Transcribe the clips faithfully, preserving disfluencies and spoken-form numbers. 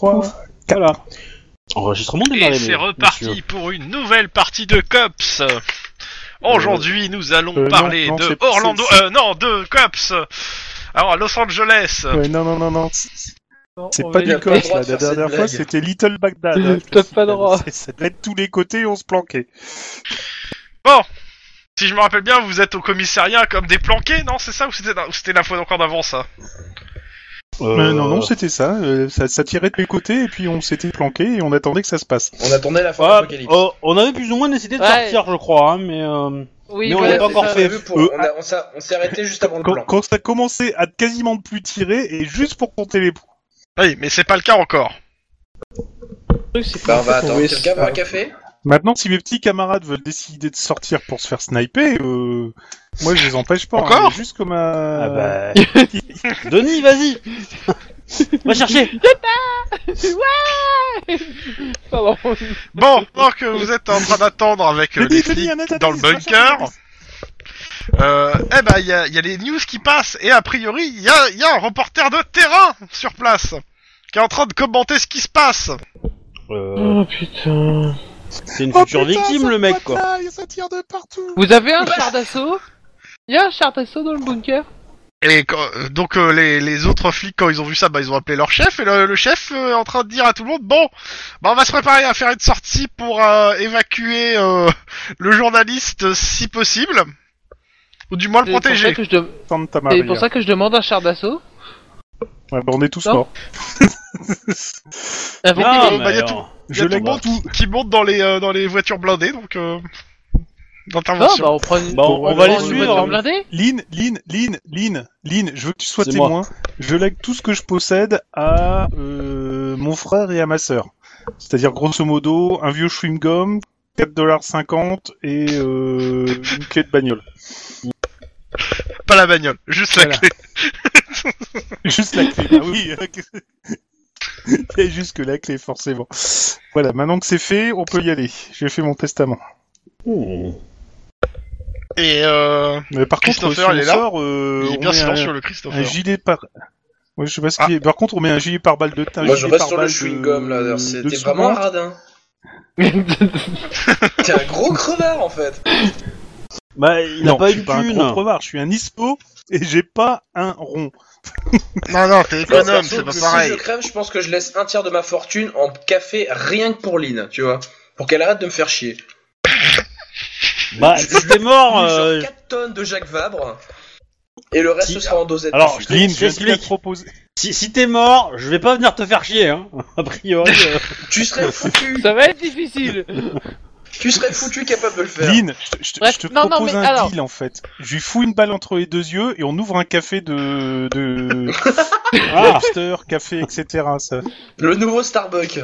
trois, quatre. Voilà. Enregistrement démarré. Et c'est reparti monsieur. Pour une nouvelle partie de Cops. Aujourd'hui, nous allons euh, parler non, non, de c'est, Orlando... c'est, c'est... Euh, non, de Cops. Alors, à Los Angeles. Ouais, non, non, non, non. Non, c'est pas du Cops, là. La dernière fois, c'était Little Baghdad. Hein, T'as pas droit. Ça devait être tous les côtés, on se planquait. Bon. Si je me rappelle bien, vous êtes au commissariat comme des planqués, non? C'est ça ou c'était, ou c'était la fois encore d'avant, ça? Euh... Euh, non, non, c'était ça. Euh, ça. Ça tirait de les côtés et puis on s'était planqué et on attendait que ça se passe. On attendait la fin ah, de l'Apocalypse. Euh, on avait plus ou moins décidé de ouais. sortir, je crois, hein, mais... Euh... Oui, mais on ouais, l'a pas encore fait. Pour, euh, on, a, on, s'est, on s'est arrêté juste avant le quand, plan. Quand ça commençait à quasiment plus tirer et juste pour compter les points. Oui, mais c'est pas le cas encore. Bah on va attendre. Quelqu'un veut un café? Maintenant, si mes petits camarades veulent décider de sortir pour se faire sniper, euh, moi je les empêche pas. Encore hein, juste comme un... Ah bah... Denis, vas-y. Va chercher. Ouais. Pardon. Bon, alors que vous êtes en train d'attendre avec euh, les flics dans le bunker, euh, eh ben il y a, y a les news qui passent et a priori il y a, y a un reporter de terrain sur place qui est en train de commenter ce qui se passe. Euh... Oh putain. C'est une oh, future putain, victime, le mec, quoi. Là, ça tire de partout. Vous avez un char d'assaut? Il y a un char d'assaut dans le bunker? Et quand, euh, donc euh, les, les autres flics quand ils ont vu ça, bah ils ont appelé leur chef et le, le chef euh, est en train de dire à tout le monde bon, bah on va se préparer à faire une sortie pour euh, évacuer euh, le journaliste si possible, ou du moins le C'est pour ça protéger. que je de- Santa C'est Maria. pour ça que je demande un char d'assaut. Ouais, bah on est tous Non. morts. Ah, bon, Non, euh, bah, mais y a alors... Il y a Je tout le monde qui, qui monte dans les euh, dans les voitures blindées, donc euh, non, d'intervention. bah on prend une... Bon, Bon, on va alors, les on suivre. voiture Hein. blindée. Lynn, Lynn, Lynn, Lynn, Lynn, je veux que tu sois C'est témoin. moi. Je lègue tout ce que je possède à euh, mon frère et à ma sœur. C'est-à-dire, grosso modo, un vieux chewing-gum, quatre dollars cinquante et euh, une clé de bagnole. Pas la bagnole, juste la Voilà. clé. Juste la clé, bah oui. Il y a juste que la clé, forcément. Voilà, maintenant que c'est fait, on peut y aller. J'ai fait mon testament. Mmh. Et euh, Mais par contre, Christopher, si il on est là sort, euh, il est on bien met silencieux un, le un Christopher. gilet par... Ouais, je sais pas ce Ah. qu'il est. Par contre, on met un gilet par balle de teint. Moi un je gilet reste par sur le balle chewing-gum là, d'ailleurs. de C'était vraiment un secondes. radin. T'es un gros crevard en fait. Bah, il Non, a pas je une suis pas un thune. gros crevard, je suis un ispo et j'ai pas un rond. Non, non, t'es Moi, économe, perso, c'est pas si pareil. je crève, je pense que je laisse un tiers de ma fortune en café rien que pour Lynn, tu vois. Pour qu'elle arrête de me faire chier. Bah, Je- si je t'es lui mort... file genre Euh... quatre tonnes de Jacques Vabre. Et le reste Si- ce sera en dosette. Alors, dessus. Lynn, je je viens de t'explique. te proposer. Si, si t'es mort, je vais pas venir te faire chier, hein. A priori... Euh... Tu serais foutu. Ça va être difficile. Tu serais foutu capable de le faire. Lynn, je, te- je te- Bref, je te non, non, propose mais un alors- deal en fait. Je lui fous une balle entre les deux yeux et on ouvre un café de. de. Ah. Lobster, café, et cetera. Ça. Le nouveau Starbucks.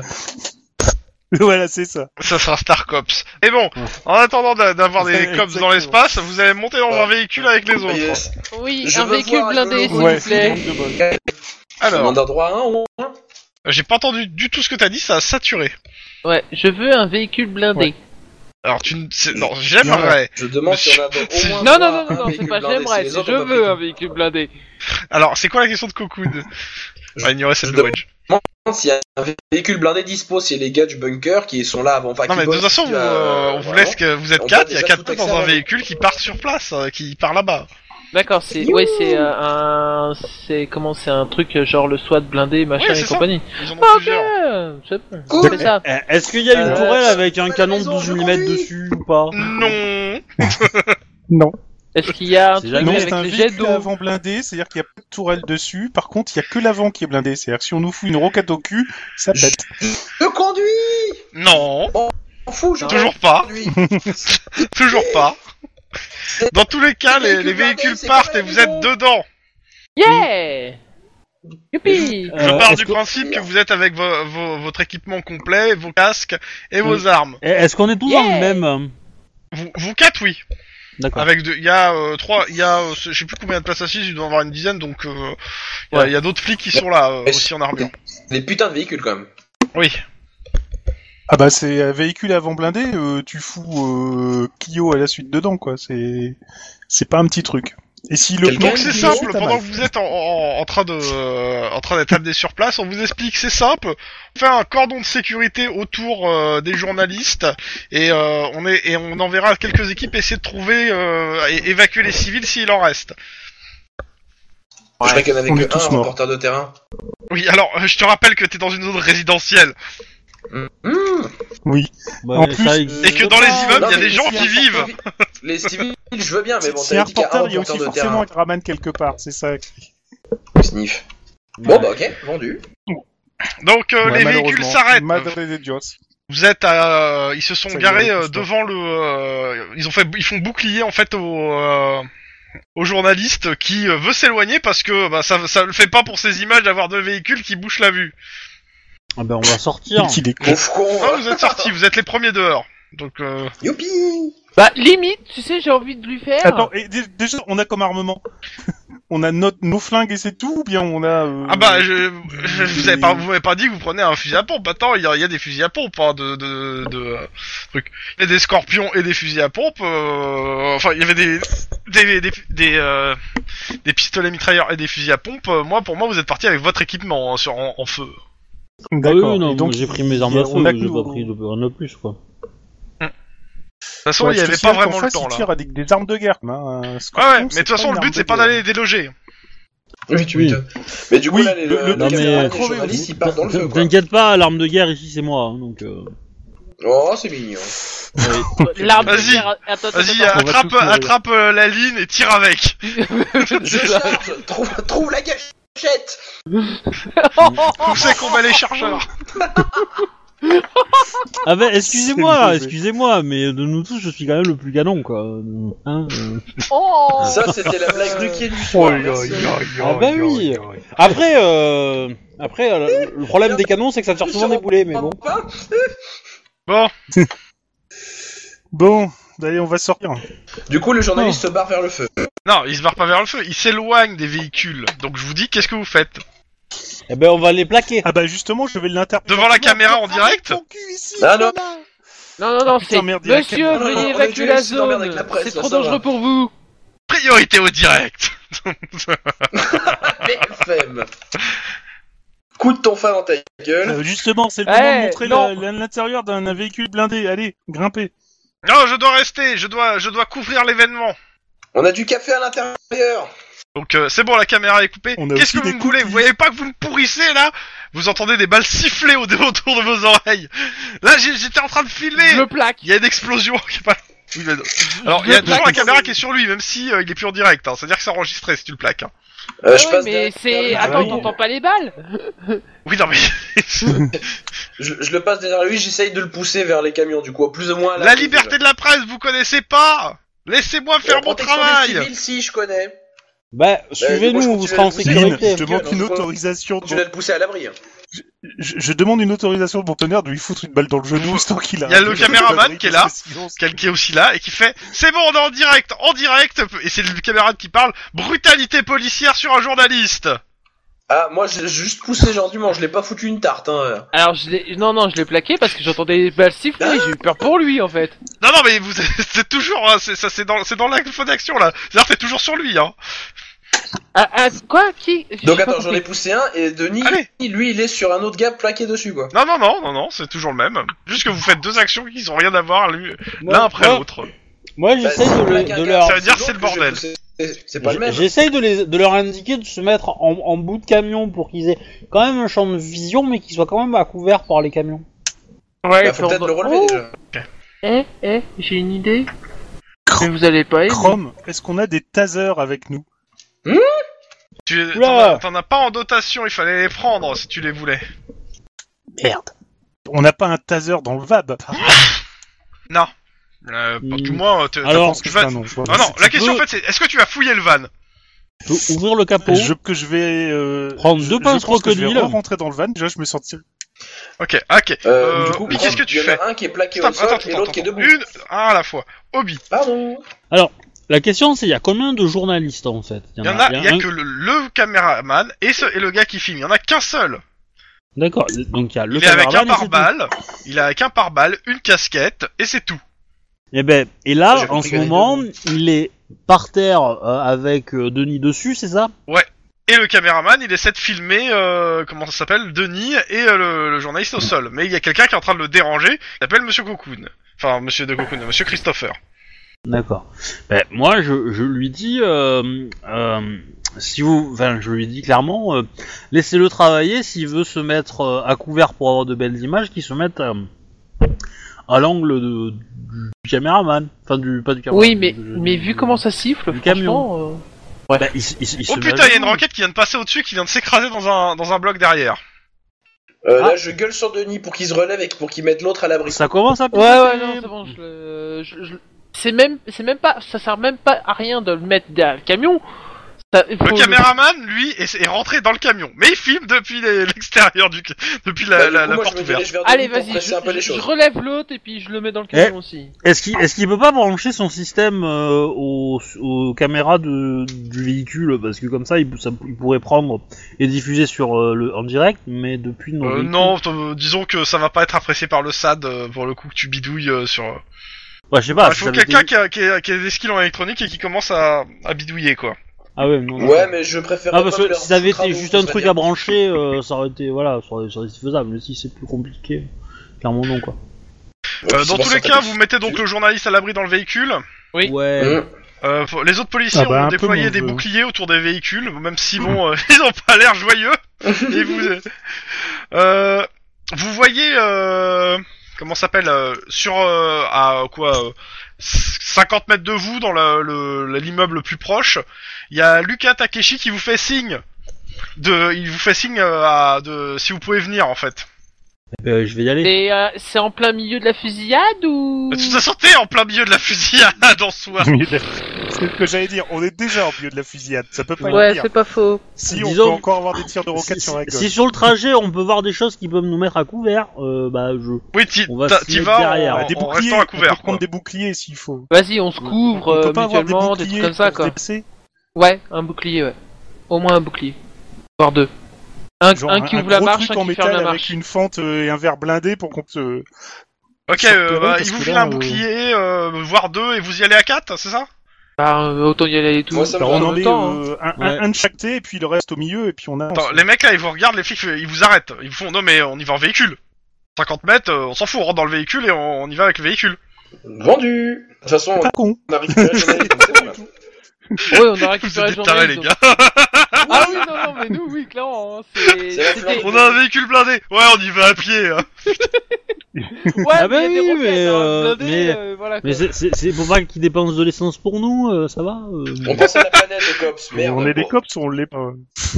Voilà, c'est ça. Ça sera Star Cops. Et bon, en attendant d'a- d'avoir des cops Exactement. dans l'espace, vous allez monter dans un véhicule avec les autres. Yes. Oui, Je un veux véhicule voir blindé, le s'il Ouais, vous plaît. c'est donc de bol. Alors, Demande un droit à un ou un. j'ai pas entendu du tout ce que t'as dit, ça a saturé. Ouais, je veux un véhicule blindé. Ouais. Alors tu ne sais... Non, j'aimerais... Je demande si on a au moins Non, non, droit non, à non, un non, c'est véhicule pas blindé, j'aimerais, les c'est autres je ont pas veux pris. un véhicule blindé. Alors, c'est quoi la question de Cocoon? On va ignorer celle je de te- Wedge. S'il y a un véhicule blindé dispo, c'est les gars du bunker qui sont là avant. Enfin, Non qui mais de toute bossent, façon, vous, euh, euh, on vous voilà. laisse que vous êtes On quatre, peut il y a déjà quatre tout potes dans un accélérer. véhicule qui part sur place, euh, qui part là-bas. D'accord, c'est ouais, c'est euh, un c'est comment c'est un truc euh, genre le SWAT blindé machin Ouais, et c'est ça. compagnie. Ils en ont Ok, plusieurs. c'est Cool. c'est ça. Eh, Est-ce qu'il y a une Euh, tourelle avec un à la canon de maison, douze je millimètres conduis. dessus ou pas? Non. Non. Est-ce qu'il y a un C'est truc jamais- Non, avec c'est un les jets véhicule d'eau? avant blindé, c'est-à-dire qu'il n'y a pas de tourelle dessus. Par contre, il n'y a que l'avant qui est blindé. C'est-à-dire que si on nous fout une roquette au cul, ça pète. Je conduis. Non. On fout, je Toujours pas. conduis. Toujours pas. Dans tous les cas, Les les, les véhicules véhicules blindés, c'est partent comme et la vous êtes maison. dedans. Yeah! Youpi! Je Euh, pars est-ce du que- principe que vous êtes avec vo- vo- votre équipement complet, vos casques et vos Oui. armes. Eh, Est-ce qu'on est tous dans Yeah. le même? euh, Vous, vous quatre, oui. D'accord. Avec deux, il y a euh, trois, il y a, euh, je sais plus combien de places assises, il doit y en avoir une dizaine, donc euh, il y a- Ouais. il y a, d'autres flics qui sont là euh, Et aussi en armure. Des putains de véhicules quand même. Oui. Ah bah c'est un véhicule avant blindé, euh, tu fous euh, Clio à la suite dedans quoi. C'est c'est pas un petit truc. Et si le Quelqu'un Donc c'est qui simple, monte pendant que vous êtes en, en, en train de euh, en train d'être amené sur place, on vous explique, c'est simple. On fait un cordon de sécurité autour euh, des journalistes et euh, on est et on enverra quelques équipes essayer de trouver euh, et évacuer les civils s'il en reste. Je crois qu'il y en avait On que est tous un morts. reporter de terrain. Oui, alors euh, je te rappelle que t'es dans une zone résidentielle Mmh. Oui. Bah, En plus, ça et existe que dans les pas. immeubles, il y a mais des gens si qui un vivent. civil- Les civils, je veux bien, mais bon, S'il y a t'as un dit qu'il y a un reporter, il y a reporter aussi de forcément terrain. un Graman quelque part, c'est ça. Sniff. Bon, Ouais. bah ok, vendu. Donc euh, Ouais, les véhicules malheureusement. s'arrêtent. Madre de Dios. Vous êtes à, ils se sont Ça y est, garés on est euh, tous morts. devant le, euh, ils ont fait, ils font bouclier en fait au, euh, au journaliste qui euh, veut s'éloigner parce que bah, ça, ça le fait pas pour ces images d'avoir deux véhicules qui bouchent la vue. Ah ben on va sortir. Il est con. Mon front. Non, vous êtes sortis, vous êtes les premiers dehors. Donc euh... Youpi. Bah, limite, tu sais, j'ai envie de lui faire. Attends, et dé- déjà, on a comme armement on a notre, nos flingues et c'est tout, ou bien on a... Euh... ah bah je, je, je vous avez pas, vous m'avez pas dit que vous prenez un fusil à pompe. Attends, il y a, il y a des fusils à pompe, hein, de, de, de euh, trucs. Il y a des scorpions et des fusils à pompe. Euh... Enfin, il y avait des, des, des, des, euh, des pistolets mitrailleurs et des fusils à pompe. Euh, Moi, pour moi, vous êtes partis avec votre équipement hein, sur en, en feu. Ah oui, D'accord. oui, non, Et donc, j'ai pris mes armes à feu, on a j'ai que pas nos- pris de, rien de plus quoi. De toute façon, Ouais, il y je te avait pas signale qu'en vraiment le face, temps il là. tire avec des armes de guerre. Hein. Un Ouais, ouais, Scorpion, mais de c'est toute façon, une le arme but c'est de pas guerre. d'aller déloger. Oui, tu Oui. m'étonnes. Mais du coup, Oui, là, les, le- le, le- le non, caméraman mais- et les journalistes, ils partent dans le feu, quoi. T'inquiète pas, l'arme de guerre ici c'est moi, hein, donc. Euh... Oh, c'est mignon. L'arme de Vas-y. guerre- Attends, attends, Vas-y, attends. on va attrape, tous mourir. attrape euh, la ligne et tire avec. Je charge. Trouve, trouve la gâchette. Où c'est qu'on met les chargeurs? Ah ben excusez-moi, mauvais. excusez-moi, mais de nous tous je suis quand même le plus canon quoi. Euh, Hein, euh. Oh Ça, c'était la blague de qui du soir. merci. Ah bah oui. Après, euh... après euh, le problème des canons c'est que ça tire souvent des boulets, mais bon. Bon, Bon, allez, on va sortir. Du coup, le journaliste se barre vers le feu. non, il se barre pas vers le feu, il s'éloigne des véhicules. Donc je vous dis, qu'est-ce que vous faites? Eh ben on va les plaquer. Ah bah justement, je vais l'interpréter. Devant la caméra en direct? Ah non. Non, non, non, Putain, c'est... merde, il y a la Monsieur, caméra. veuillez Non, non, on est évacuer déjà la ici d'emmerde zone. avec la presse, C'est là, trop ça dangereux va. pour vous. Priorité au direct. B F M. Coup de ton fan dans ta gueule. Euh, justement, c'est le Eh, moment de montrer non. la- la- l'intérieur d'un un véhicule blindé. Allez, grimpez. Non, je dois rester, je dois, je dois couvrir l'événement. On a du café à l'intérieur. Donc euh, c'est bon, la caméra est coupée. On a Qu'est-ce aussi que vous des me voulez? cookies. Vous voyez pas que vous me pourrissez là? Vous entendez des balles siffler au autour de vos oreilles. Là, j'ai- j'étais en train de filmer. Je le plaque. Il y a une explosion qui est pas... Oui, mais non. Alors, il y a Je toujours la plaque. caméra qui est sur lui, même si euh, il est plus en direct. Hein. C'est-à-dire que c'est enregistré si tu le plaques. Hein. Euh, Ah je ouais, passe mais derrière- c'est... derrière Attends, lui. t'entends pas les balles? Oui, non mais... Je, je le passe derrière lui, j'essaye de le pousser vers les camions, du coup, plus ou moins à La liberté de la presse, vous connaissez pas? Laissez-moi faire mon travail. Civils, si, je connais. Bah du coup, suivez-nous, je vous continue serez à en le pousser. sécurité. Lynn, je demande Non, une je- autorisation. Tu De... vas le pousser à l'abri. hein. Je, je demande une autorisation de mon tonnerre de lui foutre une balle dans le genou, histoire qu'il a. Il y a le caméraman qui est là, Sinon, c'est- Quel qui est aussi là et qui fait c'est bon, on est en direct, en direct, et c'est le camarade qui parle brutalité policière sur un journaliste. Ah, moi, j'ai juste poussé gentiment, je l'ai pas foutu une tarte, hein. Alors, je l'ai... Non, non, je l'ai plaqué parce que j'entendais les balles siffler. J'ai eu peur pour lui, en fait. Non non mais vous c'est toujours hein, c'est ça c'est dans c'est dans la feu d'action là. C'est-à-dire que t'es toujours sur lui hein. Ah, ah, quoi? Qui? J'ai Donc pas attends, j'en ai compris. poussé un, et Denis, Allez. lui, il est sur un autre gars plaqué dessus, quoi. Non non non non non, c'est toujours le même. Juste que vous faites deux actions qui ont rien à voir l'une Moi- l'un après moi- l'autre. Moi j'essaye Bah, de, si les- je plaque de un leur. gars, Ça veut dire c'est c'est le l'autre que je vais bordel. pousser. C'est pas le même. J'essaye de, les, de leur indiquer de se mettre en, en bout de camion pour qu'ils aient quand même un champ de vision, mais qu'ils soient quand même à couvert par les camions. Ouais, Bah, faut peut-être le relever, Oh. déjà. Eh, eh, j'ai une idée. Mais vous allez pas aimer. Chrome, est-ce qu'on a des tasers avec nous? Tu Oula. t'en as, t'en as pas en dotation, il fallait les prendre si tu les voulais. Merde. On n'a pas un taser dans le V A B. Non. Euh, Hmm. Du moins, te- Alors, pense tu que vas... c'est un non, je vois. Ah non, tu la question peux- en fait c'est est-ce que tu vas fouiller le van? Tu peux ouvrir le capot. Je, que je vais euh, Prendre je- deux je pinces pense que je vais crocodile. rentrer dans le van. Déjà, je me sentirai. Ok, ok. Euh, Euh, du coup, mais qu'est-ce que tu il y en fais? a un qui est plaqué Stop, au sol attends, et attends, l'autre qui est attends. debout. Une, un à la fois. Obi. Pardon. La question c'est il y a combien de journalistes en fait? Il y en a, il y a un- que le, le caméraman et, ce, et le gars qui filme. Il y en a qu'un seul. D'accord, donc il y a le Il est avec un caméraman et c'est tout. pare-balles. Il est avec un pare-balles, une casquette et c'est tout. Et ben, et là, J'ai en compris ce qu'il y en moment, avait il est par terre euh, avec euh, Denis dessus, c'est ça? Et le caméraman, il essaie de filmer, euh, comment ça s'appelle, Denis et euh, le, le journaliste au sol. Mais il y a quelqu'un qui est en train de le déranger, il s'appelle Monsieur Cocoon. Enfin, Monsieur de Cocoon, Monsieur Christopher. D'accord. Ben, moi, je, je lui dis, euh, euh, si vous, enfin, je lui dis clairement, euh, laissez-le travailler. S'il veut se mettre euh, à couvert pour avoir de belles images, qu'il se mette euh, à l'angle de, du caméraman. Enfin, du pas du caméraman. Oui, mais, du- mais vu comment ça siffle, du camion. franchement... euh, Ouais. Ben, il, il, il Oh se met putain, à il y a une genoux. roquette qui vient de passer au-dessus, qui vient de s'écraser dans un, dans un bloc derrière. Euh, Ah. Là, je gueule sur Denis pour qu'il se relève et pour qu'il mette l'autre à l'abri. Ça commence à Ouais, picoter. ouais, non, c'est bon, je le... Je, je- C'est même, c'est même pas, ça sert même pas à rien de le mettre derrière le camion. Ça, il Le faut caméraman, lui, est, est rentré dans le camion. Mais il filme depuis les- l'extérieur du... depuis la, Bah, du la, coup, la moi, porte je me ouverte. dirige vers Allez, Denis pour vas-y, presser je, un peu les je- choses. je relève l'autre et puis je le mets dans le camion aussi. Est-ce qu'il, est-ce qu'il peut pas brancher son système euh, aux, aux caméras de, du véhicule, parce que comme ça, il, ça, il pourrait prendre et diffuser sur euh, le en direct, mais depuis nos Euh, véhicules. non, t- disons que ça va pas être apprécié par le S A D euh, pour le coup que tu bidouilles euh, sur... Ouais, je sais pas. Il si faut ça avait quelqu'un été- qui, a, qui, a, qui a des skills en électronique et qui commence à, à bidouiller, quoi. Ah ouais, non. Ouais, mais je préfère. Ah, parce que si ça avait été juste un truc à brancher, euh, ça aurait été voilà, ça aurait, ça aurait été faisable. Mais si c'est plus compliqué, clairement non quoi. Euh, dans tous les cas, vous mettez donc le journaliste à l'abri dans le véhicule. Oui. Ouais. Euh, pour- les autres policiers Ah bah, ont un peu déployé mon des jeu. boucliers autour des véhicules, même si bon, euh, ils ont pas l'air joyeux. Et vous, euh, vous voyez, euh, comment ça s'appelle, euh, sur euh, à quoi, euh, cinquante mètres de vous, dans la- le- la- l'immeuble le plus proche, il y a Luka Takeshi qui vous fait signe. De, il vous fait signe euh, à, de, si vous pouvez venir en fait. Euh, je vais y aller. Et euh, c'est en plein milieu de la fusillade ou De toute façon, t'es en plein milieu de la fusillade en soi. C'est ce que j'allais dire, on est déjà au milieu de la fusillade, ça peut pas Ouais, être pire. c'est pas faux. Si on Disons- peut encore avoir des tirs de roquettes Si, sur la gueule. si sur le trajet on peut voir des choses qui peuvent nous mettre à couvert, euh, bah je. Oui, t'y On va t'as- se t'y mettre vas derrière. en, Ah, des en boucliers, restant à on couvert. peut Quoi. prendre des boucliers s'il faut. Vas-y, on se couvre On euh, peut pas avoir des mutuellement, des, boucliers trucs comme ça pour se quoi. déplacer. Ouais, un bouclier, ouais. Au moins un bouclier. Voire deux. Un, Genre un qui un ouvre la gros marche, truc un en qui ferme métal la avec marche. une fente euh, et un verre blindé pour qu'on se... Ok, Sur euh, terrain, bah, parce il vous que file là, un euh, bouclier, euh, voire deux, et vous y allez à quatre, c'est ça? Bah, euh, autant y aller et tout. Moi, ça me Alors, va. on en en même est temps, hein. euh, un, Ouais. un, un de chaque côté et puis le reste au milieu et puis on avance. Attends, les mecs là, ils vous regardent, les flics, ils vous arrêtent. Ils vous font, non mais on y va en véhicule. cinquante mètres, euh, on s'en fout, on rentre dans le véhicule et on, on y va avec le véhicule. Vendu. De toute façon, Pas con. on a récupéré le journaliste, donc c'est bon, là. Ouais, on a Vous récupéré êtes le des tarés, les journaliste. gars. Ah oui, non, non, mais nous, oui, clairement. Hein, c'est... C'est la c'était- flamme. On a un véhicule blindé. Ouais, on y va à pied. Hein. Ouais, Ah mais bah il y a des oui, roquettes, mais, hein, euh, blindées, mais- euh, voilà, Mais quoi. c'est, c'est, c'est pour pas qu'ils dépensent de l'essence pour nous, euh, ça va euh, On pense à la planète, les cops. Merde. on est des Bon. cops ou on l'est pas.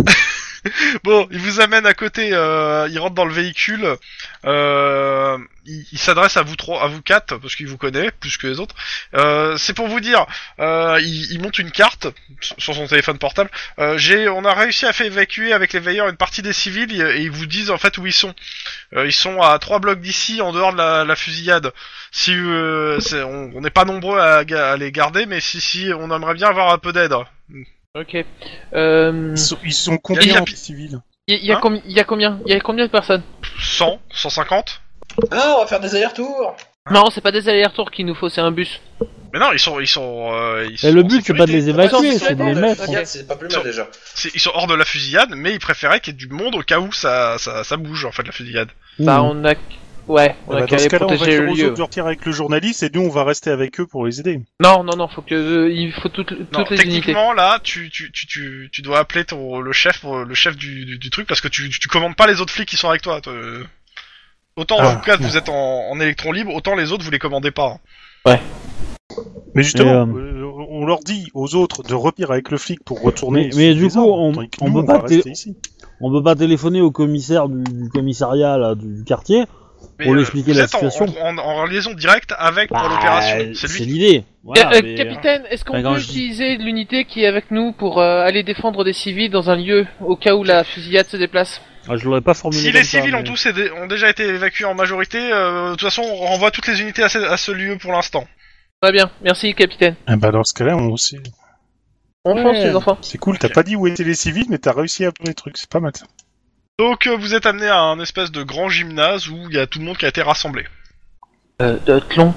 Bon, il vous amène à côté. Euh, il rentre dans le véhicule. Euh, il, il s'adresse à vous trois, à vous quatre, parce qu'il vous connaît plus que les autres. Euh, c'est pour vous dire. Euh, il, il monte une carte sur son téléphone portable. Euh, j'ai, on a réussi à faire évacuer avec les veilleurs une partie des civils et, et ils vous disent en fait où ils sont. Euh, ils sont à trois blocs d'ici, en dehors de la, la fusillade. Si euh, c'est, on on n'est pas nombreux à, à les garder, mais si si, on aimerait bien avoir un peu d'aide. Ok. Euh... Ils sont, ils sont Il y combien a- en civils? Il y, y, a Hein combi- y a combien Il y a combien de personnes? cent, cent cinquante. Ah, on va faire des allers-retours. Non, c'est pas des allers-retours qu'il nous faut, c'est un bus. Mais non, ils sont, ils sont, euh, ils Et sont le en but c'est pas de sécurité. les évacuer, Attends, c'est de les attends, mettre. ok. C'est pas plus mal déjà. C'est- Ils sont hors de la fusillade, mais ils préféraient qu'il y ait du monde au cas où ça, ça, ça bouge en fait la fusillade. Bah, Mmh. on a. Ouais, on Eh a ben, qu'à dans ce aller cas-là, on va protéger dire le aux lieu. autres de retirer avec le journaliste et nous on va rester avec eux pour les aider. Non, non, non, faut que. euh, il faut toutes, toutes Non, les unités. techniquement là, tu, tu, tu, tu, tu dois appeler ton, le chef, pour- le chef du, du, du truc parce que tu, tu commandes pas les autres flics qui sont avec toi. te- Autant Ah. vous quatre vous êtes en, en électron libre, autant les autres vous les commandez pas. hein. Mais justement, Et, euh, on leur dit aux autres de repirer avec le flic pour retourner. Mais- mais sur du les coup, arbres, on- tandis que on nous, peut va pas té- rester ici. On peut pas téléphoner au commissaire du, du commissariat là, du quartier. Mais, Pour lui euh, expliquer vous la êtes en- situation. En, en, en liaison directe avec pour Bah, l'opération. C'est c'est lui. l'idée. Voilà, Euh, euh, mais- capitaine, est-ce qu'on Enfin, quand peut je dis- utiliser l'unité qui est avec nous pour euh, aller défendre des civils dans un lieu au cas où la fusillade se déplace? Ah, je l'aurais pas formulé. Si comme les ça, civils ont mais- tous aidé- ont déjà été évacués en majorité, euh, de toute façon on renvoie toutes les unités à ce, à ce lieu pour l'instant. Très bien, merci capitaine. Ah bah dans ce cas-là, on sait. On Ouais. fonce les enfants. C'est cool, t'as pas dit où étaient les civils, mais t'as réussi à prendre les trucs, c'est pas mal ça. Donc euh, vous êtes amené à un espèce de grand gymnase où il y a tout le monde qui a été rassemblé. Euh, de Tlon,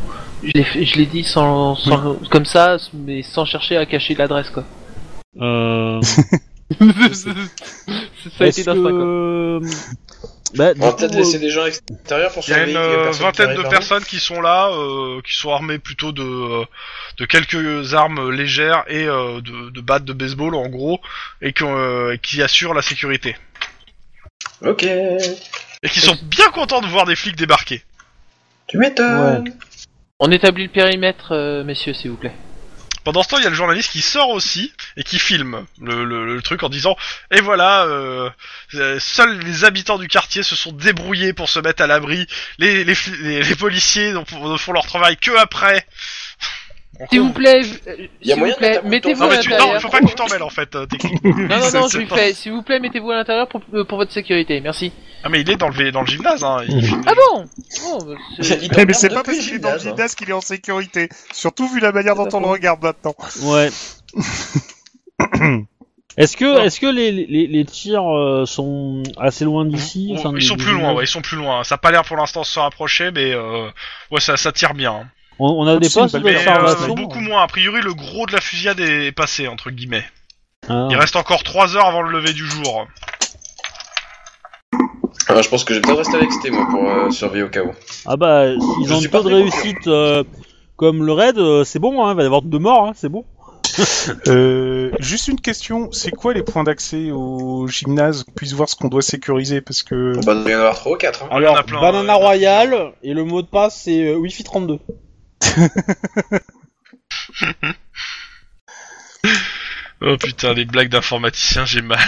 Je l'ai, fait- je l'ai dit sans, sans comme ça, mais sans chercher à cacher l'adresse quoi. Euh... ça a été Est-ce d'instinct quoi. que... Bah, du On va coup, peut-être euh, laisser des gens extérieurs pour Il y a surveiller une qu'il y a euh, personne qui vingtaine arrive de vers nous. personnes qui sont là, euh, qui sont armées plutôt de euh, de quelques armes légères et euh, de, de battes de baseball en gros, et qui, euh, qui assurent la sécurité. Ok. Et qui sont bien contents de voir des flics débarquer. Tu m'étonnes. On établit le périmètre, euh, messieurs, s'il vous plaît. Pendant ce temps, il y a le journaliste qui sort aussi et qui filme le, le, le truc en disant « Et voilà, euh, euh, seuls les habitants du quartier se sont débrouillés pour se mettre à l'abri. Les, les, fli- les, les policiers ne ne font leur travail que après. » S'il vous plaît, euh, Y a s'il moyen vous de mettre plaît, un mettez-vous Non à mais tu, non, l'intérieur. faut pas que tu t'en mêles en fait, euh, techniquement. Non, non, C'est- non, c'est je lui pas- fais. S'il vous plaît, mettez-vous à l'intérieur pour, euh, pour votre sécurité, merci. Ah mais il est dans le, dans le gymnase, hein. Il filme. Ah bon Oh, bah, c'est- Il Mais, mais t'emmerde c'est pas depuis parce qu'il est le dans le gymnase, hein. gymnase qu'il est en sécurité. Surtout vu la manière dont on le regarde maintenant. Ouais. Est-ce que, Non. est-ce que les, les, les tirs euh, sont assez loin d'ici Oh, enfin, ils du- sont du plus loin, gymnase ouais, ils sont plus loin. Ça a pas l'air pour l'instant de se rapprocher, mais euh, ouais, ça, ça tire bien. Hein. On, on a des C'est une postes balle Mais euh, d'observation. beaucoup moins. A priori, le gros de la fusillade est passé entre guillemets. Ah. Il reste encore trois heures avant le lever du jour. Ah, je pense que je vais peut-être rester avec Sté, moi, pour euh, surveiller au cas où. Ah bah, s'ils Je ont suis un taux pas de très réussite euh, comme le raid, euh, c'est bon, hein, il va y avoir deux morts, hein, c'est bon. Euh, juste une question, c'est quoi les points d'accès au gymnase, qu'on puisse voir ce qu'on doit sécuriser, parce que... Bon, bah, il doit y en avoir trois ou quatre. Hein. Il y en a plein, Banana euh, Royale, et le mot de passe c'est euh, Wi-Fi trente-deux. Oh putain, les blagues d'informaticiens, j'ai mal.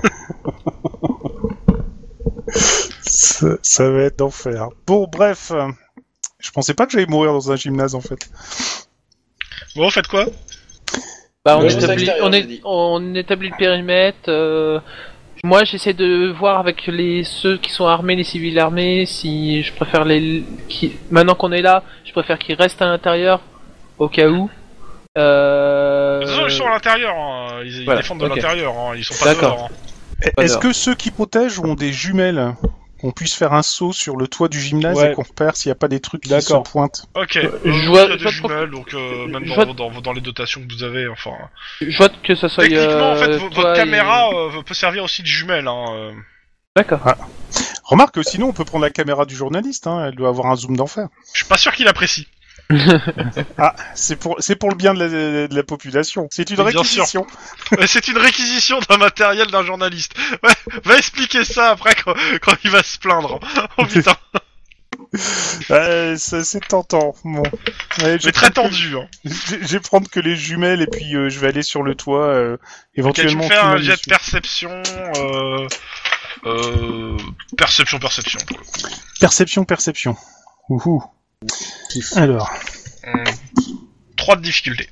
Ça, ça va être d'enfer. Bon, bref, euh, je pensais pas que j'allais mourir dans un gymnase, en fait. Bon, faites quoi? Bah, on, Ouais, établit, c'est on, extérieur, est, j'ai dit. on établit le périmètre. Euh, moi, j'essaie de voir avec les ceux qui sont armés, les civils armés, si je préfère les. Qui, maintenant qu'on est là, je préfère qu'ils restent à l'intérieur, au cas où. Euh... De toute façon, ils sont à l'intérieur, hein. ils, ils Voilà, défendent de ok. l'intérieur, hein. Ils sont pas D'accord. dehors. Hein. Pas Est-ce d'heure. que ceux qui protègent ont des jumelles, qu'on puisse faire un saut sur le toit du gymnase Ouais. et qu'on repère s'il n'y a pas des trucs qui se D'accord. pointent? Ok, je euh, vois- il y a je des vois- jumelles, donc euh, même je dans, vois- dans, dans les dotations que vous avez, enfin... Je vois que ça soit. Techniquement, en euh, fait, vo- toi votre et- caméra euh, peut servir aussi de jumelle, hein. euh. D'accord. Remarque que sinon on peut prendre la caméra du journaliste, hein, elle doit avoir un zoom d'enfer. Je suis pas sûr qu'il apprécie. Ah, c'est pour, c'est pour le bien de la, de la population. C'est une Oui, bien sûr. réquisition. Euh, C'est une réquisition d'un matériel d'un journaliste. Ouais, va expliquer ça après quand, quand il va se plaindre. Oh putain, Euh, ça, c'est tentant. Bon. Ouais, je c'est vais très prendre que- tendu. Hein. Je je vais prendre que les jumelles et puis euh, je vais aller sur le toit. Euh, Ok, tu éventuellement. me fais un tunnel jet de dessus. perception. Euh, euh, perception, perception. pour le coup. Perception, perception. Ouhou. Alors. Hum, trois de difficulté.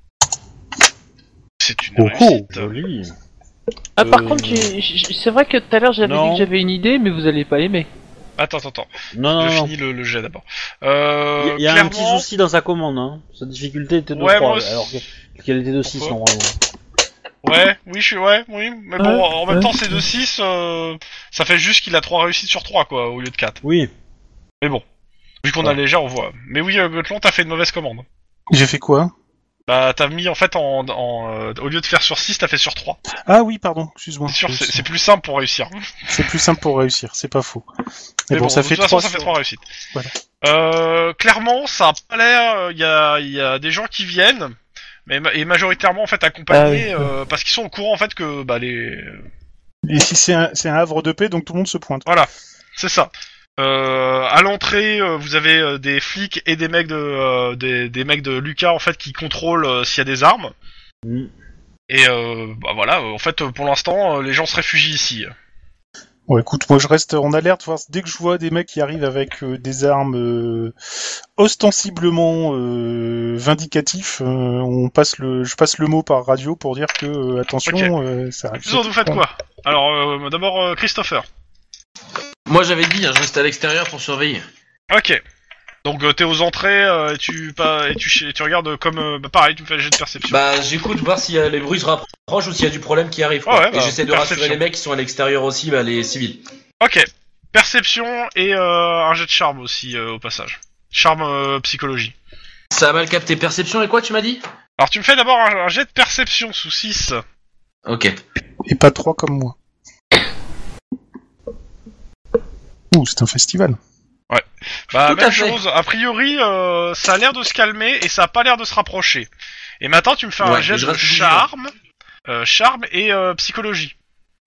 C'est une Oh, oh. réussite. Joli. Ah, par Euh, contre, j'ai- j'ai- c'est vrai que tout à l'heure j'avais non. dit que j'avais une idée, mais vous allez pas l'aimer. Attends, attends, attends. Non, non, Je non. finis le, le jet d'abord. Euh, Il y a un clairement, petit souci dans sa commande, hein. Sa difficulté était de Ouais, trois, moi aussi. alors que- qu'elle était de six Pourquoi normalement. Ouais, oui, je suis, ouais, oui. Mais bon, Ouais, en même ouais. temps, c'est de six, euh, ça fait juste qu'il a trois réussites sur trois, quoi, au lieu de quatre. Oui. Mais bon. Vu qu'on a Ouais. léger, on voit. Mais oui, euh, Gotlon, t'as fait une mauvaise commande. J'ai fait quoi? Bah, t'as mis, en fait, en, en euh, au lieu de faire sur six, t'as fait sur trois. Ah oui, pardon, excuse-moi. C'est sûr, c'est c'est plus simple pour réussir. C'est plus simple pour réussir, c'est pas faux. Mais Mais bon, ça de fait toute façon, trois. ça fait sur- trois réussites. Voilà. Euh, clairement, ça a pas l'air, il y a, y a des gens qui viennent, mais ma- et majoritairement, en fait, accompagnés, Ah oui. euh, parce qu'ils sont au courant, en fait, que, bah, les, Et si c'est un, c'est un havre de paix, donc tout le monde se pointe. Voilà, c'est ça. Euh, à l'entrée, euh, vous avez euh, des flics et des mecs de euh, des, des mecs de Lucas en fait qui contrôlent euh, s'il y a des armes. Mm. Et euh, bah voilà, euh, en fait euh, pour l'instant euh, les gens se réfugient ici. Bon, écoute, moi je reste en alerte. Voir dès que je vois des mecs qui arrivent avec euh, des armes euh, ostensiblement euh, vindicatifs, euh, on passe le, je passe le mot par radio pour dire que euh, attention, euh, ça arrive. Vous, vous faites quoi? Alors euh, d'abord euh, Christopher. Moi j'avais dit, hein, je reste à l'extérieur pour surveiller. Ok. Donc euh, t'es aux entrées euh, et tu pas et tu ch- tu regardes comme euh, bah, pareil, tu me fais un jet de perception. Bah j'écoute voir si euh, les bruits se rapprochent ou s'il y a du problème qui arrive. Quoi. Ouais, ouais, et bah, j'essaie de perception. rassurer les mecs qui sont à l'extérieur aussi, bah, les civils. Ok. Perception et euh, un jet de charme aussi euh, au passage. Charme euh, psychologie. Ça a mal capté. Perception et quoi, tu m'as dit? Alors tu me fais d'abord un, un jet de perception sous six. Ok. Et pas trois comme moi. Ouh, c'est un festival. Bah Tout même à fait. chose, a priori euh, ça a l'air de se calmer et ça a pas l'air de se rapprocher. Et maintenant tu me fais un Ouais, jet je de reste charme, euh, charme et euh, psychologie.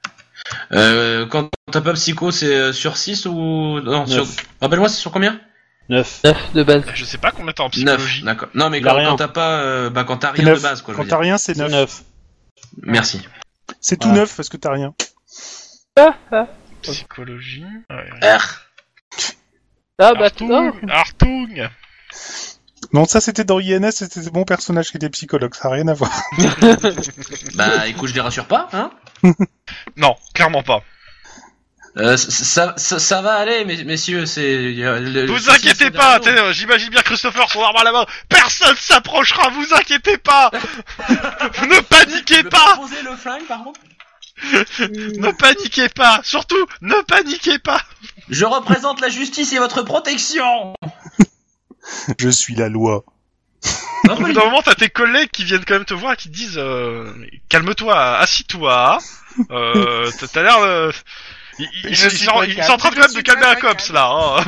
Euh, quand t'as pas psycho, c'est euh, sur six ou... Non, sur... Neuf. Rappelle-moi, c'est sur combien? neuf. neuf de base. Je sais pas combien t'as en neuf, psychologie. d'accord. Non, mais Il a quand, rien. quand t'as pas... Euh, bah quand t'as C'est rien neuf. de base, quoi, je Quand veux t'as dire. rien, c'est C'est neuf. neuf. Merci. C'est tout Voilà. neuf parce que t'as rien. Ah, ah. Psychologie. Ouais. R. Ah bah Artung, non. Artung. Non, ça c'était dans I N S, c'était mon personnage qui était psychologue, ça n'a rien à voir. Bah écoute, je les rassure pas, hein. Non, clairement pas. Euh, ça, ça, ça va aller, mes- messieurs, c'est... Le, Vous le- inquiétez c'est pas, derrière t'sais, euh, j'imagine bien Christopher, son arme à la main. Personne s'approchera, vous inquiétez pas. Ne nous. paniquez Tu veux pas. poser le flingue, par contre? Ne paniquez pas. Surtout, ne paniquez pas. Je représente la justice et votre protection. Je suis la loi. Au bout d'un moment, t'as tes collègues qui viennent quand même te voir et qui te disent euh, calme-toi, assis-toi. Euh, t'as- t'as l'air. Euh, ils, ils, Je ils suis sont, très ils calme, sont en train de je quand même de suis calmer très, un très cops là.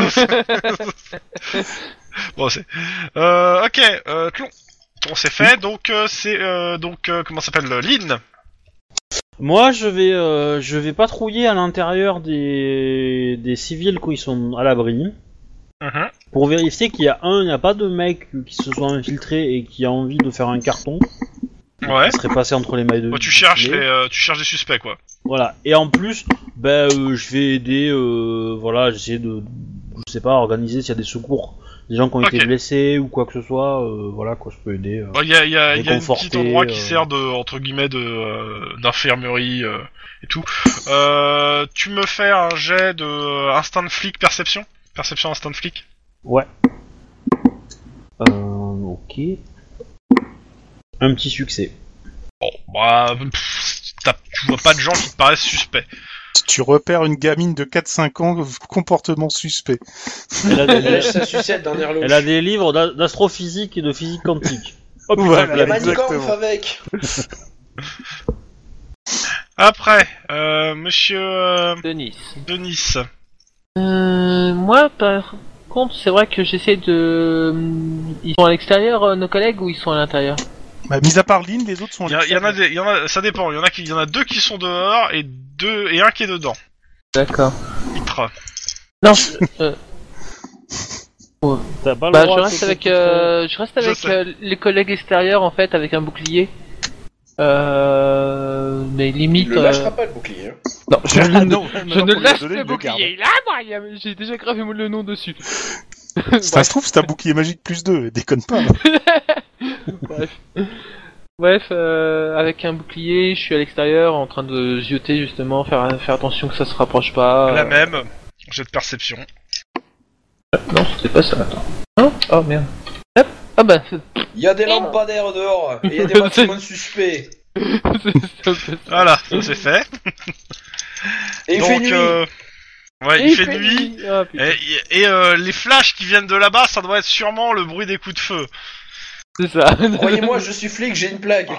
Hein. Bon, c'est. Euh, ok, euh, Tlon. On s'est fait, donc euh, c'est euh, donc euh, comment ça s'appelle, euh, Lynn. Moi, je vais, euh, je vais patrouiller à l'intérieur des, des civils quand ils sont à l'abri, Mhm. pour vérifier qu'il y a un, il n'y a pas de mec qui se soit infiltré et qui a envie de faire un carton, Ouais. qui serait passé entre les mailles de. Bon, tu cherches filet. les, euh, tu cherches des suspects quoi. Voilà. Et en plus, ben, euh, je vais aider, euh, voilà, j'essaie de, je sais pas, organiser s'il y a des secours, des gens qui ont été Ok. blessés ou quoi que ce soit, euh, voilà, quoi, je peux aider. euh. Bon, il y a, y a, y a une Réconforter, petite endroit qui euh. sert de entre guillemets de euh, d'infirmerie euh, et tout. Euh, tu me fais un jet de euh, instinct de flic perception, perception instinct de flic. Ouais. Euh, ok. Un petit succès. Bon, bah, pff, t'as- tu vois pas de gens qui te paraissent suspects. Tu repères une gamine de quatre cinq ans, comportement suspect. Elle a des, Ça sucette d'un air elle a des livres d'a- d'astrophysique et de physique quantique. Oh putain, Voilà, je l'avais la dit. manière- Exactement. avec. Après, euh, Monsieur euh, Denis. Denis. Euh, moi, par contre, c'est vrai que j'essaie de. Ils sont à l'extérieur, euh, nos collègues, ou ils sont à l'intérieur? Bah, mis à part Lynn, les autres sont... Il y, a- y en a des, y en a, ça dépend. Il y en a qui, y en a deux qui sont dehors et deux et un qui est dedans. D'accord. Itra. Non. euh, T'as pas le bah, droit je de reste te avec, faire- euh, je reste Je avec sais. euh, les collègues extérieurs en fait, avec un bouclier. Euh, mais limite. Il le euh, lâchera pas le bouclier. Hein. Non, je, Non, je maintenant ne qu'on lui a lâche donné, le il le garde. bouclier. Là, moi, il y a- j'ai déjà gravé le nom dessus. Ça se trouve, c'est un bouclier magique plus deux, déconne pas. Bref. Bref, euh, avec un bouclier, je suis à l'extérieur en train de zioter justement, faire, faire attention que ça se rapproche pas. La euh, même. Jet de perception. Non, c'était pas ça, attends. Non. Oh merde. Hop. Ah bah, c'est Il y a des lampadaires dehors, et il y a des bâtiments suspects. c'est un peu ça. Voilà, ça c'est fait. Et il Donc, fait nuit. euh, ouais, Et il, fait, nuit. Ah, putain. Et, et, euh, les flashs qui viennent de là-bas, ça doit être sûrement le bruit des coups de feu. C'est ça. Croyez-moi, je suis flic, j'ai une plaque.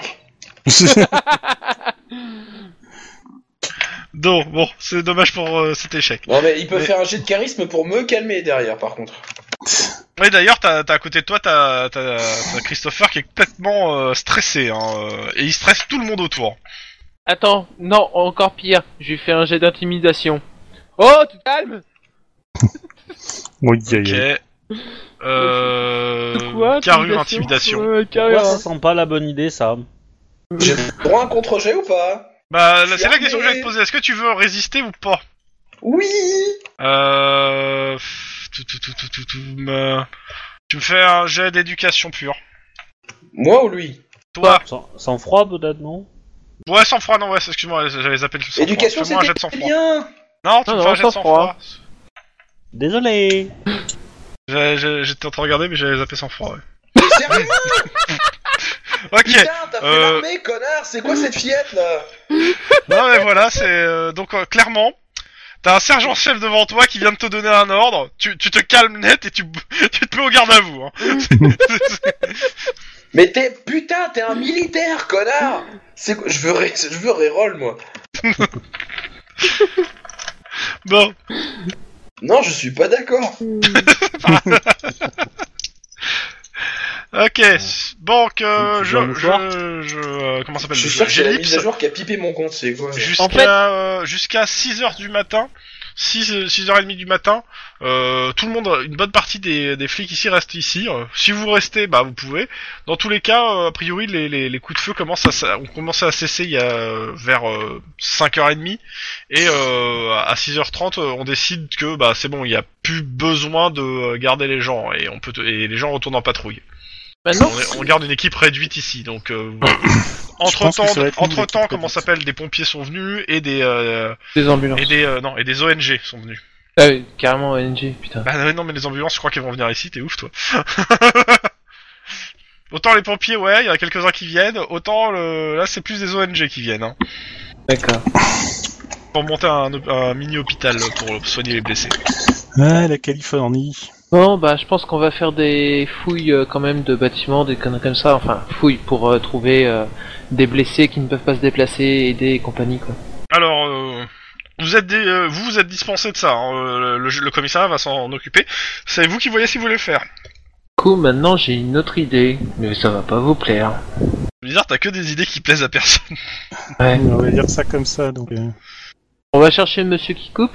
Donc, bon, c'est dommage pour euh, cet échec. Non mais il peut Mais- faire un jet de charisme pour me calmer derrière, par contre. Ouais, d'ailleurs, t'as, t'as à côté de toi, t'as, t'as, t'as Christopher qui est complètement euh, stressé, hein, euh, et il stresse tout le monde autour. Attends, non, encore pire. Je lui fais un jet d'intimidation. Oh, tu te calmes. Oui, Ok. aïe, aïe. Euh... De quoi Caru, intimidation. Ouais, Ouais, carré, ça sent pas la bonne idée, ça. J'ai droit à un contre-jet ou pas? Bah, Je là, suis c'est la question que je vais armé. te poser. Est-ce que tu veux résister ou pas? Oui. Euh... tout, tout, tout, tout, tout, tout, me- Tu me fais un jet d'éducation pure. Moi ou lui? Toi. Sans, sans froid, peut-être, non? Ouais, sans froid, non, ouais, excuse-moi, j'avais zappé le sang-froid. Éducation, Fais-moi un jet de c'était sang-froid. bien. Non, tu Non, me fais non, un jet de sang-froid. sang-froid. Désolé. J'ai- j'ai- J'étais en train de regarder, mais j'avais zappé sang-froid, ouais. Mais sérieux? Ok. Putain, t'as fait euh, l'armée, connard. C'est quoi cette fillette là? Non, mais voilà, c'est... euh, donc, euh, clairement... t'as un sergent-chef devant toi qui vient de te donner un ordre, tu, tu te calmes net et tu, tu te mets au garde à vous. Hein. Mais t'es putain, t'es un militaire, connard. C'est quoi? Je veux ré... je veux reroll moi. Bon. Non, je suis pas d'accord. Ok, donc euh, Tu je, veux un mouchoir je, je, euh, comment ça s'appelle? Je suis sûr que c'est la mise J'ellipse à jour qui a pipé mon compte, c'est quoi? jusqu'à En fait- euh, jusqu'à six heures du matin, six heures trente du matin. Euh, tout le monde, une bonne partie des, des flics ici restent ici. Euh, si vous restez, bah vous pouvez. Dans tous les cas, euh, a priori, les, les, les coups de feu commencent à, ça- ont commencé à cesser il y a euh, vers euh, cinq heures trente et euh, à six heures trente, euh, on décide que bah c'est bon, il y a plus besoin de euh, garder les gens et on peut t- et les gens retournent en patrouille. Maintenant, On, est- on garde une équipe réduite ici, donc euh, pense entre que temps, ça va être nous, entre temps, l'équipe comment réduite. s'appelle, des pompiers sont venus et des euh, des ambulances. et des euh, non et des O N G sont venus. Ah oui, carrément O N G, putain. Bah ouais, non mais les ambulances, je crois qu'elles vont venir ici, t'es ouf toi. Autant les pompiers, ouais, il y en a quelques-uns qui viennent, autant le... là c'est plus des O N G qui viennent, hein, D'accord. pour monter un, un mini hôpital pour soigner les blessés. Ah, la Californie. Bon, bah, je pense qu'on va faire des fouilles euh, quand même de bâtiments, des conneries comme ça. Enfin, fouilles pour euh, trouver euh, des blessés qui ne peuvent pas se déplacer, aider et compagnie, quoi. Alors, euh, vous êtes des, euh, vous vous êtes dispensé de ça, hein, euh, le, le commissariat va s'en occuper. C'est vous qui voyez si vous voulez le faire. Du coup, maintenant j'ai une autre idée, mais ça va pas vous plaire. Bizarre, t'as que des idées qui plaisent à personne. Ouais. On va dire ça comme ça, donc... Euh... On va chercher le monsieur qui coupe.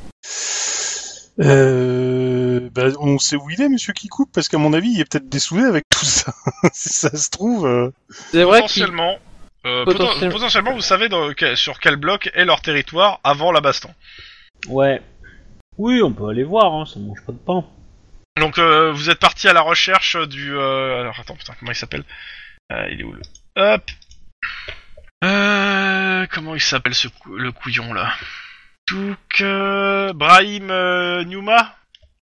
Euh, bah, on sait où il est, monsieur qui coupe, parce qu'à mon avis, il est peut-être dessoudé avec tout ça. Si ça se trouve... Euh... C'est vrai qu'il... Potentiellement, euh, Potentiel- poten- potentiellement, vous savez dans, que- sur quel bloc est leur territoire avant la baston. Ouais. Oui, on peut aller voir, hein, ça mange pas de pain. Donc euh, vous êtes parti à la recherche du... Euh... Alors attends, putain, comment il s'appelle euh, Il est où le... Hop euh... Comment il s'appelle ce cou... le couillon là Donc... Euh... Brahim euh, Newma.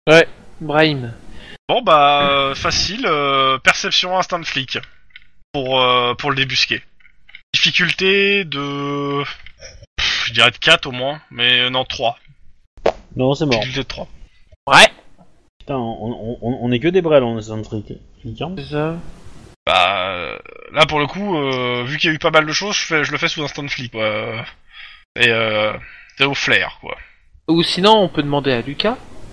Brahim. Bon bah euh, facile, euh, perception instinct de flic pour, euh, pour le débusquer. Difficulté de... Pff, je dirais de quatre au moins, mais euh, non trois. Non, c'est mort. Difficulté de trois. Ouais. Putain, on, on, on est que des brels, on est un truc. Hein. C'est ça. Bah euh, là pour le coup, euh, vu qu'il y a eu pas mal de choses, je, fais, je le fais sous instinct de flic quoi. Et euh, c'est au flair quoi. Ou sinon, on peut demander à Lucas.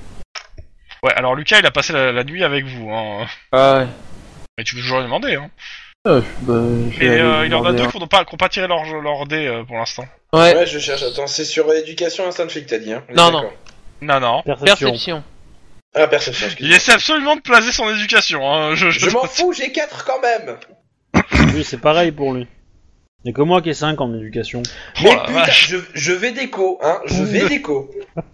Ouais, alors Lucas il a passé la, la nuit avec vous, hein. Ah ouais. Mais tu peux toujours lui demander, hein. Ah, je- bah, je vais Mais aller euh, lui il y en a demander deux un- qui n'ont pas, qui ont pas tiré leur, leur dé euh, pour l'instant. Ouais. Ouais, je cherche. Attends, c'est sur éducation instinct de flic, t'as dit, hein? On est Non, d'accord. Non, non. Perception. Perception. Ah, perception, Il excuse-moi. essaie absolument de placer son éducation, hein. Je, je- Je m'en fous, j'ai quatre quand même. Oui, c'est pareil pour lui. Y'a que moi qui ai cinq en éducation. Oh Mais la putain, vache. je, je vais déco, hein, je vais déco.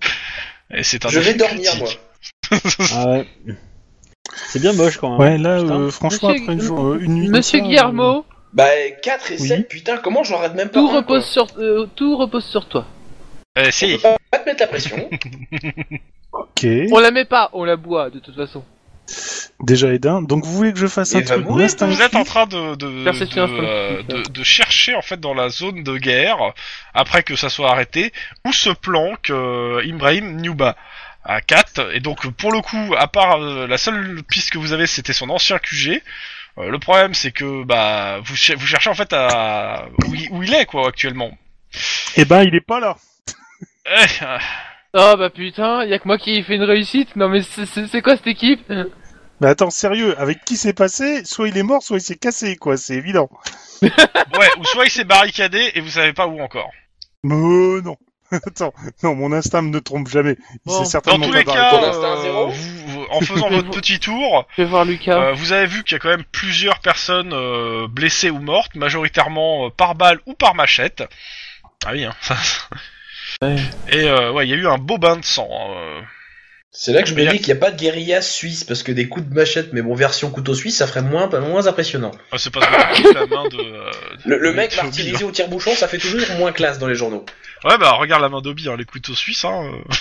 Et c'est un Je vais défi dormir, moi. critique. Ah ouais. C'est bien moche quand même. Ouais, là, Putain. euh, franchement, Monsieur- après une, jour, euh, une nuit Monsieur comme ça, Guillermo, Bah, quatre et Oui. sept, putain, comment j'en rate même pas tout un, repose quoi. sur euh, tout repose sur toi. Euh, On si. peut pas, pas te mettre la pression. euh, Ok, On la met pas, on la boit de toute façon. déjà Edin. Donc vous voulez que je fasse Et un va truc mourir, d'instinct Vous êtes en flic train de de, Perception de, euh, instinctive. de, de chercher en fait dans la zone de guerre, après que ça soit arrêté, où se planque euh, Ibrahim Newba à quatre. Et donc pour le coup, à part euh, la seule piste que vous avez, c'était son ancien Q G. Euh, le problème, c'est que bah vous, ch- vous cherchez en fait à où il, où il est quoi actuellement. Eh ben, il est pas là. Eh, euh, Oh bah putain, y'a que moi qui ai fait une réussite. Non mais c'est- c'est c'est quoi cette équipe? Mais attends, sérieux, avec qui c'est passé, soit il est mort, soit il s'est cassé, quoi, c'est évident. ouais, ou soit il s'est barricadé et vous savez pas où encore. Mais euh, non. Attends, non, mon instinct me ne trompe jamais. Il Bon. s'est Dans certainement tous pas les barré. cas, Ton instinct euh, zéro vous- vous- en faisant votre petit tour, Je vais voir Lucas. Euh, vous avez vu qu'il y a quand même plusieurs personnes euh, blessées ou mortes, majoritairement euh, par balle ou par machette. Ah oui, hein. ça- Ouais. Et euh, ouais, il y a eu un beau bain de sang. hein. C'est là que je Mais me y a- dis qu'il n'y a pas de guérilla suisse, parce que des coups de machette, mais bon, version couteau suisse, ça ferait moins, moins impressionnant. Ah, c'est pas ce que la main de. euh, Le, le de mec Toby, martyrisé au tire-bouchon, ça fait toujours moins classe dans les journaux. hein. Ouais, bah regarde la main d'Obi, hein, les couteaux suisses. Hein, euh.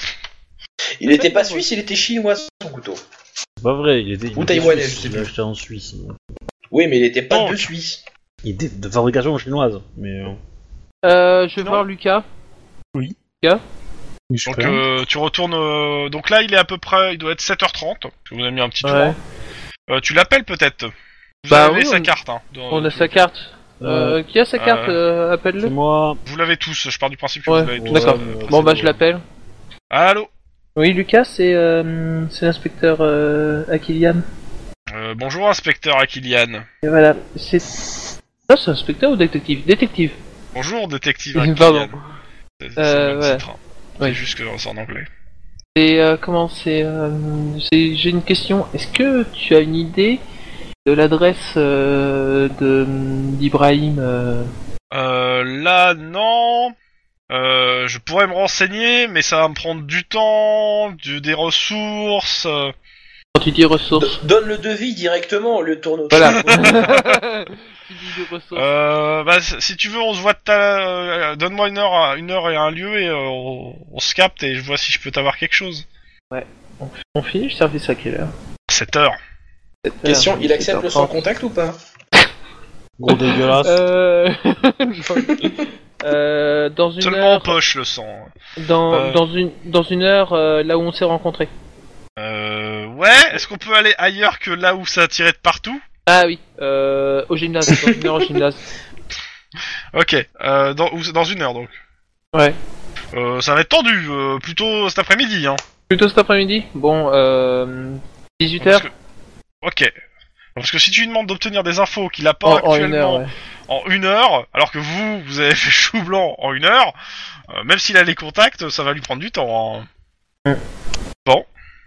Il était pas suisse, il était chinois, son couteau. C'est pas vrai, il était. il Ou était taïwanais, suisse, je sais il l'a plus. acheté en Suisse. Oui, mais il était pas Donc. de Suisse. Il était de fabrication chinoise, mais. euh, Euh, je vais Non. voir Lucas. Oui. Lucas Donc euh, tu retournes... Euh... Donc là, il est à peu près... Il doit être sept heures trente. Je vous ai mis un petit tour. Ouais. Euh, tu l'appelles peut-être. Vous Bah avez oui, sa on... carte. Hein, de... on a sa carte. Euh, qui a sa carte euh... C'est Appelle-le. moi. Vous l'avez tous, je pars du principe que Ouais, vous l'avez tous. d'accord. Ouais, Bon c'est bah bon. je l'appelle. Allô. Oui, Lucas, c'est euh, c'est l'inspecteur euh, Akilian. Euh, bonjour, inspecteur Akilian. Et voilà, c'est... Ça, c'est inspecteur ou détective? Détective. Bonjour, détective Pardon. Akilian. C'est c'est Euh, le même ouais. titre, hein. Ouais. C'est juste que c'est en anglais. Et euh, comment c'est, euh, c'est... J'ai une question. Est-ce que tu as une idée de l'adresse euh, de d'Ibrahim euh... Euh, là, non. Euh, je pourrais me renseigner, mais ça va me prendre du temps, du, des ressources. euh. Quand tu dis ressources. D- donne le devis directement au lieu de tourner au Voilà. Tu dis de ressources. Euh, bah, si tu veux, on se voit tout à l'heure. euh, Donne-moi une heure, à- une heure et un lieu et euh, on, on se capte et je vois si je peux t'avoir quelque chose. On finit le service à quelle heure? sept heures. Question, il accepte le sans contact ou pas? Gros dégueulasse. Euh... euh, dans une Seulement en heure, poche le sang. dans, Euh. dans une dans une heure, euh, là où on s'est rencontrés. Euh, ouais. Est-ce qu'on peut aller ailleurs que là où ça a tiré de partout? Ah oui, euh, au gymnase, dans une heure au gymnase. Ok. Euh, dans, ou- dans une heure donc. Ouais. Euh, ça va être tendu. Euh, plutôt cet après-midi, hein. Plutôt cet après-midi. Bon, euh, dix-huit heures. Parce que- Ok. Parce que si tu lui demandes d'obtenir des infos qu'il a pas En, en une actuellement heure, ouais. en une heure, alors que vous, vous avez fait chou blanc en une heure, euh, même s'il a les contacts, ça va lui prendre du temps. Hein. Ouais. Bon.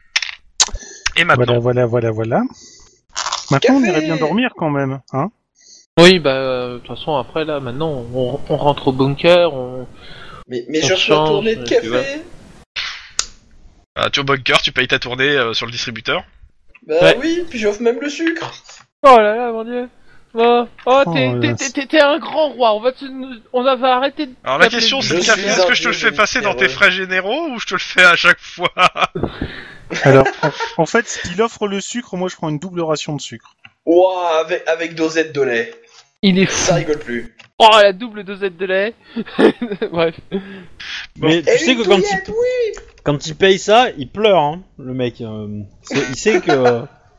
Et maintenant. Voilà, voilà, voilà, voilà. Maintenant, on Café irait bien dormir quand même, hein. Oui, bah, euh, de toute façon, après, là, maintenant, on, on rentre au bunker, on... Mais, mais On je peux change, tourner de tu café vois. Ah, tu es au bunker, tu payes ta tournée euh, sur le distributeur. Bah Ouais. oui, puis j'offre même le sucre. Oh là là, mon dieu. Oh, oh t'es, Oh, t'es, là, t'es, t'es- t'es un grand roi, on va te, on va arrêter de... Alors la t'appeler- question c'est Je le suis café, est-ce un que je te le dieu fais passer dans tes généreux. frais généraux ou je te le fais à chaque fois? Alors, en, en fait, s'il offre le sucre, moi je prends une double ration de sucre. Ouah, avec, avec dosette de lait. Il est fou. Ça rigole plus. Oh, la double dosette de lait. Bref. Mais tu Et sais une que quand il, touillette, oui. quand il paye ça, il pleure, hein, le mec. euh, c'est- il sait que.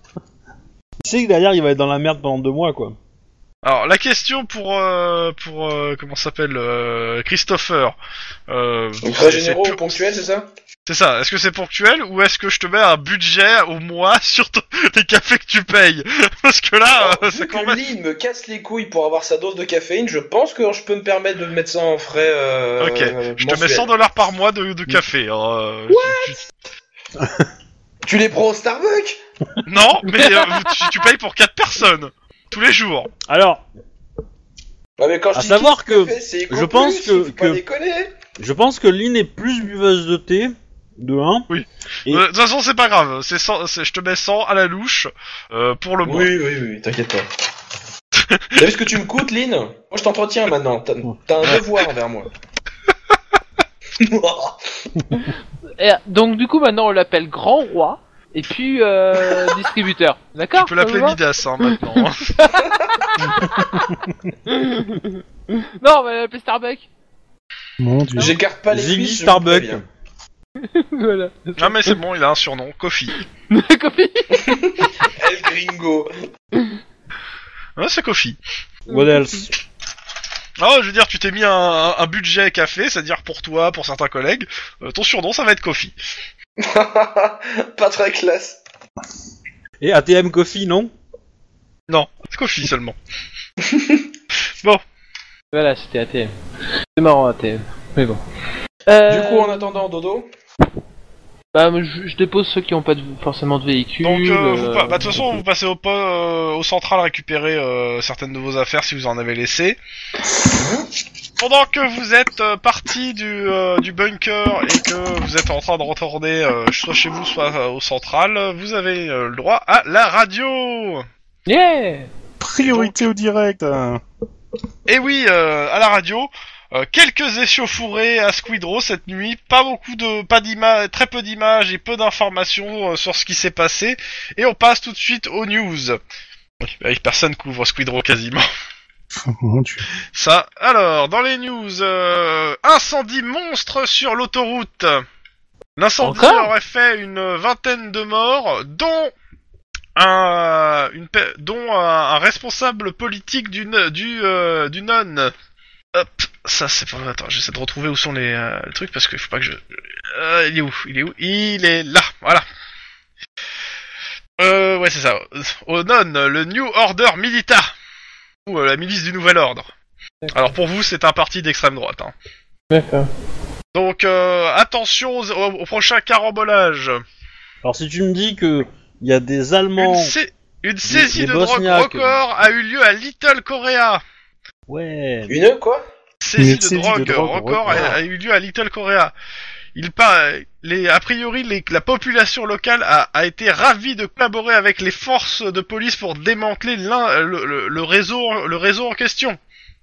Il sait que derrière il va être dans la merde pendant deux mois, quoi. Alors la question pour euh, pour euh, comment ça s'appelle euh, Christopher. Euh, Donc frais c'est- c'est généraux pur- ponctuels, c'est ça? C'est ça, est-ce que c'est ponctuel ou est-ce que je te mets un budget au mois sur t- les cafés que tu payes? Parce que là, Alors, euh, vu c'est que quand même... Lynn me casse les couilles pour avoir sa dose de caféine, je pense que je peux me permettre de mettre ça en frais. Euh, Ok, euh, je te mets mensuels. cent dollars par mois de, de café. Hein, euh, tu- Tu les prends au Starbucks? tu- Non, mais euh, tu, tu payes pour quatre personnes, tous les jours. Alors, Ouais, mais quand je À dis savoir tout le que café, c'est éco je pense plus, que- faut pas que- déconner. je pense que Lynn est plus buveuse de thé, de un. Oui. Et- Euh, De toute façon, c'est pas grave, c'est cent, c'est- je te mets cent à la louche euh, pour le mois. Oui, oui, oui, t'inquiète pas. T'as vu ce que tu me coûtes, Lynn? Moi, je t'entretiens maintenant. T'as t'as un devoir envers moi. Et, donc, du coup, maintenant, on l'appelle grand roi, et puis, euh, distributeur. D'accord? Tu peux l'appeler ça vous va Midas hein, maintenant. Non, on va l'appeler Starbucks. Mon dieu. J'écarte pas les Ziggy cuisses, je vous Starbucks. préviens. Voilà. Non mais c'est bon, il a un surnom, Coffee. Copie. El Gringo. Ouais, c'est Coffee. What else? Ah, je veux dire, tu t'es mis un, un, un budget café, c'est-à-dire pour toi, pour certains collègues. Euh, ton surnom, ça va être Coffee. Pas très classe. Et A T M Coffee, non? Non, c'est Coffee seulement. Voilà, c'était A T M. C'est marrant, A T M. Mais bon. Euh, Du coup, en attendant, Dodo. Bah, moi, je, je dépose ceux qui n'ont pas de, forcément de véhicule. Donc, euh, vous euh, pa- bah, de toute façon, vous passez au, po- euh, au central récupérer euh, certaines de vos affaires si vous en avez laissé. Pendant que vous êtes euh, parti du, euh, du bunker et que vous êtes en train de retourner euh, soit chez vous, soit euh, au central, vous avez euh, le droit à la radio. Yeah. Priorité au direct. hein. Et oui, euh, à la radio, euh, quelques échauffourées à Squidrow cette nuit, pas beaucoup de, pas d'images, très peu d'images et peu d'informations euh, sur ce qui s'est passé. Et on passe tout de suite aux news. Oui, personne couvre Squidrow quasiment. Mon dieu. Ça. Alors, dans les news, euh, incendie monstre sur l'autoroute. L'incendie Encore aurait fait une vingtaine de morts, dont un, une, dont un, un responsable politique du, du, euh, du non. Hop, ça c'est pas... Attends, j'essaie de retrouver où sont les, euh, les trucs, parce qu'il faut pas que je... Euh, il est où Il est où Il est là, voilà. Euh, ouais, c'est ça. Au non, le New Order Milita. Ou euh, la milice du Nouvel Ordre. D'accord. Alors pour vous, c'est un parti d'extrême droite. Hein. D'accord. Donc, euh, attention aux, au, au prochain carambolage. Alors si tu me dis que il y a des Allemands... Une, sa- une saisie des de drogue Bosniaques. record a eu lieu à Little Korea. Ouais... Une quoi? Saisie, Une de, saisie drogue de drogue record record. a, a eu lieu à Little Korea. Il pas, les, a priori, les, la population locale a, a été ravie de collaborer avec les forces de police pour démanteler l'un, le, le, le réseau, le réseau en question.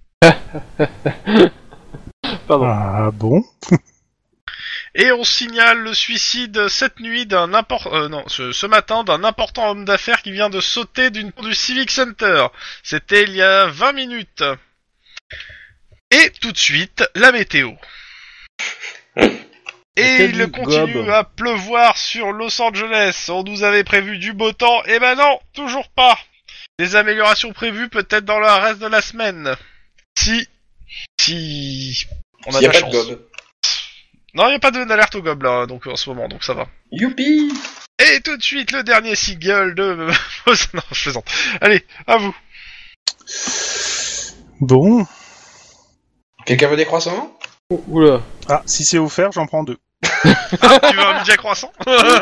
Pardon. Ah bon? Et on signale le suicide cette nuit d'un import, euh, non, ce, ce matin d'un important homme d'affaires qui vient de sauter d'une tour du Civic Center. C'était il y a vingt minutes. Et tout de suite, la météo. Et il continue à pleuvoir sur Los Angeles. On nous avait prévu du beau temps, et ben non, toujours pas. Les améliorations prévues peut-être dans le reste de la semaine. Si, si, on a Il y de a la pas chance. de gob. Non, il y a pas de- d'alerte au gob là, donc en ce moment, donc ça va. Youpi! Et tout de suite le dernier single de. Non, je plaisante. Allez, à vous. Bon. Quelqu'un veut des croissants? Oula. Ah, si c'est offert, j'en prends deux. Ah, tu veux un midi à croissant?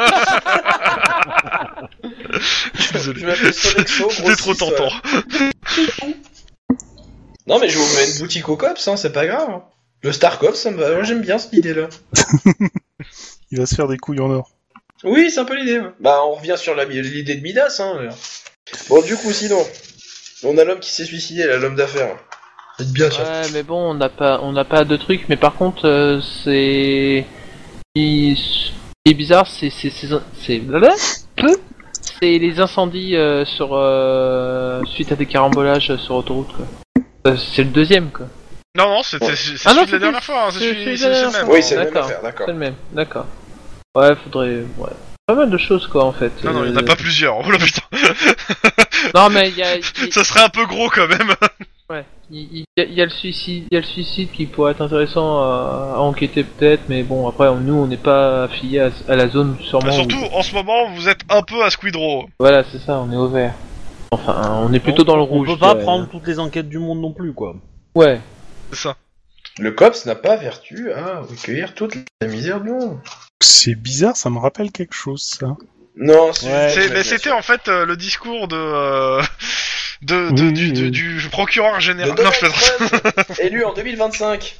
Je suis désolé. Je m'appelle Sodexo, gros C'était trop six, tentant. voilà. Non, mais je vous mets une boutique au cops, hein, c'est pas grave. hein. Le Star Cops, ça me va. Moi, j'aime bien cette idée-là. Il va se faire des couilles en or. Oui, c'est un peu l'idée. Ouais. Bah, on revient sur la- l'idée de Midas. Hein, d'ailleurs. Bon, du coup, sinon, on a l'homme qui s'est suicidé, là, l'homme d'affaires. C'est bien ça. Ouais, mais bon, on n'a pas, on n'a pas de trucs. Mais par contre, euh, c'est, il- ce qui est bizarre, c'est, c'est, c'est, c'est, c'est les incendies euh, sur euh, suite à des carambolages sur autoroute. Quoi. Euh, C'est le deuxième, quoi. Non, non, c'était c'est Ah celui de non, la c'était- dernière fois. Hein, c'est c'est- celui- c'est c'est la c'est le dernière même. fois. Oui, c'est la même D'accord. affaire, d'accord. C'est le même, d'accord. Ouais, faudrait, ouais, pas mal de choses, quoi, en fait. Non, non, il n'y en a Euh, pas plusieurs. Oh la putain. Non, mais il y a, il y a- Ça serait un peu gros quand même. ouais, il il y, a- il y a le suicide, il y a le suicide qui pourrait être intéressant à, à enquêter peut-être, mais bon, après, nous, on n'est pas affiliés à, à la zone, sûrement. Bah, surtout, où- en ce moment, vous êtes un peu à Squidrow. Voilà, c'est ça, on est au vert. Enfin, on est plutôt dans le On rouge. peut je pas dirais. prendre toutes les enquêtes du monde non plus, quoi. Ouais. C'est ça. Le cops n'a pas vertu à recueillir toute la misère du monde. C'est bizarre, ça me rappelle quelque chose, ça. Non, c'est Ouais. C'est- juste- mais c'était en fait euh, le discours de, euh, de, de- Oui, du, oui, du, oui. du procureur De général. Non, Donald je plaisante. Trump, élu en deux mille vingt-cinq.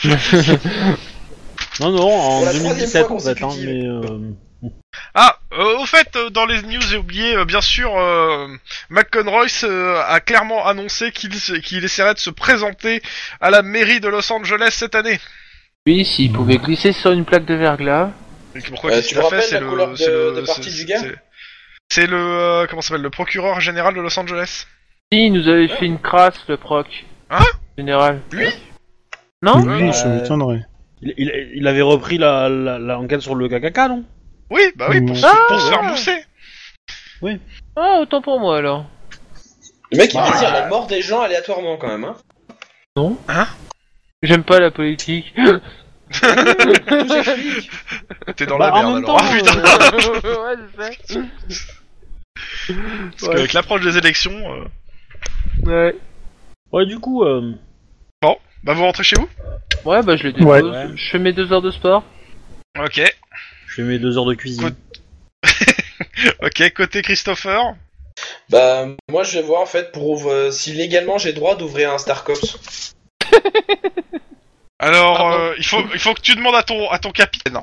Non, non, en Pour la deux mille troisième dix-sept fois en fait, hein, consécutive. mais... Euh... Ah, euh, au fait, euh, dans les news, j'ai oublié, euh, bien sûr, euh, McConroy euh, a clairement annoncé qu'il se- qu'il essaierait de se présenter à la mairie de Los Angeles cette année. Oui, s'il pouvait glisser sur une plaque de verglas. Et pourquoi Euh, qu'est-ce tu qu'il me a fait rappelles C'est la couleur le, de- c'est le, de partie c'est- du gars c'est- C'est le, euh, comment ça s'appelle, le procureur général de Los Angeles. Si, il nous avait fait une crasse, le proc. Hein Général. Lui Non Oui, Euh, ça m'étonnerait. Il, il, il avait repris la, la, la enquête sur le K K K, non? Oui, bah oui, pour, se- Ah, pour se faire ouais. mousser. Ah, autant pour moi, alors. Le mec, il Bah, va dire euh, la mort des gens aléatoirement quand même. Hein. J'aime pas la politique. Tout s'explique. T'es dans Bah, la en merde même alors. temps, Ah putain. euh, Ouais, je sais. Parce qu'avec l'approche des élections, euh, Ouais. Ouais, du coup, euh... bah vous rentrez chez vous. Ouais, bah je les dépose. Ouais. Ouais. Je fais mes deux heures de sport. Ok, je fais mes deux heures de cuisine. ok, côté Christopher. Bah, moi je vais voir en fait pour ouvre- euh, si légalement j'ai droit d'ouvrir un Star Cops. Alors, Pardon. euh, il faut, il faut que tu demandes à ton, à ton capitaine.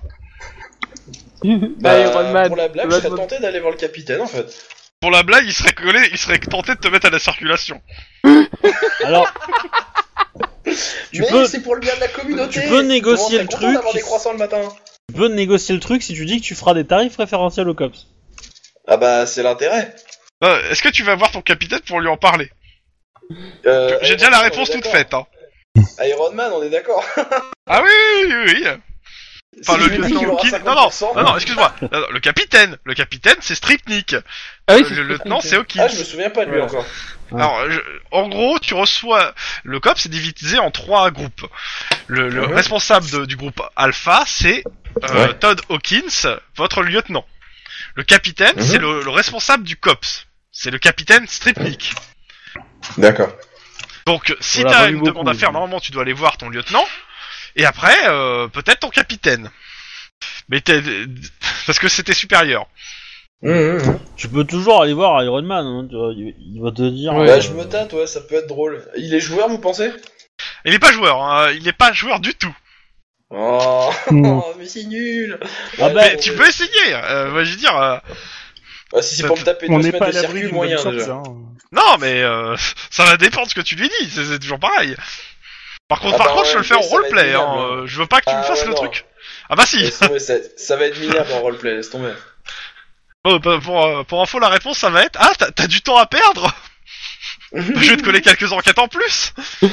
Bah, Iron Man. pour la blague, Ça je va serais te- tenté d'aller voir le capitaine en fait. Pour la blague, il serait collé, il serait tenté de te mettre à la circulation. Alors, Tu Mais peux- c'est pour le bien de la communauté. tu peux négocier Tout le monde serait content truc. d'avoir des croissants le matin. tu peux négocier le truc si tu dis que tu feras des tarifs préférentiels au COPS. Ah bah c'est l'intérêt. Euh, Est-ce que tu vas voir ton capitaine pour lui en parler? Euh, J'ai Iron déjà la Man, on réponse est toute d'accord. faite, hein. Iron Man, on est d'accord. Ah oui, oui, oui, oui. Enfin, Si le je lui dis qu'il lieutenant aura Hawkins. cinquante Non, non, pour cent. non, non, excuse-moi. Non, non, le capitaine. Le capitaine, c'est Stripnik. Ah oui, le c'est le ce lieutenant, truc. c'est Hawkins. Ah, je me souviens pas de lui Ouais. encore. Alors, je- en gros, tu reçois... Le C O P S est divisé en trois groupes. Le, le Mhm. responsable de- du groupe Alpha, c'est euh, Ouais. Todd Hawkins, votre lieutenant. Le capitaine, Mhm. c'est le, le responsable du C O P S. C'est le capitaine Stripnik. D'accord. Donc, si On l'a t'as revu une beaucoup, demande à faire, aussi. normalement, tu dois aller voir ton lieutenant. Et après, euh, peut-être ton capitaine. Mais t'es... Parce que c'était supérieur. Mmh, mmh. Tu peux toujours aller voir Iron Man, hein, tu vois, il, il va te dire... Ouais. Bah, euh, je me tâte, ouais, ça peut être drôle. Il est joueur, vous pensez? Il est pas joueur, hein, il est pas joueur du tout. Oh, Non. mais c'est nul. Ah Ouais, bah, Mais bon, tu ouais. peux essayer. Euh, moi, je veux dire... euh, Bah, si c'est pour me taper On deux n'est semaines pas à de l'abri circuit, d'une moyen, bonne chose, déjà. hein. Non, mais euh, ça va dépendre de ce que tu lui dis, c'est, c'est toujours pareil. Par contre, Ah par bah, contre, en je te le M fais en P, ça va être roleplay, hein. minable, hein. euh, Je veux pas que tu me Ah, fasses ouais, le non. truc. Ah bah si. Laisse tomber, ça, ça va être minable en roleplay, laisse tomber. Oh, pour, pour, euh, pour info, la réponse, ça va être... Ah, t'as, t'as du temps à perdre. Je vais te coller quelques enquêtes en plus.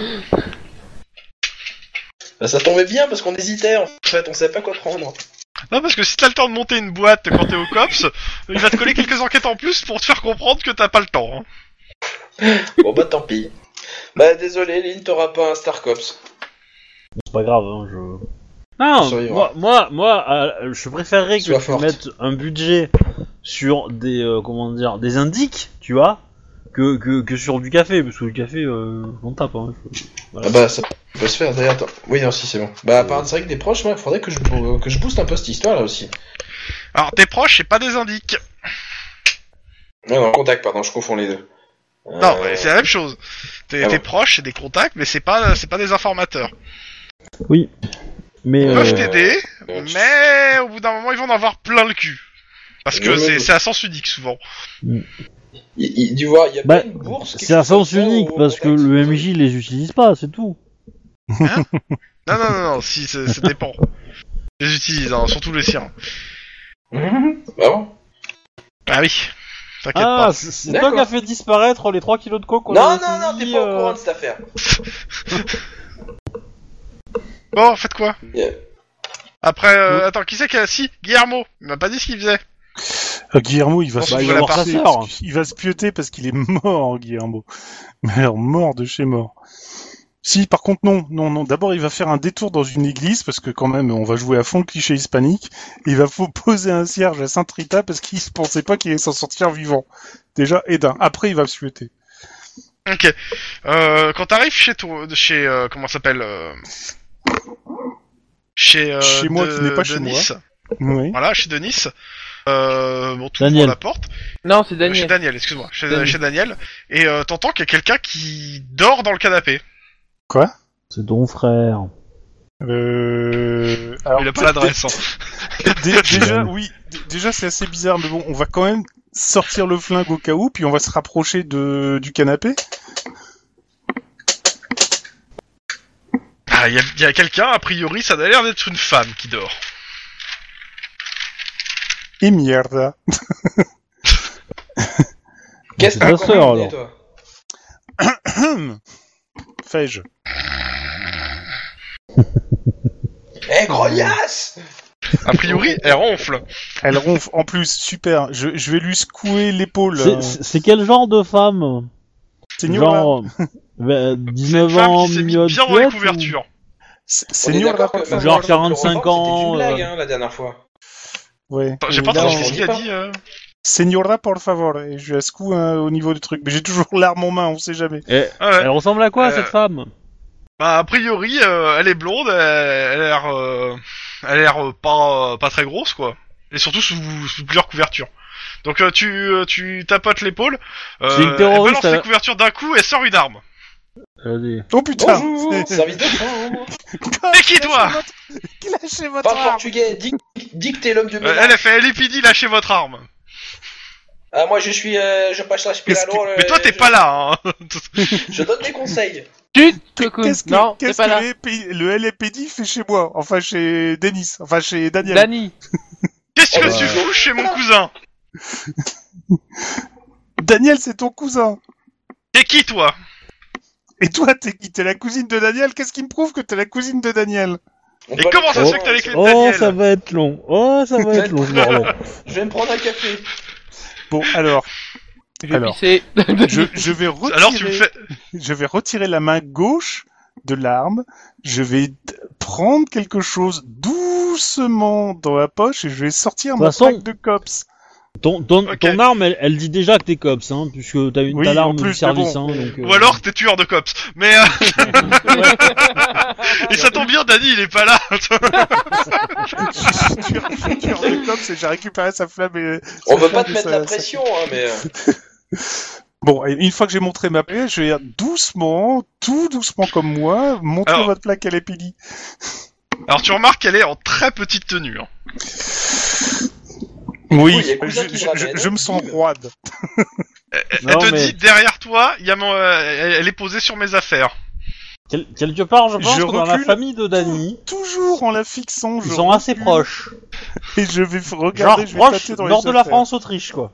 Bah, ça tombait bien parce qu'on hésitait, en fait, on savait pas quoi prendre. Non, parce que si t'as le temps de monter une boîte quand t'es au C O P S, il va te coller quelques enquêtes en plus pour te faire comprendre que t'as pas le temps. Hein. Bon, bah, tant pis. Bah, désolé, Lynn, t'auras pas un Star Cops. C'est pas grave, hein, je... Non, Survivra. moi, moi, moi euh, je préférerais que Sois tu forte. mettes un budget sur des, euh, comment dire, des indices, tu vois, que, que, que sur du café, parce que le café, euh, on tape, hein. je- voilà. Ah bah, ça peut se faire, d'ailleurs, attends. Oui, non, si, c'est bon. Bah, par c'est vrai que des proches, moi, il faudrait que je, bo- que je booste un peu cette histoire, là, aussi. Alors, tes proches, c'est pas des indiques. Non, non, contact, pardon, je confonds les deux. Non, Euh, mais c'est la même chose. Tes, Ah tes bon. proches, c'est des contacts, mais c'est pas, c'est pas des informateurs. Oui, mais... Ils Euh, peuvent t'aider, euh, mais au bout d'un moment, ils vont en avoir plein le cul. Parce que Ouais, c'est, ouais. c'est à sens unique, souvent. Il, il, tu vois, il y a Bah, pas une bourse. quelque c'est à chose comme sens ça, unique, au parce que contact, le vous M J les utilise pas, c'est tout. Non, non, non, non, si, c'est- ça dépend. Je les utilise, hein, surtout les siens. avez Bah bon. Ah oui, t'inquiète Ah, pas. c'est c'est toi D'accord. qui as fait disparaître les trois kilos de coke qu'on Non, avait non, non, saisis, t'es pas au euh, courant de cette affaire. Bon, faites quoi Yeah. Après, euh, attends, qui c'est qui a... Si, Guillermo, il m'a pas dit ce qu'il faisait. Euh, Guillermo, il va, Bah, se il va voir sa pioter, sœur. parce qu'il- il va se pioter parce qu'il est mort, Guillermo. Mais alors, mort de chez mort. Si, par contre, non, non, non. D'abord, il va faire un détour dans une église, parce que quand même, on va jouer à fond le cliché hispanique. Et il va faut poser un cierge à Sainte Rita, parce qu'il ne pensait pas qu'il allait s'en sortir vivant. Déjà, et d'un. Après, il va se pioter. Ok. Euh, quand t'arrives chez toi, chez, euh, comment ça s'appelle euh... Chez, euh, Chez moi, de- qui n'est pas chez Denis. Oui. Voilà, chez Denis. Euh, bon, tu Daniel. ouvres la porte. Non, c'est Euh, Daniel. Chez Daniel, excuse-moi. Chez Daniel. chez Daniel. Et euh, t'entends qu'il y a quelqu'un qui dort dans le canapé. Quoi? C'est ton frère. Euh... Alors, Il a pas l'adresse. Hein. dé- déjà, oui. d- Déjà, c'est assez bizarre, mais bon, on va quand même sortir le flingue au cas où, puis on va se rapprocher de du canapé. Ah, il y a, il y a quelqu'un, a priori, ça a l'air d'être une femme qui dort. Et merde. Qu'est-ce que C'est ta t'as sœur, encore amené, alors. toi Fais-je. Eh, grognasse. A priori, elle ronfle. Elle ronfle. En plus, super. Je, je vais lui secouer l'épaule. C'est- euh, C'est c'est quel genre de femme? Señora. Genre, bah, C'est dix-neuf une femme ans, qui s'est milieu mise de bien dans les culotte, ou- couvertures. Se- On est Señora, d'accord par que favor. Genre Maman, quarante-cinq le repas, ans, C'était une blague, euh. hein, la dernière fois. Ouais. Attends, J'ai pas Mais là, entendu on- ce qu'il a pas. dit. Euh... Señora, por favor. Et je la secoue hein, au niveau du truc. Mais j'ai toujours l'arme en main, on sait jamais. Et, Ah ouais. Elle ressemble à quoi, Euh, cette femme? Bah, a priori, euh, elle est blonde, elle, elle a l'air, euh, elle a l'air euh, pas, euh, pas très grosse, quoi. Et surtout sous, sous plusieurs couvertures. Donc euh, tu, euh, tu tapotes l'épaule, euh, C'est une elle terroriste, balance elle les a- couvertures d'un coup et sort une arme. Allez. Oh putain. Bonjour, service de chambre. Et qui, toi? Lâchez votre Pas arme. portugais, dis, dis que t'es l'homme du Euh, ménage. elle a fait L P D, lâchez votre arme. Ah, moi je suis, euh, je passe l'aspirateur. Mais toi euh, t'es je- pas là, hein. Je donne des conseils. Tu te Qu'est-ce que, Non, t'es qu'est-ce pas que là. le, L P le L A P D fait chez moi? Enfin, chez Denis. Enfin, chez Daniel. Dani. Qu'est-ce que Oh, tu bah. fous chez mon cousin? Daniel, c'est ton cousin. T'es qui, toi? Et toi, t'es qui? T'es la cousine de Daniel? Qu'est-ce qui me prouve que t'es la cousine de Daniel? On Et peut comment aller ça très se loin, fait que t'as les ça. clés de Oh, Daniel ça va être long. Oh, ça va être long, ce bordel. Je vais me prendre un café. Bon, alors, Je vais Alors. pisser. je, je vais retirer, Alors tu me fais... je vais retirer la main gauche de l'arme. Je vais d- prendre quelque chose doucement dans la poche et je vais sortir De ma toute façon- plaque de cops. Ton, ton, Ok. ton arme, elle, elle dit déjà que t'es cops, hein, puisque t'as une Oui, t'as en l'arme plus, du service, mais bon, hein, euh, donc... euh, Ou alors t'es tueur de cops. Mais... euh, Et ça tombe bien, Danny, il est pas là. je suis tueur, je suis tueur de cops et j'ai récupéré sa flamme et... On sa veut pas flamme te et mettre sa- la pression, hein, mais. euh, Bon, et une fois que j'ai montré ma plaque, je vais doucement, tout doucement comme moi, montrer Alors. votre plaque à l'A P D. Alors tu remarques qu'elle est en très petite tenue. Hein. Oui, il y a Cousin je, qui je- le ramène, je- je me sens bim. roide. Elle, elle Non, te mais- dit, derrière toi, il y a mon... euh, elle, elle est posée sur mes affaires. quel- quelque part, je pense Je que dans la recule. famille de Danny, Toujours en la fixant, je ils sont assez recule proches. Et je vais f- Genre regarder, je vais proches, tâter dans nord les de la affaires. France-Autriche, quoi.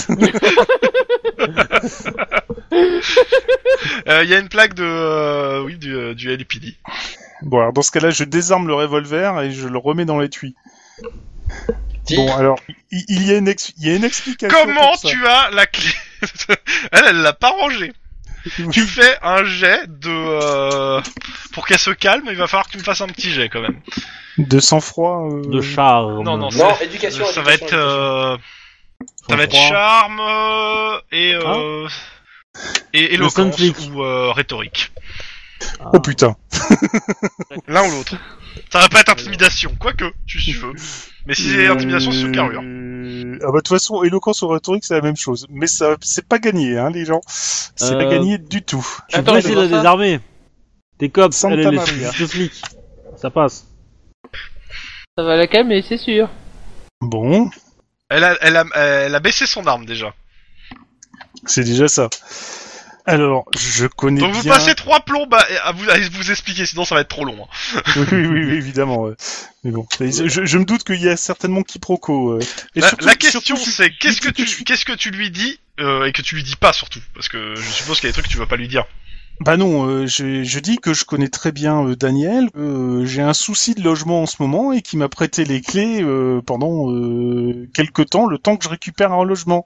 Euh, Il y a une plaque de... euh, oui, du, euh, du L A P D. Bon, alors dans ce cas-là, je désarme le revolver et je le remets dans l'étui. Tiens. Bon, alors, il il y, a une ex- il y a une explication. Comment pour ça. tu as la clé? Elle, elle l'a pas rangée. Tu fais un jet de... Euh... Pour qu'elle se calme, il va falloir que tu me fasses un petit jet, quand même. De sang-froid. euh, De charme. Non, non, Non, c'est- éducation, Ça va éducation, être... Euh... Ça va être Sang-froid. charme euh, et... Euh... et éloquence flic. ou euh, rhétorique. Oh putain. L'un ou l'autre. Ça va pas être intimidation, quoique, tu si tu veux. Mais si c'est intimidation, c'est sous carrure. Euh, Ah bah de toute façon, éloquence ou rhétorique, c'est la même chose. Mais ça, c'est pas gagné, hein, les gens. C'est Euh, pas gagné du tout. Tu Attends, peux je essayer de vais la voir ça. désarmer. T'es cops, Santa elle, elle est Maria. juste flic. Ça passe. Ça va la calmer, c'est sûr. Bon, Elle a, elle, a, elle a baissé son arme, déjà. c'est déjà ça. Alors, je connais Donc vous bien... passez trois plombes à, à vous, à vous expliquer, sinon ça va être trop long. Hein. oui, oui, oui, oui, évidemment. ouais. Mais bon, je, je me doute qu'il y a certainement quiproquo. euh. Et La, surtout- la question surtout, c'est, qu'est-ce je que dis tu, je suis- qu'est-ce que tu lui dis, euh, et que tu lui dis pas surtout, parce que je suppose qu'il y a des trucs que tu vas pas lui dire. Bah non, euh, je, je dis que je connais très bien euh, Daniel, que euh, j'ai un souci de logement en ce moment et qui m'a prêté les clés euh, pendant euh, quelque temps, le temps que je récupère un logement.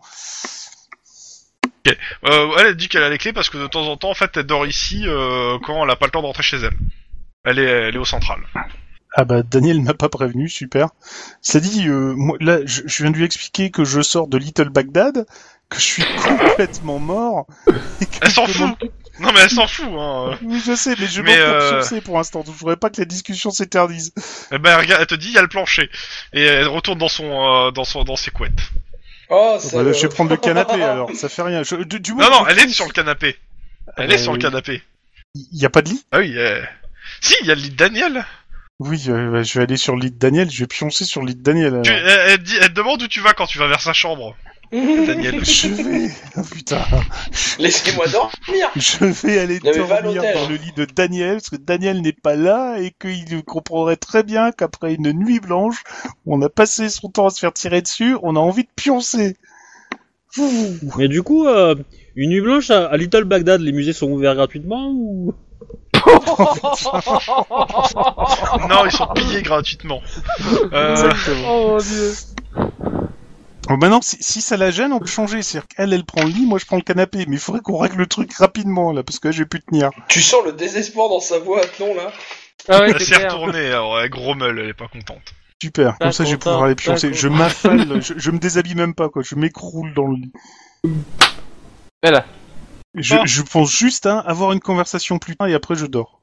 Euh, elle, elle dit qu'elle a les clés parce que de temps en temps, en fait, elle dort ici euh, quand elle a pas le temps de rentrer chez elle. Elle est, elle est au central. Ah bah Daniel m'a pas prévenu, super. Ça dit, euh, moi, là, je, je viens de lui expliquer que je sors de Little Baghdad, que je suis complètement mort. Et que Elle je s'en demande- fout. Non mais elle s'en fout. Hein. Oui, je sais, mais je Mais, vais euh, encore surfer pour l'instant, donc je voudrais pas que la discussion s'éternise. Eh ben, regarde, elle te dit, il y a le plancher, et elle retourne dans son, euh, dans son, dans ses couettes. Oh, Bah, ça. là, je vais prendre le canapé alors, ça fait rien. Je, du, du Non, moment non, que elle je est tombe- sur le canapé. Elle Euh, est sur le canapé. Il y a pas de lit? Ah oui. Euh... Si, il y a le lit de Daniel. Oui, euh, bah, je vais aller sur le lit de Daniel, je vais pioncer sur le lit de Daniel. Alors. Tu, elle, elle dit, elle te demande où tu vas quand tu vas vers sa chambre. Daniel. Je vais... Oh putain. Laissez-moi dormir. Je vais aller Non, mais va à dormir l'hôtel. dans le lit de Daniel, parce que Daniel n'est pas là, et qu'il comprendrait très bien qu'après une nuit blanche, où on a passé son temps à se faire tirer dessus, on a envie de pioncer. Mais du coup, euh, une nuit blanche à, à Little Baghdad, les musées sont ouverts gratuitement ou... Non, ils sont pillés gratuitement. Euh, Exactement. Oh mon dieu. Bon, maintenant, si, si ça la gêne, on peut changer. C'est-à-dire qu'elle, elle prend le lit, moi je prends le canapé. Mais il faudrait qu'on règle le truc rapidement, là, parce que là, je vais plus tenir. Tu sens le désespoir dans sa voix, non là. Ah ouais, elle c'est s'est clair. retournée, alors elle grommelle, elle est pas contente. Super, comme Pas ça je vais content, pouvoir aller pas pioncer. Je content. m'affale, je, je me déshabille même pas, quoi. Je m'écroule dans le lit. Voilà. Je, Oh. je pense juste à avoir une conversation plus tard et après je dors.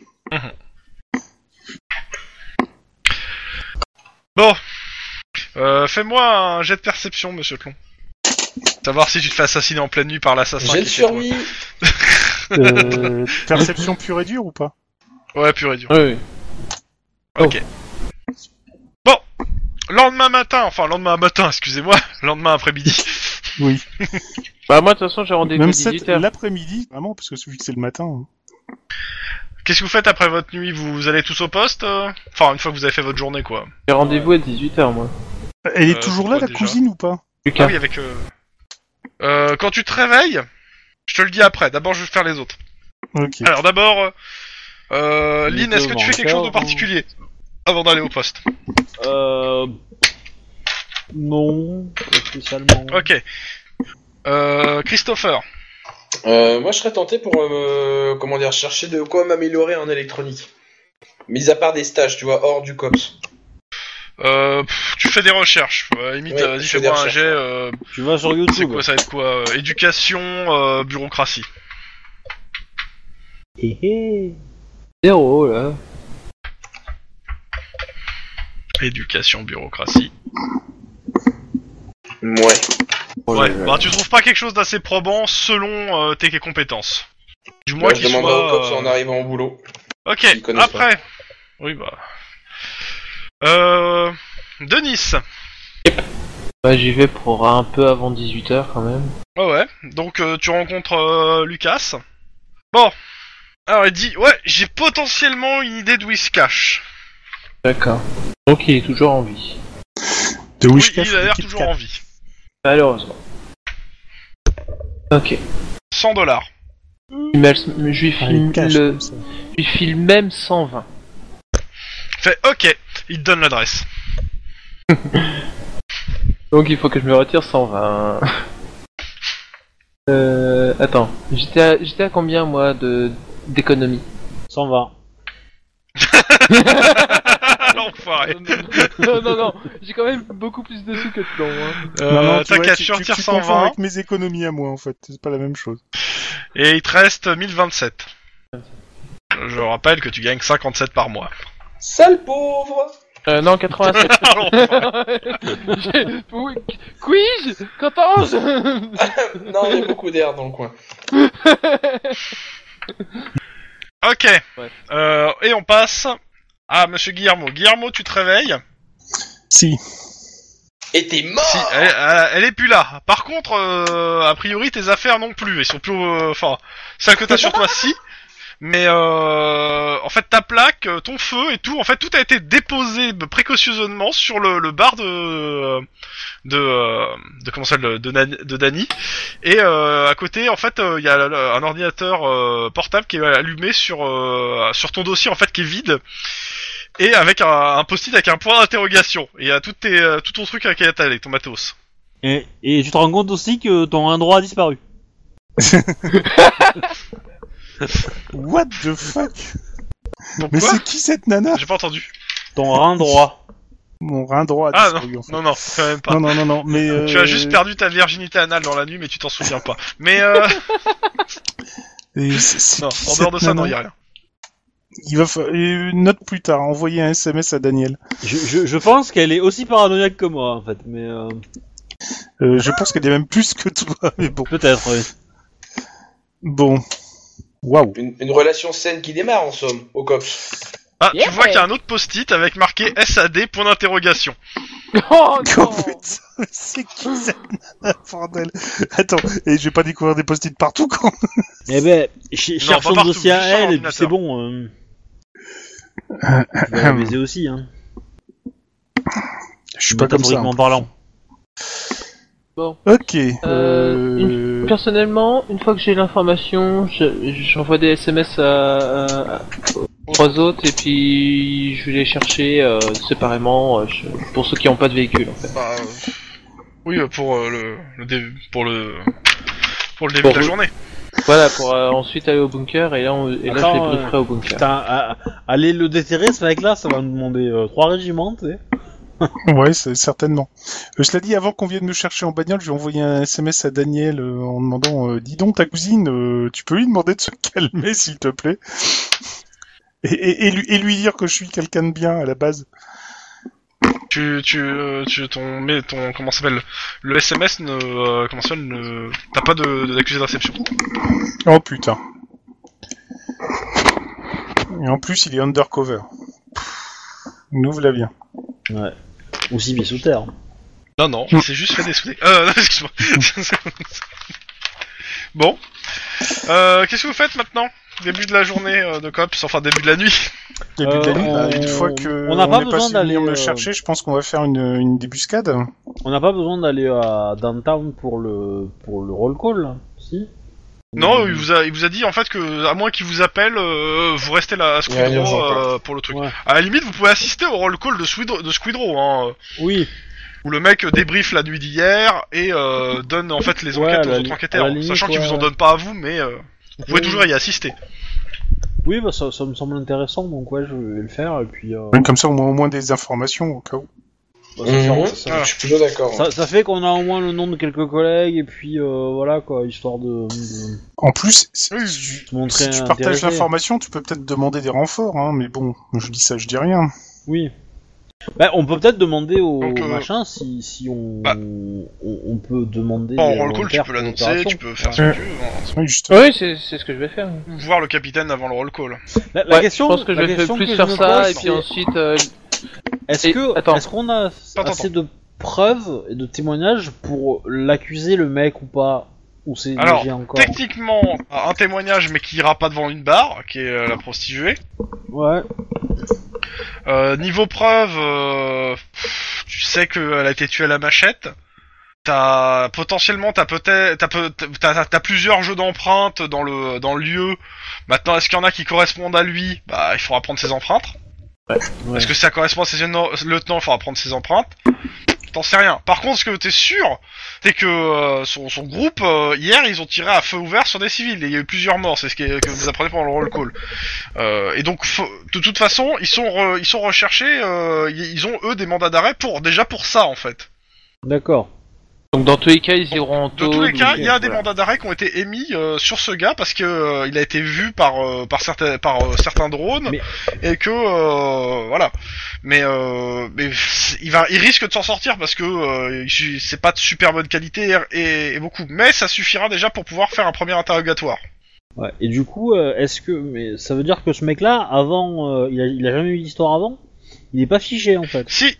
Bon. Euh, fais-moi un jet de perception, monsieur Tlon. Savoir si tu te fais assassiner en pleine nuit par l'assassin J'ai qui de est chez toi. survie. Euh, perception pure et dure ou pas? Ouais, pur et dur. Oui, oui. Ok. Bon. Lendemain matin, enfin lendemain matin, excusez-moi, lendemain après-midi. Oui. Bah moi de toute façon j'ai rendez-vous à Même cette- dix-huit heures. l'après-midi, vraiment, parce que vu que c'est le matin. hein. Qu'est-ce que vous faites après votre nuit? Vous allez tous au poste euh Enfin, une fois que vous avez fait votre journée, quoi. J'ai rendez-vous à dix-huit heures moi. Elle est Euh, toujours là, pourquoi la déjà cousine, ou pas? Lucas. Ah oui, avec... Euh... Euh, quand tu te réveilles, je te le dis après, d'abord je vais faire les autres. Ok. Alors d'abord, euh, Il Lynn, est est-ce que tu fais quelque chose de encore, particulier? avant d'aller au poste. Euh... Non, pas spécialement. Ok. Euh, Christopher. Euh, moi, je serais tenté pour, euh, comment dire, chercher de quoi m'améliorer en électronique. Mis à part des stages, tu vois, hors du COPS. Euh, pff, tu fais des recherches. Euh, limite, Ouais, vas-y, je fais des fais-moi un recherches, jet. ouais. Euh, Tu vas sur c'est YouTube. quoi, ça va être quoi euh, Éducation, euh, bureaucratie. Hé hé. Zéro, là. Éducation, bureaucratie. Ouais. Oh là Ouais, là. bah tu trouves pas quelque chose d'assez probant selon euh, tes compétences. Du moins Moi, je qu'il demanderai soit... au COPS euh, en arrivant au boulot. Ok, S'ils connaissent après. Oui, bah... Euh... Denis. Bah, j'y vais pour un peu avant dix-huit heures quand même. Ouais, ouais. Donc euh, tu rencontres euh, Lucas. Bon. Alors il dit, ouais, j'ai potentiellement une idée d'où il se cache. D'accord. Donc il est toujours en vie. De Oui, Wishcraft il a l'air d'équipe toujours quatre. en vie. Malheureusement. Ok. cent dollars. Il m'a- Je lui Ah, file il cache le... comme ça. Je lui file même cent vingt. Fait, ok, il te donne l'adresse. Donc il faut que je me retire cent vingt. Euh... Attends. J'étais à... J'étais à combien moi de... d'économie? cent vingt. L'enfoiré. Non, non, non. J'ai quand même beaucoup plus de sous que de plomb. Hein. Euh, Non, non, tu vois, T'inquiète, tu, tu en tu, tires tu cent confonds vingt. avec mes économies à moi en fait, c'est pas la même chose. Et il te reste mille vingt-sept. Je rappelle que tu gagnes cinquante-sept par mois. Sale pauvre. Euh, non, quatre-vingt-sept. J'ai- Oui, Quiz Qu'entends-je? Non, il y a beaucoup d'air dans le coin. Ok. Ouais. Euh, et on passe à Monsieur Guillermo. Guillermo, tu te réveilles. Si. Et t'es mort. Si, elle, elle- elle est plus là. Par contre, euh, a priori, tes affaires non plus. Elles sont plus... euh, Enfin, celles que t'as sur toi, si. Mais euh, en fait, ta plaque, euh, ton feu et tout, en fait, tout a été déposé euh, précautionneusement sur le, le bar de de euh, de comment ça, de, de, Nan- de Dany. Et euh, à côté, en fait, il euh, y a euh, un ordinateur euh, portable qui est allumé sur euh, sur ton dossier, en fait, qui est vide. Et avec un, un post-it avec un point d'interrogation. Et il y a tout, tes, euh, tout ton truc avec avec ton matos. Et, et tu te rends compte aussi que ton un droit a disparu. What the fuck? Donc Mais quoi c'est qui cette nana? J'ai pas entendu. Ton rein droit. Mon rein droit a Ah disparu, non, en fait. non, non, quand même pas. Non, non, non, non, mais... Euh... Tu as juste perdu ta virginité anale dans la nuit, mais tu t'en souviens pas. Mais euh... et c'est- c'est non, qui en dehors de cette ça, non, nana y a rien. Il va fa... euh, note plus tard, envoyer un S M S à Daniel. Je, je, je pense qu'elle est aussi paranoïaque que moi, en fait, mais euh, Euh, je pense qu'elle est même plus que toi, mais bon. peut-être, oui. Bon. Waouh. Une, une relation saine qui démarre en somme, au COPS. Ah, Yeah. tu vois qu'il y a un autre post-it avec marqué S A D, point d'interrogation. Oh Oh non. putain, c'est qui cette nana, bordel? Attends, et je vais pas découvrir des post-it partout quand Eh ben, ch- cherche pas son partout, dossier à juste sur elle, et puis l'ordinateur. c'est bon. Euh... Tu vas la baiser aussi, hein. Je suis pas comme ça. Métaphoriquement parlant. Bon. Ok. Euh, Euh... Personnellement, une fois que j'ai l'information, je- j'envoie des S M S à, à- aux trois autres et puis je vais les chercher euh, séparément euh, je- pour ceux qui n'ont pas de véhicule en fait. Bah, euh, oui, euh, pour euh, le, le dé- pour le pour le début Pour de la eux. journée. Voilà, pour euh, ensuite aller au bunker et là, on, et là Attends, je les euh, brieferai au bunker. Putain, à- à- aller le déterrer, ce mec-là, ça va nous demander euh, trois régiments, tu sais. Ouais, c'est certainement. Euh, cela dit, avant qu'on vienne me chercher en bagnole, je vais envoyer un S M S à Daniel euh, en demandant euh, dis donc ta cousine, euh, tu peux lui demander de se calmer s'il te plaît et, et, et, lui, et lui dire que je suis quelqu'un de bien à la base. Tu tu euh, tu ton mais ton comment ça s'appelle le S M S ne euh, comment ça s'appelle ne t'as pas de d'accusé de réception. Oh putain. Et en plus, il est undercover. Nous voilà bien. Ouais. Ou six pieds sous terre. Non non, il s'est juste fait des soudés. Euh non, excuse-moi. Bon. Euh, qu'est-ce que vous faites maintenant? Début de la journée euh, de cops, enfin début de la nuit. Début de la Euh, nuit, bah, on- une fois que on n'a pas est besoin passé d'aller, venir me euh, chercher, je pense qu'on va faire une, une débuscade. On n'a pas besoin d'aller à downtown pour le pour le roll call, là, si. Non, il vous a, il vous a dit en fait que à moins qu'il vous appelle, euh, vous restez là à Squidrow euh, pour le truc. Ouais. À la limite, vous pouvez assister au roll call de Squidrow, de Squidrow hein, Oui. où le mec débriefe la nuit d'hier et euh, donne en fait les Ouais, enquêtes à aux la autres li- enquêteurs, à la limite, sachant qu'il ouais. vous en donne pas à vous, mais euh, vous pouvez Oui. toujours y assister. Oui, bah ça, ça me semble intéressant, donc ouais, je vais le faire, et puis... Euh, Même comme ça, au moins, au moins des informations au cas où. bah, ça, fait- Mhm. ça- ça- Voilà. Je suis plutôt d'accord. ça- ça fait qu'on a au moins le nom de quelques collègues, et puis euh, voilà, quoi, histoire de, de En plus, si, Oui. si tu- se montrer si tu partages intéressé. l'information, tu peux peut-être demander des renforts, hein, mais bon, je dis ça, je dis rien. Oui. Bah, on peut peut-être demander au Donc, euh, machin si, si on, bah. on, on peut demander... En des roll call, tu volontaires peux pour l'annoncer, l'opération. tu peux faire Ouais. ce que tu veux. hein. Oui, justement. Oui, c'est c'est ce que je vais faire. Ou voir le capitaine avant le roll call. La, la Ouais, question, je pense que je la vais question plus que faire je me ça, pose, et puis c'est, ensuite... euh, Est-ce et- que, attends. est-ce qu'on a Attends, assez de preuves et de témoignages pour l'accuser le mec ou pas, ou c'est Alors, léger encore? Techniquement, un témoignage, mais qui ira pas devant une barre, qui est euh, la prostituée. Ouais. Euh, niveau preuve, euh, pff, tu sais qu'elle a été tuée à la machette. T'as potentiellement, t'as peut-être, t'as, peut- t'as, t'as, t'as plusieurs jeux d'empreintes dans le dans le lieu. Maintenant, est-ce qu'il y en a qui correspondent à lui? Bah, il faudra prendre ses empreintes. Ouais. Est-ce que ça correspond à ses lieutenants, lieutenants, il faudra prendre ses empreintes. T'en sais rien. Par contre, ce que t'es sûr, c'est que euh, son, son groupe, euh, hier, ils ont tiré à feu ouvert sur des civils. Et il y a eu plusieurs morts, c'est ce qui est- que vous apprenez pendant le roll call. Euh, et donc, faut- de toute façon, ils sont, re- ils sont recherchés, euh, ils ils ont, eux, des mandats d'arrêt pour déjà pour ça, en fait. D'accord. Donc dans tous les cas, ils iront en De taux. tous les cas, donc, il y a euh, des voilà. mandats d'arrêt qui ont été émis euh, sur ce gars parce que euh, il a été vu par euh, par certains par euh, certains drones Mais- et que euh, voilà. Mais euh, mais il va il risque de s'en sortir parce que euh, il- c'est pas de super bonne qualité et, et beaucoup. Mais ça suffira déjà pour pouvoir faire un premier interrogatoire. Ouais. Et du coup, euh, est-ce que, mais ça veut dire que ce mec-là, avant, euh, il, a, il a jamais eu d'histoire avant? Il est pas fiché en fait. Si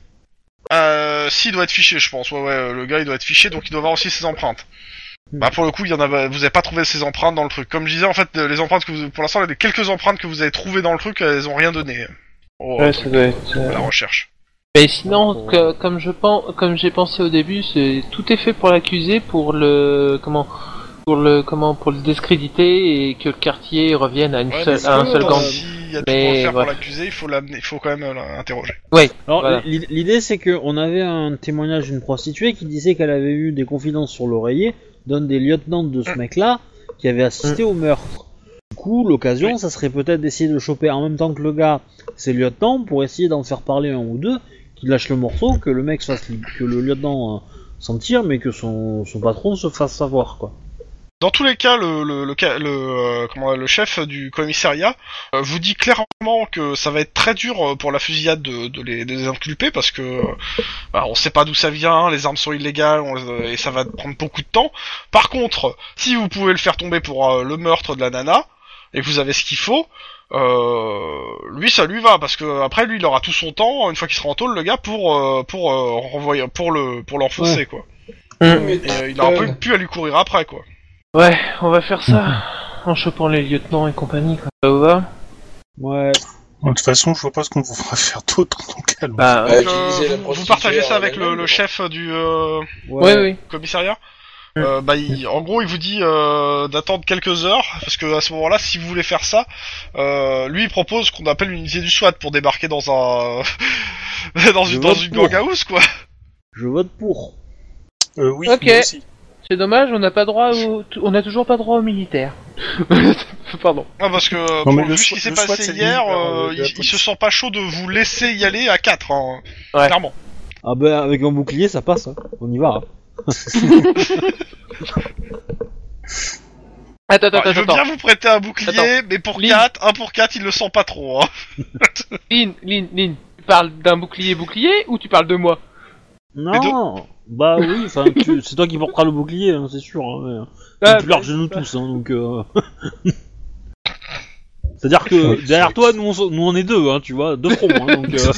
euh, si il doit être fiché, je pense. Ouais ouais, le gars il doit être fiché donc il doit avoir aussi ses empreintes. Hmm. Bah pour le coup, il y en a, vous avez pas trouvé ces empreintes dans le truc. Comme je disais, en fait, les empreintes que vous, pour l'instant, les quelques empreintes que vous avez trouvées dans le truc, elles ont rien donné. Au, Ouais, au ça truc, doit être. à euh, la recherche. Mais sinon, que- comme je pense, comme j'ai pensé au début, c'est tout est fait pour l'accuser, pour le comment, pour le comment, pour le discréditer et que le quartier revienne à une Ouais, seule, mais à un si, seul euh, gang. S'il y a tout Mais pour le faire voilà. pour l'accuser, il faut l'amener, il faut quand même euh, l'interroger. Alors Voilà. l'id- l'idée c'est que on avait un témoignage d'une prostituée qui disait qu'elle avait eu des confidences sur l'oreiller d'un des lieutenants de ce Mm. mec-là qui avait assisté au meurtre. Du coup, l'occasion, ça serait peut-être d'essayer de choper en même temps que le gars ses lieutenants pour essayer d'en faire parler un ou deux, qui lâche le morceau, que le mec se fasse li- que le lieutenant euh, s'en tire, mais que son, son patron se fasse savoir quoi. Dans tous les cas, le le le, ca- le, euh, comment, le chef du commissariat euh, vous dit clairement que ça va être très dur euh, pour la fusillade de, de les, de les inculper parce que euh, bah, on sait pas d'où ça vient, les armes sont illégales on, euh, et ça va prendre beaucoup de temps. Par contre, si vous pouvez le faire tomber pour euh, le meurtre de la nana et que vous avez ce qu'il faut, euh, lui ça lui va parce que après lui il aura tout son temps une fois qu'il sera en tôle le gars pour euh, pour euh, renvoyer pour le pour l'enfoncer Ouais. quoi. Hum. Et euh, il aura plus, plus à lui courir après quoi. Ouais, on va faire ça en chopant les lieutenants et compagnie. Quoi. Ça vous va? Ouais. De toute façon, je vois pas ce qu'on pourra faire d'autre dans le calme. Bah, Ouais, Donc, euh, utiliser la vous, vous prostituée partagez ça en avec le, elle-même, le quoi. chef du euh, Ouais. oui, oui. commissariat. Euh, bah, il- en gros, il vous dit euh, d'attendre quelques heures parce que à ce moment-là, si vous voulez faire ça, euh, lui il propose qu'on appelle une unité du SWAT pour débarquer dans un dans Je une dans vote une pour. gang house quoi. Je vote pour. Euh, oui, Ok. moi aussi. C'est dommage, on n'a pas droit au... on a toujours pas droit aux militaires. Pardon. Ah, parce que Non, pour mais vu le ce qui SWAT- s'est le SWAT, passé c'est le hier, militaire, euh, euh, de il, la il police. se sent pas chaud de vous laisser y aller à quatre, hein, Ouais. clairement. Ah bah avec un bouclier ça passe, hein. On y va. Hein. Attends, attends, Alors, il veut attends. bien vous prêter un bouclier, mais pour Lynn. quatre, un pour quatre, il le sent pas trop. Hein. Lynn, Lynn, Lynn, tu parles d'un bouclier bouclier ou tu parles de moi? Non. Bah oui, enfin tu- c'est toi qui porteras le bouclier, hein, c'est sûr. Hein, mais... Ah, le plus large de nous tous, hein, donc. Euh... C'est-à-dire que derrière toi, nous on, nous on est deux, hein, tu vois, deux fronts, hein, donc. Euh...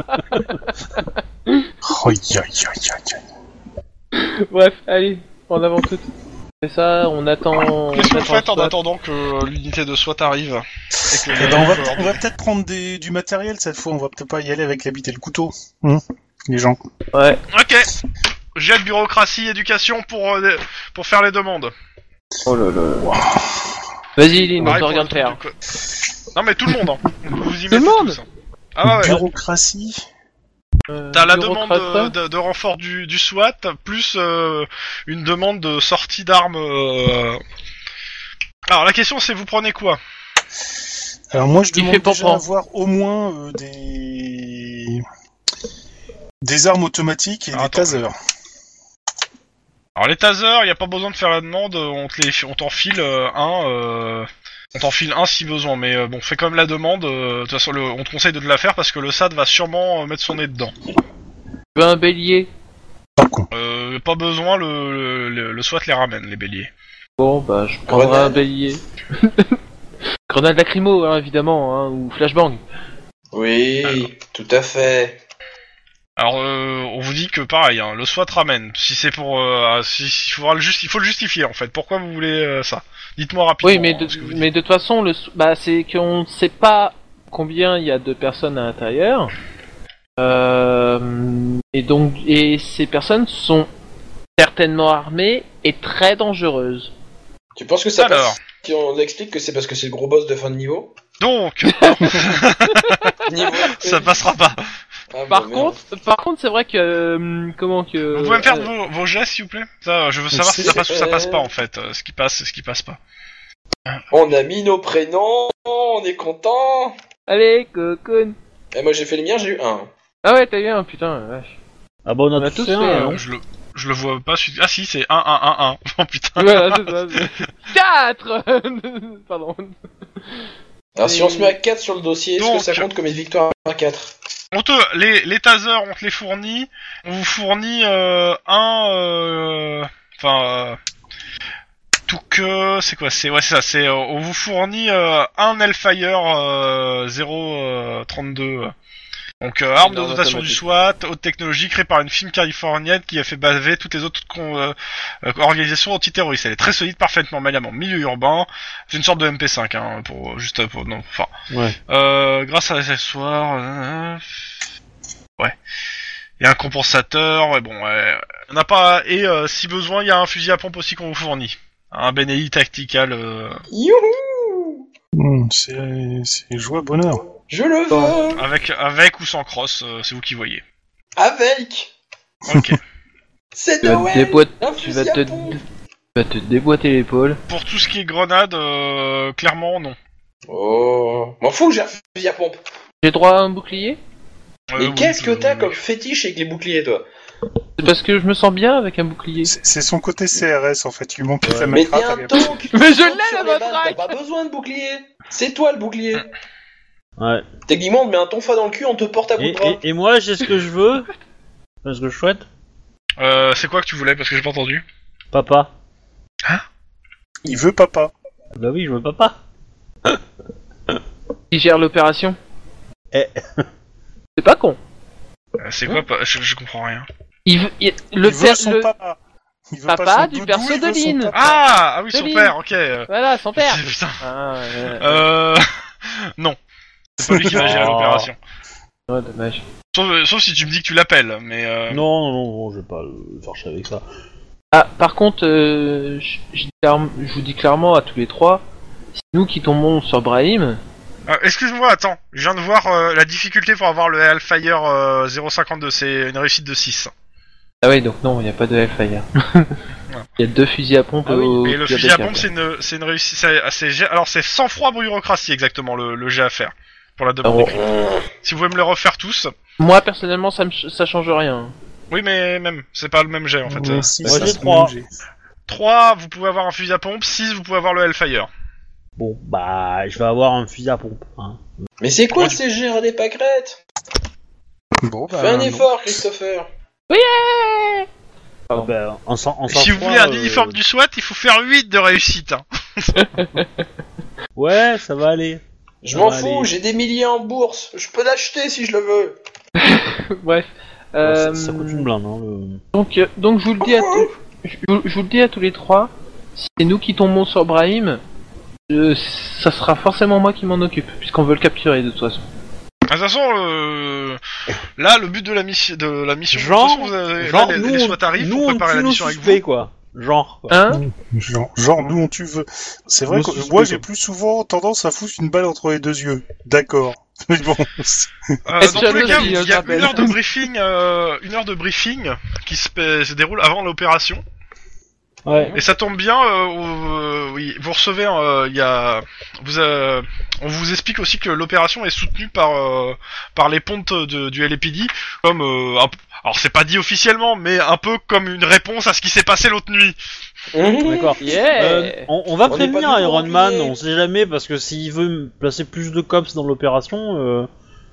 Oh, aïe, aïe, aïe, aïe. Bref, allez, en avant tout. C'est ça, on attend. Qu'est-ce que on vous faites en SWAT. attendant que euh, l'unité de SWAT arrive et que, Eh ben, on va, euh, on va peut-être prendre des, du matériel cette fois, on va peut-être pas y aller avec la bite et le couteau. Hum, les gens. Ouais. Ok. Jet de bureaucratie, éducation pour euh, pour faire les demandes. Oh là là. Vas-y, Lynn, on Pareil te pour regarde le truc faire. de co- Non mais tout le monde, hein. Vous vous y Tout le mettez monde tous, hein. Ah ouais, ouais. Bureaucratie. Euh, T'as la demande bureaucrate. de, de, de renfort du, du SWAT, plus euh, une demande de sortie d'armes. Euh... Alors la question c'est vous prenez quoi? Alors moi je Il demande fait déjà pampan. avoir au moins euh, des des armes automatiques et Ah, des attends. tasers. Alors les tasers, y a pas besoin de faire la demande, on te les, on t'en file euh, un, euh, on t'en file un si besoin, mais euh, bon, fais quand même la demande. euh, De toute façon, le, on te conseille de te la faire parce que le S A D va sûrement euh, mettre son nez dedans. Tu veux un bélier? Pas con. Euh, pas besoin, le, le, le SWAT les ramène, les béliers. Bon, bah, je prendrai Grenade. un bélier. Grenade lacrymo, hein, évidemment, hein, ou flashbang. Oui, Alors. tout à fait. Alors, euh, on vous dit que pareil, hein, le SWAT ramène. Si c'est pour, euh, si, il faudra le juste, il faut le justifier en fait. Pourquoi vous voulez euh, ça? Dites-moi rapidement. Oui, mais hein, de, ce que vous dites. mais de toute façon, le, s- bah, c'est qu'on ne sait pas combien il y a de personnes à l'intérieur. Euh, et donc, et ces personnes sont certainement armées et très dangereuses. Tu penses que ça Alors. passe si on explique que c'est parce que c'est le gros boss de fin de niveau? Donc, Niveau ça passera pas. Ah, Par bah, merde. contre, par contre, c'est vrai que euh, comment que. Vous pouvez me faire euh, vos, vos gestes, s'il vous plaît? Ça, je veux savoir si c'est- ça passe ou ça euh, passe pas en fait. euh, ce qui passe, ce qui passe pas. On a mis nos prénoms, on est content. Allez, cocoon. Et moi j'ai fait les miens, j'ai eu un. Ah ouais, t'as eu un putain. Vache. Ah bah on a, On a tous tous fait un, fait, hein, hein. non Je le, je le vois pas. celui- Ah si, c'est un un un un. Oh putain. Voilà, c'est ça. c'est- Quatre. Pardon. Alors si Et- on se met à quatre sur le dossier, est-ce que Donc- ça compte comme une victoire à quatre? On te, les, les tasers, on te les fournit. On vous fournit euh, un, euh, enfin, euh, tout que, c'est quoi, c'est ouais, c'est ça, c'est, euh, on vous fournit euh, un Hellfire euh, zéro trente-deux. Donc euh, arme de arme dotation du automatique. SWAT, haute technologie créée par une firme californienne qui a fait baver toutes les autres con- euh, euh, organisations antiterroristes. Elle est très solide, parfaitement maniable en milieu urbain. C'est une sorte de M P cinq, hein, pour juste pour non, enfin. Ouais. Euh, grâce à l'accessoire, euh, ouais. Il y a un compensateur, ouais, bon, ouais. On n'a pas et euh, si besoin, il y a un fusil à pompe aussi qu'on vous fournit, un Benelli tactical. Euh, Youhou! Hmm, c'est c'est joie bonheur. Je le veux! avec avec ou sans crosse, euh, c'est vous qui voyez. Avec! Ok. C'est Tu vas te Noël! déboîter. Un Tu fusil vas à te. pompe. Tu vas te déboîter l'épaule. Pour tout ce qui est grenade, euh, clairement non. Oh, m'en fous, j'ai un fusil à pompe. J'ai droit à un bouclier? Euh, Mais oui, qu'est-ce que euh, t'as oui. comme fétiche avec les boucliers, toi? C'est parce que je me sens bien avec un bouclier. C'est c'est son côté C R S en fait. Il manquait sa Mais t'es matraque. un elle est- tank! Mais je Tu sautes l'ai, sur la les balles, matraque. T'as pas besoin de bouclier! C'est toi le bouclier! Ouais. Techniquement, on te met un tonfa dans le cul, on te porte à bout Et, de bras. et, et moi, j'ai ce que je veux. Enfin, ce que je souhaite. Euh, c'est quoi que tu voulais parce que j'ai pas entendu. Papa. Il veut papa. Bah oui, je veux papa. Qui gère l'opération? Eh. C'est pas con. Euh, c'est quoi pas je, je comprends rien. Il veut. il- Le il veut père. son le- papa. Il veut Papa pas son du doudou, perso il veut de son Lynn. papa. Ah, ah oui, son Jolie. père, ok. euh, Voilà, son père. Putain. Ah, ouais, ouais. Euh... non. C'est pas lui qui va gérer Oh. l'opération. Ouais, dommage. Sauf, sauf si tu me dis que tu l'appelles, mais... Euh... Non, non, non, non, je vais pas le faire chier avec ça. Ah, par contre, euh, je, je dis clairement- je vous dis clairement à tous les trois, c'est nous qui tombons sur Brahim. Euh, excuse-moi, attends. Je viens de voir euh, la difficulté pour avoir le Hellfire euh, zéro cinquante-deux. C'est une réussite de six. Ah ouais, donc non, il n'y a pas de Hellfire. Il y a deux fusils à pompe Ah oui, au Et le pire fusil des à cas, pompe, quoi. c'est une, c'est une réussite... c'est- c'est gé- Alors, c'est sans froid bureaucratie, exactement, le, le jet à faire. Pour la demande Alors, écrite. Mmh. Si vous pouvez me les refaire tous... Moi, personnellement, ça, me, ch- ça change rien. Oui, mais même, c'est pas le même jet, en fait. Ouais, si, Moi, ça, j'ai c'est le trois. même jet. trois, vous pouvez avoir un fusil à pompe. six, vous pouvez avoir le Hellfire. Bon, bah, je vais avoir un fusil à pompe. Hein. Mais c'est quoi Moi, ces gères des pâquerettes? Bon, bah, Fais un non. effort, Christopher. Pardon. Bah, en sang, en Si vous sang-froid, voulez un euh, uniforme du SWAT, il faut faire huit de réussite. Hein. Ouais, ça va aller. Je Ça m'en va fous, aller. j'ai des milliers en bourse. Je peux l'acheter si je le veux. Bref. Ça, Euh, ça coûte une blinde, hein, le... donc, euh, donc je vous le dis à tous, je, vous- je vous le dis à tous les trois, si c'est nous qui tombons sur Brahim, euh, ça sera forcément moi qui m'en occupe, puisqu'on veut le capturer de toute façon. De toute façon, euh, là, le but de la mission, de la mission, Genre, de toute façon, vous avez- genre, là, les, nous, les on- SWAT arrivent nous, pour on préparer tue la nos mission avec suspects, vous. quoi. Genre. quoi. Hein Genre, genre, nous on tue. C'est vrai Moi, que c'est moi suspect, j'ai plus souvent tendance à foutre une balle entre les deux yeux. D'accord. Mais bon. c'est- Euh, Est-ce dans que tous les le cas, dit, il y a Isabelle une heure de briefing, euh, une heure de briefing qui se, pa- se déroule avant l'opération. Ouais. Et ça tombe bien, euh, euh, oui, vous recevez, euh, il y a, vous, euh, on vous explique aussi que l'opération est soutenue par euh, par les pontes de, du L A P D, comme, euh, un, alors c'est pas dit officiellement, mais un peu comme une réponse à ce qui s'est passé l'autre nuit. D'accord. Yeah Euh, on, on va On n'est prévenir pas du Iron tout Man, remplis. on sait jamais, parce que s'il veut placer plus de cops dans l'opération, euh,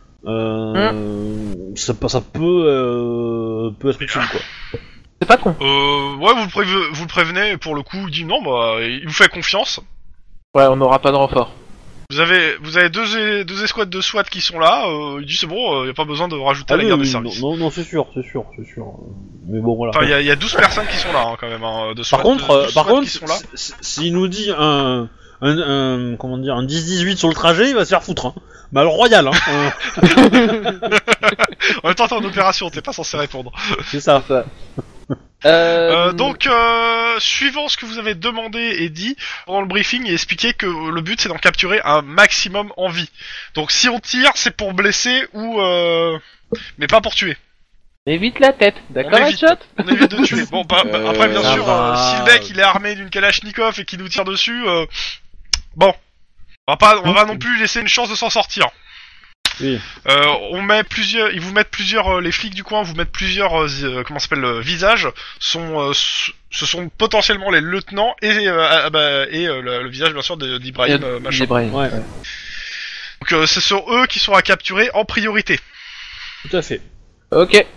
euh, ça, ça peut, euh, peut être utile, quoi. C'est pas con. Euh, ouais, vous le, préve- vous le prévenez, et pour le coup, il dit non, bah, il vous fait confiance. Ouais, on n'aura pas de renfort. Vous avez, vous avez deux, é- deux escouades de SWAT qui sont là, euh, il dit c'est bon, il euh, y a pas besoin de rajouter à la oui, garde oui, des non, services. non, non, c'est sûr, c'est sûr, c'est sûr. Mais bon, voilà. Enfin, il y a, y a douze personnes qui sont là, hein, quand même, hein, de SWAT. Par contre, de- euh, douze par SWAT contre, qui sont là. s- s- s'il nous dit un, un, un, comment dire, un dix dix-huit sur le trajet, il va se faire foutre, hein. Mal royal, hein. Euh, En même temps, t'es en opération, t'es pas censé répondre. c'est ça. Euh... Euh, donc, euh, suivant ce que vous avez demandé et dit pendant le briefing, il expliquait que le but c'est d'en capturer un maximum en vie. Donc, si on tire, c'est pour blesser ou, euh... mais pas pour tuer. évite la tête, d'accord, On évite. Headshot On évite de tuer. Bon, bah, bah, après, bien Euh, sûr, ça euh, va. si le mec il est armé d'une Kalachnikov et qu'il nous tire dessus, euh... bon, on va pas, on va pas non plus laisser une chance de s'en sortir. Oui. Euh, on met plusieurs, ils vous mettent plusieurs, euh, les flics du coin vous mettent plusieurs, euh, zi- euh, comment ça s'appelle, euh, visages. Sont, euh, s- ce sont potentiellement les lieutenants et euh, ah, bah, et euh, le, le visage bien sûr de- d'Ibrahim euh, machin. Ibrahim. Ouais, Donc euh, c'est sur eux qui sont à capturer en priorité. tout à fait. Ok. Et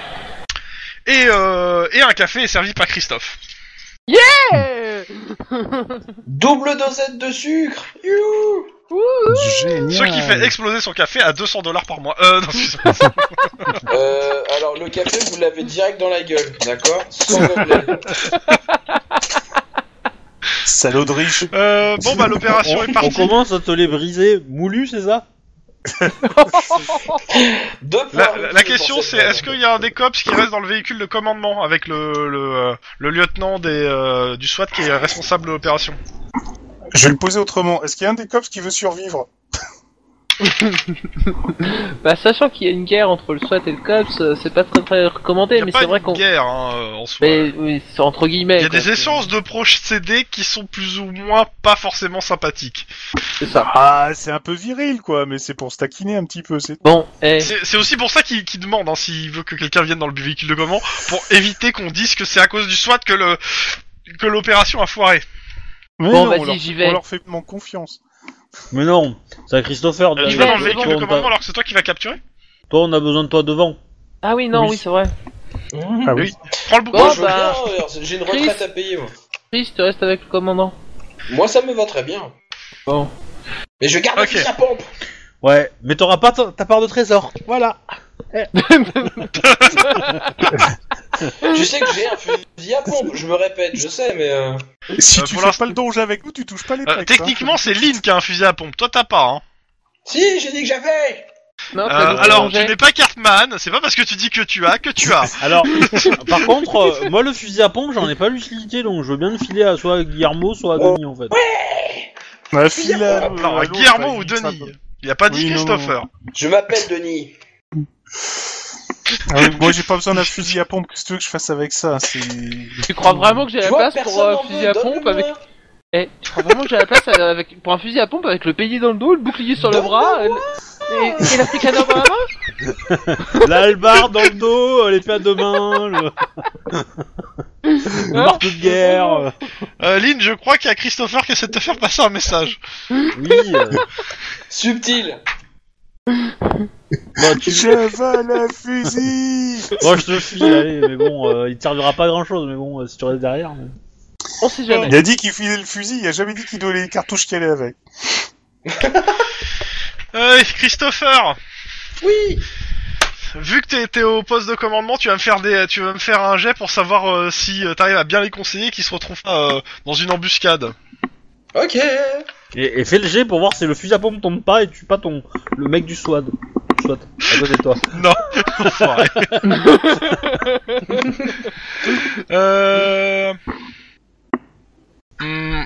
euh, et un café est servi par Christophe. Double dosette de sucre. You. Génial. Ce qui fait exploser son café à deux cents dollars par mois. Euh, non, excusez-moi. Euh, alors le café, vous l'avez direct dans la gueule, d'accord? Sans gobelet. Salaud de riche. euh, bon bah l'opération On, est on partie. commence à te les briser moulu, c'est ça? Deux La, points la- la pour question cette c'est vanne. est-ce qu'il y a un des cops qui reste dans le véhicule de commandement avec le le, euh, le lieutenant des euh, du SWAT qui est responsable de l'opération. Je vais le poser autrement. Est-ce qu'il y a un des cops qui veut survivre? Bah, sachant qu'il y a une guerre entre le SWAT et le COPS, euh, c'est pas très très recommandé, Il y a mais pas c'est vrai une qu'on. guerre hein, euh, en soi. Mais oui, c'est entre guillemets. Il y a quoi, des essences de procédés qui sont plus ou moins pas forcément sympathiques. C'est ça. Ah, c'est un peu viril, quoi, mais c'est pour se taquiner un petit peu. C'est... Bon, eh. C'est c'est aussi pour ça qu'il qu'il demande hein, s'il veut que quelqu'un vienne dans le véhicule de commandement pour éviter qu'on dise que c'est à cause du SWAT que le que l'opération a foiré. Mais Bon, non, vas-y, on leur- j'y vais. On leur fait manque confiance. Mais non, c'est à Christopher. Euh, de- tu vas dans le ouais, véhicule toi, de on commandement t'a- alors que c'est toi qui vas capturer. Toi, on a besoin de toi devant. Ah oui, non, Oui. oui, c'est vrai. Mmh. Ah Oui. oui. Prends le bouton. Bon, Moi, je veux bah, bien, euh, j'ai une retraite à payer, moi. Chris, tu restes avec le commandant. Moi, ça me va très bien. Bon. Mais je garde Ok. le fusil à pompe. Ouais, mais t'auras pas ta, ta part de trésor. Voilà. Je sais que j'ai un fusil à pompe, je me répète, je sais, mais... Euh... Si Euh, tu pour fais l'instant- pas le danger avec nous, tu touches pas les Euh, textes. techniquement, c'est Lynn qui a un fusil à pompe. Toi, t'as pas. Hein. Si, j'ai dit que j'avais. Non, Euh, t'as dit alors, que tu n'es pas Cartman. C'est pas parce que tu dis que tu as que tu as. Alors, par contre, euh, moi, le fusil à pompe, j'en ai pas l'utilité, donc je veux bien le filer à soit à Guillermo, soit à Denis, en fait. Bah, file à- Non, à à l'autre, Guillermo bah, ou il dit ça Denis. peut- Il a pas dit Oui, non, Christopher. Je m'appelle Denis. Ah oui, moi, j'ai pas besoin d'un fusil à pompe. Qu'est-ce que tu veux que je fasse avec ça? C'est... Tu crois vraiment que j'ai Tu la vois, place pour personne un n'en fusil veut, à pompe avec. donne-le-moi. Eh, tu crois vraiment que j'ai la place avec pour un fusil à pompe avec le payé dans le dos, le bouclier sur le bras et, et, et l'africaner dans la main? L'albar dans le dos, l'épée à deux mains, le, le marteau de guerre. Euh, Lynn, je crois qu'il y a Christopher qui essaie de te faire passer un message. Oui. euh, Subtil. Bah, tu... Je veux le fusil! Moi, je te file, allez, mais bon, euh, il te servira pas à grand chose, mais bon, euh, si tu restes derrière. Mais... On sait jamais. Il a dit qu'il filait le fusil, il a jamais dit qu'il donnait les cartouches qu'il allait avec. Euh, Christopher, Oui. vu que t'es, t'es au poste de commandement, tu vas me faire des, tu vas me faire un jet pour savoir euh, si euh, t'arrives à bien les conseiller, qu'ils se retrouvent pas euh, dans une embuscade. Ok. Et, et fais le jet pour voir si le fusil à pompe tombe pas et tue pas ton le mec du SWAT. SWAT, à côté de toi. Non. Enfoiré. euh...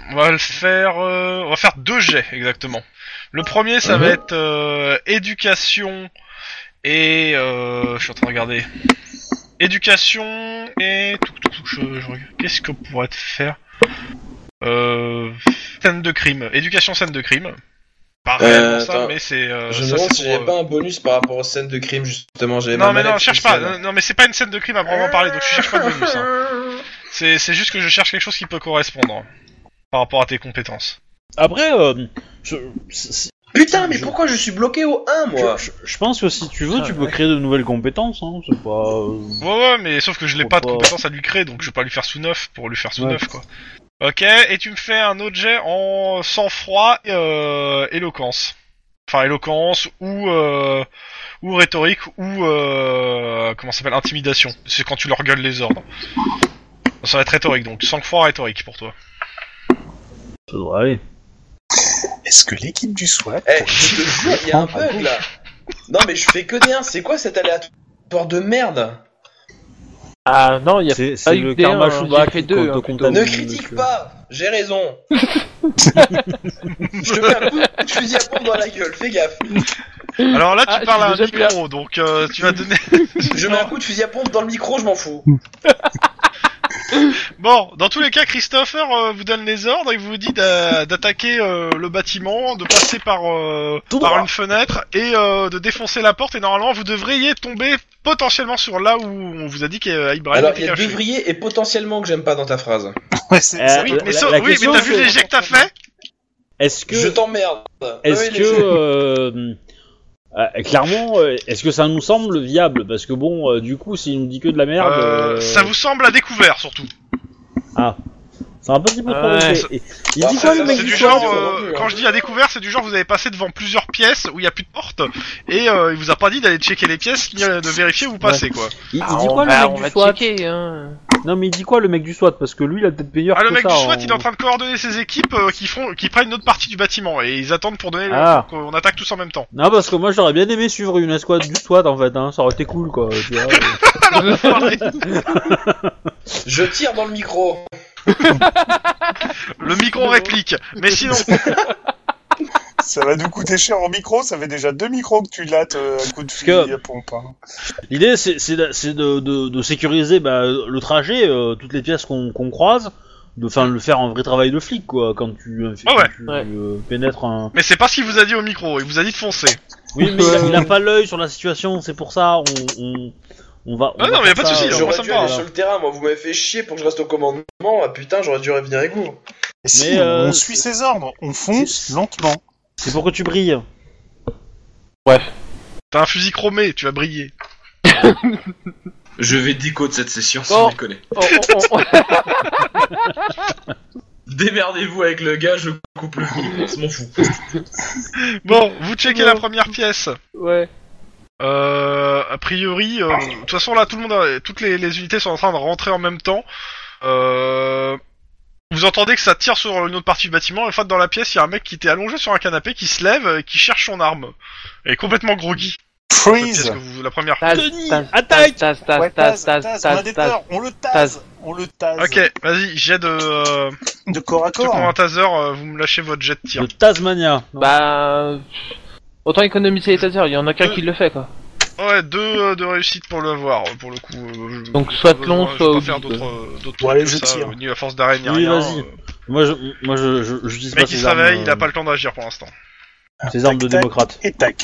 on va le faire. Euh, on va faire deux jets exactement. Le premier, ça Mhm. va être euh, éducation et euh, je suis en train de regarder. Éducation et tout, tout, tout, je, je regarde. Qu'est-ce qu'on pourrait faire euh, Scène de crime. Éducation, scène de crime. Pas Euh, réellement ça, attends. mais c'est. Euh, Je me ça, demande c'est si pour, j'avais euh, pas un bonus par rapport aux scènes de crime, justement. J'avais Non ma mais non, mallette cherche pas. spéciale. Non, non, mais c'est pas une scène de crime à proprement parler, donc je cherche pas de bonus. Hein. C'est, c'est juste que je cherche quelque chose qui peut correspondre hein, par rapport à tes compétences. Après, euh, je, c'est- Putain, mais Je- pourquoi je suis bloqué au un, moi je, je- je pense que si tu veux, Ah, tu peux ouais. créer de nouvelles compétences. Hein, c'est pas. euh, Ouais ouais, mais sauf que je l'ai Faut pas de pas- compétences à lui créer, donc je vais pas lui faire sous neuf pour lui faire sous Ouais. neuf quoi. Ok, et tu me fais un autre jet en sang-froid et euh, éloquence. Enfin éloquence ou euh, ou rhétorique ou euh, comment ça s'appelle intimidation. C'est quand tu leur gueules les ordres. Ça va être rhétorique donc sang-froid rhétorique pour toi. Ça devrait aller. Est-ce que l'équipe du SWAT... Eh, je te jure, il y a un bug, là. Non, mais je fais que des un. C'est quoi cet aléatoire de merde? Ah non, il y a C'est, pas c'est eu le que des un, karma hein, Chewbacca j'ai fait qui deux, te hein, contamine. Ne monsieur. critique pas. J'ai raison. Je te mets un coup de fusil à pompe dans la gueule. Fais gaffe. Alors là tu Ah, parles je à un suis déjà micro, donc euh, tu vas donner. Je mets un coup de fusil à pompe dans le micro, je m'en fous. Bon, dans tous les cas, Christopher euh, vous donne les ordres et vous dit d'a- d'attaquer euh, le bâtiment, de passer par euh, Tout par droit. une fenêtre et euh, de défoncer la porte. Et normalement, vous devriez tomber potentiellement sur là où on vous a dit qu'Ibrahim Alors, était il y a caché. devrier et potentiellement que j'aime pas dans ta phrase. Ouais, c'est Euh, ça. Oui, La- mais, la- ça- la oui, mais question, t'as vu c'est- les jets que t'as fait? Est-ce que, Je t'emmerde. est-ce Oui, que, laissez- euh, euh, clairement, euh, est-ce que ça nous semble viable? Parce que bon, euh, du coup, s'il nous dit que de la merde, Euh, euh, Ça vous semble à découvert surtout. ah, c'est un petit peu trop Ouais. risqué. Et- Il Bah, dit ça, quoi ça, le mec C'est du du SWAT? genre, SWAT, euh, non plus, hein. quand je dis à découvert, c'est du genre vous avez passé devant plusieurs pièces où il y a plus de porte et euh, il vous a pas dit d'aller checker les pièces ni euh, de vérifier où vous passez quoi. Il, il Ah, dit on quoi va, le on mec va du SWAT? checker, hein. Non mais il dit quoi le mec du SWAT? Parce que lui il a peut-être meilleur Ah, que le mec ça. du SWAT, en- il est en train de coordonner ses équipes euh, qui font, qui prennent une autre partie du bâtiment et ils attendent pour donner le- Ah. pour qu'on attaque tous en même temps. Non parce que moi j'aurais bien aimé suivre une escouade du SWAT en fait, hein. Ça aurait été cool quoi. Tu vois. Alors, l'enfoiré. Je tire dans le micro. Le micro réplique. Mais sinon, Ça va nous coûter cher en micro, ça fait déjà deux micros que tu lattes euh, à coup de fusil que- à pompe. Hein. L'idée c'est, c'est, de, c'est de, de, de sécuriser bah, le trajet, euh, toutes les pièces qu'on, qu'on croise, de enfin le faire un vrai travail de flic quoi. Quand tu, euh, Ah quand ouais. tu Ouais. euh, pénètres un. mais c'est pas ce qu'il vous a dit au micro. Il vous a dit de foncer. Oui mais il a, il a pas l'œil sur la situation, c'est pour ça on on, on va. On Ah va non, mais y a faire pas de ça, souci, euh, hein, moi, J'aurais ça dû me va, aller là. sur le terrain, moi. Vous m'avez fait chier pour que je reste au commandement. Ah putain, j'aurais dû revenir avec vous. Et si Mais, euh, on suit ses ordres, on fonce lentement. C'est pour que tu brilles. T'as un fusil chromé, tu vas briller. Je vais déco de cette session, sans déconner. On- on- on- Démerdez-vous avec le gars, je coupe le micro, je m'en fous. Bon, vous checkez la première pièce. Ouais. Euh, a priori, euh, de toute façon là, tout le monde, a- toutes les, les unités sont en train de rentrer en même temps. Euh, vous entendez que ça tire sur une autre partie du bâtiment. En fait, dans la pièce, il y a un mec qui était allongé sur un canapé, qui se lève, et qui cherche son arme. Il est complètement groggy. Cette pièce Freeze. que vous, la première. Taz, Denis, Taz, attaque Taz, Taz, Ouais, Taz, Taz, Taz, Taz, on a Taz, des Taz. peurs, on le tase, Taz. on le tase. Ok, vas-y, jet de. Euh, De corps à ceux qui ont corps. un taser, euh, vous me lâchez votre jet de tir. De Tasmania. Non. Bah... Autant économiser les tasers, il y en a qu'un Deux. qui le fait, quoi. Ouais, deux euh, de réussite pour l'avoir, pour le coup. euh, je- Donc, soit je- long, je soit vais pas Obi, faire quoi. d'autres euh, d'autres Bon, trucs allez, que je ça, tire. euh, ni à force d'arrêt, ni Oui, rien. vas-y. euh. Moi je moi je je, je dis Le pas mec il ces se armes, réveille, il a euh, pas le temps d'agir pour l'instant. ces armes de Tac, tac, démocrate. Et tac.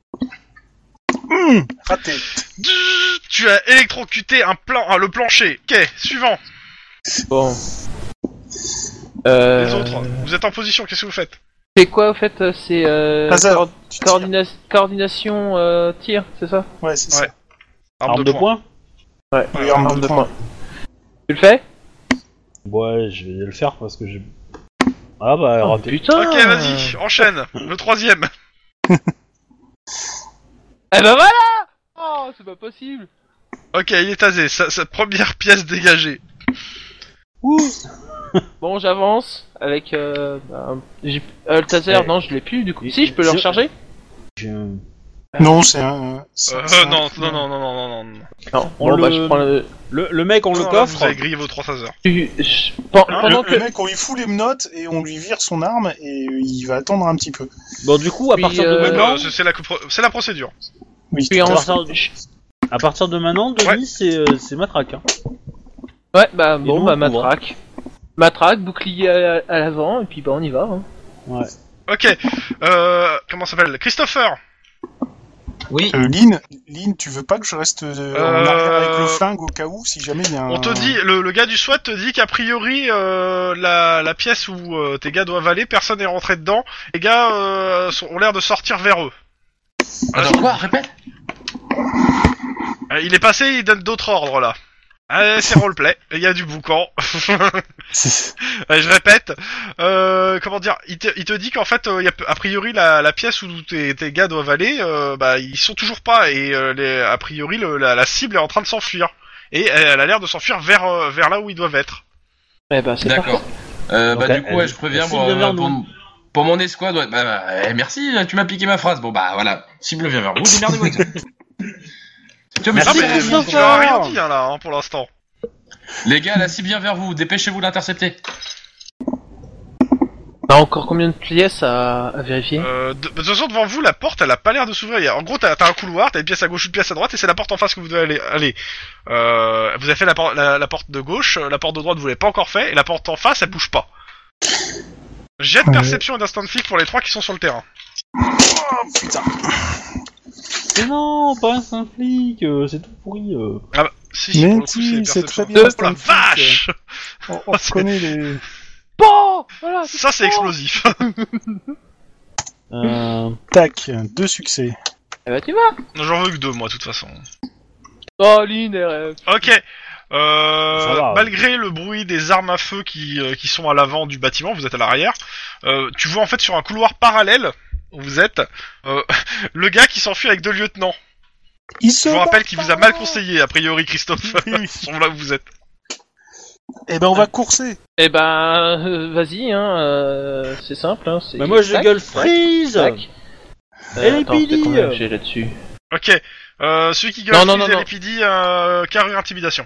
Hum, raté. Tu as électrocuté un plan, ah, le plancher. Ok, suivant. Bon. Euh... Les autres, vous êtes en position, qu'est-ce que vous faites? C'est quoi, au fait? C'est... Euh... Taser. coord- Tu tires. coordina- Coordination, euh, tir, c'est ça? Ouais, c'est Ouais. ça. Arme de poing. Ouais. Oui, arme Arme de de poing. poing. Tu le fais? Ouais, je vais le faire parce que j'ai. Ah bah Oh, raté. putain! Ok, vas-y, enchaîne. Le troisième. Eh ben voilà! Oh, c'est pas possible! Ok, il est tasé, sa, sa première pièce dégagée. Ouh. Bon, j'avance avec euh, bah, j'ai- euh, le taser. Ouais. Non, je l'ai plus du coup. Et- Si, je peux le je- recharger. Je- Non, c'est un... c'est- Euh, c'est un- non, non, non, non, non, non, non, non. Non, On bon, le- bah, je prends le... Le, le mec, on le Non, là, coffre. Vous avez grillé vos trois phaseurs. tu- je- pen- Hein, Pendant le, que... le mec, on lui fout les menottes et on lui vire son arme et il va attendre un petit peu. Bon, du coup, à Puis, partir de euh, maintenant, Euh, c'est c'est la, pro- c'est la procédure. Oui. Puis à en- partir de, à partir de maintenant, Denis, Ouais. c'est euh, c'est matraque. Hein. Ouais, bah nous, bon, on bah couvre. matraque. Matraque, bouclier à, à l'avant, et puis bah on y va. Hein. Ouais. Ok, euh, comment ça s'appelle Christopher. Oui. Euh, Lynn, Lynn, tu veux pas que je reste euh, en Euh, arrière avec le flingue au cas où, si jamais il y a un... On te dit, le, le gars du SWAT te dit qu'a priori, euh, la, la pièce où euh, tes gars doivent aller, personne n'est rentré dedans. Les gars euh, sont- ont l'air de sortir vers eux. Voilà, Attends, quoi? Répète. Euh, il est passé, il donne d'autres ordres là. Allez, c'est roleplay, il y a du boucan. Allez, je répète, euh, comment dire, il te, il te dit qu'en fait, euh, il y a, a priori, la, la pièce où tes, tes gars doivent aller, euh, bah, ils sont toujours pas, et euh, les, a priori, le, la, la cible est en train de s'enfuir. Et elle, elle a l'air de s'enfuir vers, euh, vers là où ils doivent être. Eh bah c'est D'accord. Euh, Donc, bah elle- du coup, ouais, elle- je préviens elle pour, cible vers euh, pour, nous. pour mon escouade. Ouais, bah, bah, eh, merci, tu m'as piqué ma phrase. Bon bah voilà, cible vient vers vous, démerdez-vous avec ça. Tu vois, mais Ah, Merci, ça, mais c'est- Christophe. tu leur as rien dit, hein, là, hein, pour l'instant. Les gars, la cible vient vers vous, dépêchez-vous de l'intercepter. T'as encore combien de pièces à, à vérifier? Euh, de, de toute façon, devant vous, la porte, elle a pas l'air de s'ouvrir. Il y a- En gros, t'as t'as un couloir, t'as une pièce à gauche, une pièce à droite, et c'est la porte en face que vous devez aller. aller. Euh, vous avez fait la, por- la, la porte de gauche, la porte de droite, vous l'avez pas encore fait, et la porte en face, elle bouge pas. Jet de Ouais. perception et d'instant flic pour les trois qui sont sur le terrain. Oh, putain. Mais non, pas un flic, euh, c'est tout pourri. Euh. Ah bah, si, si, Mais pour le coup, si, c'est c'est très perception. bien, Oh la instant flic, vache On, on reconnaît les... Bon, voilà. Ça, c'est explosif. Euh, Tac, deux succès. Eh bah tu vas. J'en veux que deux, moi, de toute façon. Oh Lynn, R F. Ok. Euh, Ça va. malgré le bruit des armes à feu qui, euh, qui sont à l'avant du bâtiment, vous êtes à l'arrière, euh, tu vois en fait sur un couloir parallèle où vous êtes, euh, le gars qui s'enfuit avec deux lieutenants. Il se Je vous rappelle bat qu'il vous pas. a mal conseillé, a priori, Christophe, Oui, oui. sur là où vous êtes. Eh ben, on va courser. Eh ben euh, vas-y, hein. Euh, c'est simple, hein. c'est- Bah moi je tac, gueule tac, freeze. tac. Elle est attends, pili. c'est combien que j'ai là-dessus? Ok. Euh, celui qui Non, gueule non, Freeze non, et non. les P D, euh, carrure intimidation.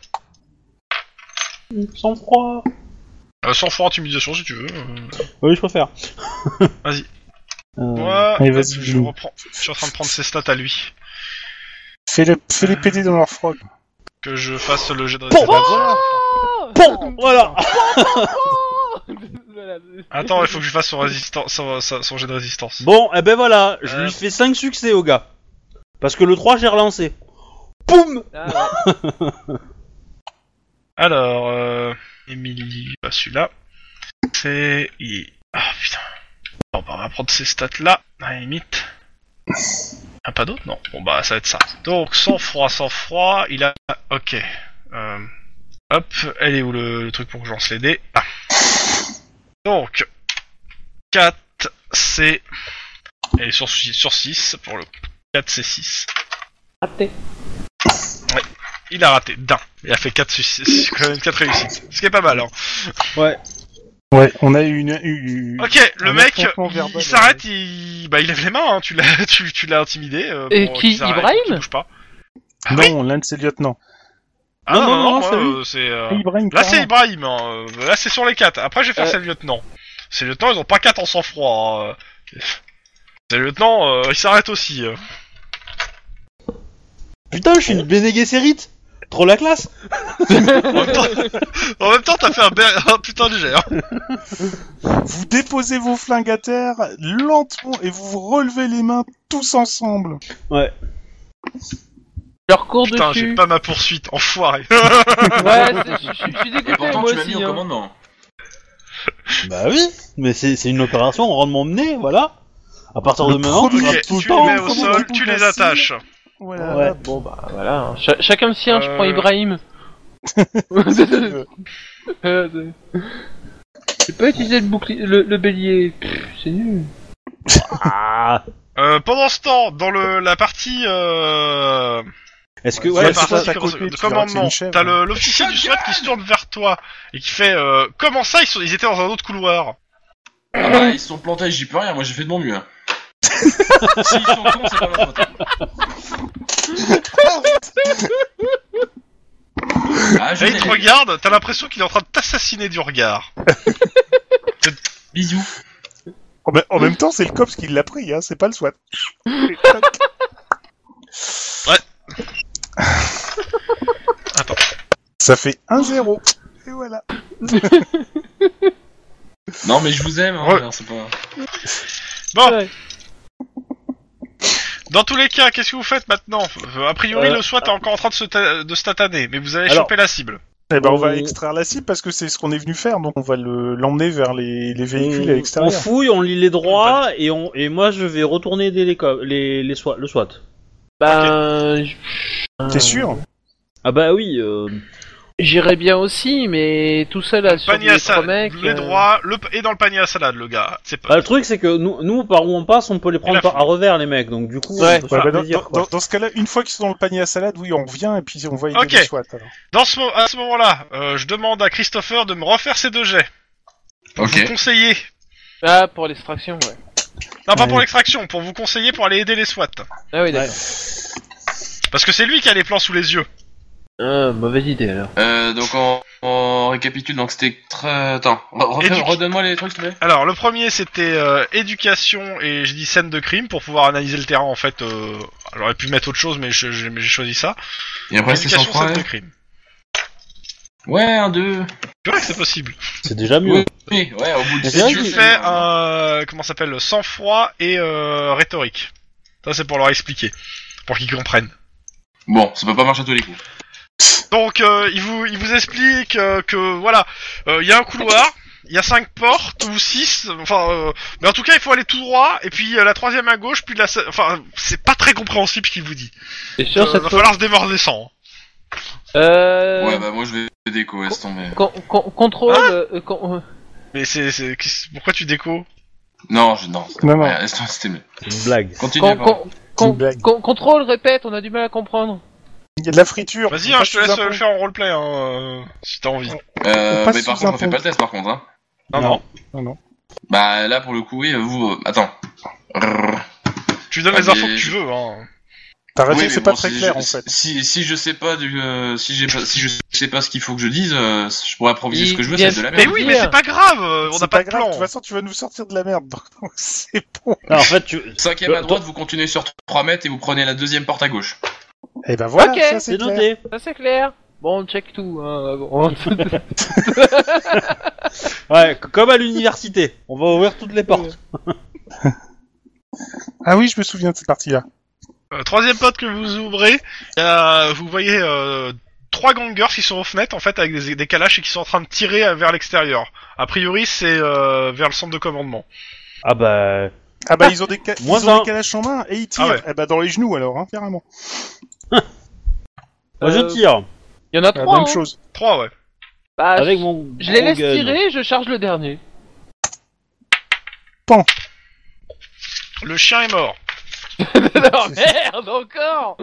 Sans froid. Euh, sans froid intimidation si tu veux. euh. Oui, je préfère. Vas-y. Euh, Moi, allez, hop, vas-y, je Lynn. reprends. Je suis en train de prendre ses stats à lui. Fais-les fais les péter dans leur froc. Que je fasse le jet de Bon, résistance. Bon, voilà. Voilà. Attends, il faut que je fasse son, résistance, son, son- son jet de résistance. Bon, eh ben voilà, je Euh. lui fais cinq succès au gars. Parce que le trois j'ai relancé. Poum. Ah, ouais. Alors, euh... Emily, pas celui-là. C'est... il- Ah, putain. Bon, bah, on va prendre ces stats-là, à la limite. Ah, pas d'autres? Non. Bon, bah, ça va être ça. Donc, sans froid, sans froid, il a... Ok. Euh... Hop, elle est où le, le truc pour que je lance les dés? Ah. Donc, quatre, c'est... Elle est sur, sur six, pour le quatre, c'est six. Raté. Il a raté, d'un. Il a fait quatre, quand même quatre réussites. Ce qui est pas mal, hein. Ouais. Ouais, on a eu une... une- Ok, le un mec, affrontement il, verbal, il s'arrête, il... Bah, il lève les mains, hein. Tu l'as, tu, tu l'as intimidé. Euh, Et pour qui, qu'il s'arrête, Ibrahim qu'il bouge pas. Ah, oui. Non, l'un de ses lieutenants. Ah, Non, non, non, non, non, moi, c'est lui. euh, c'est... euh, Ibrahim, Là, c'est carrément. Ibrahim, hein. euh, Là, c'est sur les quatre. Après, je vais faire Euh. ses lieutenants. Ces lieutenants, ils ont pas quatre en sang-froid, hein. Ces lieutenants, euh, ils s'arrêtent aussi. euh. Putain, je suis une Bene Gesserit. Trop la classe. En même temps, en même temps, t'as fait un, ber- un putain de jet, hein. Vous déposez vos flingues à terre lentement et vous vous relevez les mains tous ensemble. Ouais. Je leur cours Putain, j'ai dessus. pas ma poursuite, enfoiré. Ouais, c'est- je je- je suis Et dégoûté, pourtant, moi tu m'as mis aussi. au Hein. commandement. Bah oui, mais c'est c'est une opération rondement menée, voilà. À partir Le de maintenant, tu premier- seras Ok, tout tu le les temps. mets au comment sol, on tu peut les passer attaches. Voilà. Ouais, bon bah voilà. hein. Ch- chacun le sien, je Euh. prends Ibrahim. Euh, J'ai pas utilisé le bouclier, le, le bélier. Pff, c'est nul. Ah. Euh, pendant ce temps, dans le, la partie euh, Est-ce que Ouais, ouais, la c'est partie ça, à de côté, tu de verras que c'est commandement, une chèvre. t'as le- l'officier du SWAT qui se tourne vers toi et qui fait euh, comment ça ils, sont, ils étaient dans un autre couloir. Ah bah, ils se sont plantés, j'y peux rien, moi j'ai fait de mon mieux. hein. S'ils sont cons, c'est pas ma faute. Ah, je Et il l'ai. te regarde, t'as l'impression qu'il est en train de t'assassiner du regard. Bisous. En, me- en même temps, c'est le cops qui l'a pris, hein, c'est pas le SWAT. Attends. Ça fait un zéro. Et voilà. Non, mais je vous aime, hein, Ouais. alors c'est pas... Bon, Ouais. dans tous les cas, qu'est-ce que vous faites maintenant? Euh, A priori, Euh, le SWAT est encore en train de se, ta- de se tataner, mais vous avez Alors- chopé la cible. Eh ben, on va On- extraire la cible parce que c'est ce qu'on est venu faire, donc on va le- l'emmener vers les, les véhicules à on, on l'extérieur. fouille, on lit les droits et on et moi je vais retourner aider les co- les, les SWAT, le SWAT. Ben, j- T'es sûr? Ah bah oui. Euh... j'irais bien aussi, mais tout seul à Panier surveiller à trois salade, mecs. les euh, droits, le, et dans le panier à salade, le gars. C'est Bah, pas... le truc c'est que nous, nous par où on passe, on peut les prendre la par, fouille. à revers les mecs, donc du coup Ouais. on peut se Ouais, faire bah, dans, plaisir. dans- quoi. dans- dans ce cas-là, une fois qu'ils sont dans le panier à salade, oui, on revient et puis on va aider Ok. les SWAT. Alors. Dans ce, mo- à ce moment-là, euh, je demande à Christopher de me refaire ses deux jets. Pour Ok. vous conseiller. Ah, pour l'extraction, ouais. Non, pas Ouais. pour l'extraction, pour vous conseiller pour aller aider les SWAT. Ah oui, d'accord. Parce que c'est lui qui a les plans sous les yeux. Ah, mauvaise idée alors. Euh, donc on, on récapitule, donc c'était très... Attends, re- refais- Éduc- redonne-moi les trucs s'il te plaît. Alors, le premier, c'était euh, éducation et je dis scène de crime pour pouvoir analyser le terrain. En fait, euh, j'aurais pu mettre autre chose, mais je- je- mais j'ai choisi ça. Et après c'était sans Éducation, froid. scène de Ouais, crime. ouais un, deux... C'est vrai que c'est possible. C'est déjà mieux. Oui, oui, ouais, au bout de Mais six c'est vrai Tu que- jeux, fais c'est- un... comment ça s'appelle? Sang-froid et euh, rhétorique. Ça, c'est pour leur expliquer. Pour qu'ils comprennent. Bon, ça peut pas marcher à tous les coups. Donc, euh, il vous, il vous explique euh, que, voilà, il euh, y a un couloir, il y a cinq portes, ou six, enfin, euh, mais en tout cas, il faut aller tout droit, et puis euh, la troisième à gauche, puis la... se- Enfin, c'est pas très compréhensible ce qu'il vous dit. C'est Euh, sûr, va cette fois. falloir se démorder sans. Euh. Ouais, bah moi je vais déco, laisse tomber. con- con- contrôle. Hein euh, con- euh, Mais c'est... c'est... qu'est-ce- Pourquoi tu déco? Non, je... non. Non, non. Ouais, laisse tomber, c'était mieux. C'est une blague. Continue, con- pardon. con- Une con- blague. con- contrôle, répète, on a du mal à comprendre. Il y a de la friture. Vas-y, on hein, passe je te sous laisse un le pont. faire en roleplay, hein, euh, si t'as envie. Euh, On passe mais par sous contre, un on fait pont. pas le test par contre, hein. Non, Non. non. Non, non. Bah là pour le coup, oui, vous... euh, Attends. Rrrr. Tu donnes Ah, les infos mais- que tu veux, hein. T'as raison, Oui, mais c'est bon, pas très si clair je, en fait. Si, si je sais pas du, euh, si j'ai pas, si je sais pas ce qu'il faut que je dise, euh, je pourrais improviser Il ce que je veux, vient- c'est de la Mais merde. oui, dire. mais c'est pas grave, euh, on C'est n'a pas, de grave, plan. de toute façon, tu vas nous sortir de la merde. donc c'est bon. Non, en fait, tu... Cinquième à Toi- droite, vous continuez sur trois mètres et vous prenez la deuxième porte à gauche. Et ben voilà, Ok, ça c'est c'est clair. noté. Ça c'est clair. Bon, on check tout. Hein. Bon. Ouais, c- comme à l'université, on va ouvrir toutes les portes. Ah oui, je me souviens de cette partie-là. Euh, troisième pote que vous ouvrez, euh, vous voyez euh, trois gangers qui sont aux fenêtres en fait avec des, des calaches et qui sont en train de tirer euh, vers l'extérieur. A priori, c'est euh, vers le centre de commandement. Ah bah... Ah bah ils ont des, ca- Moins ils ont un. des calaches en main et ils tirent. Ah ouais. Eh bah dans les genoux alors, hein, carrément. Moi je Euh, tire. Il y en a La trois. même hein. chose. Trois, ouais. Bah, Avec je- mon... je les gros laisse gun. tirer, je charge le dernier. Le chien est mort. Oh merde, encore.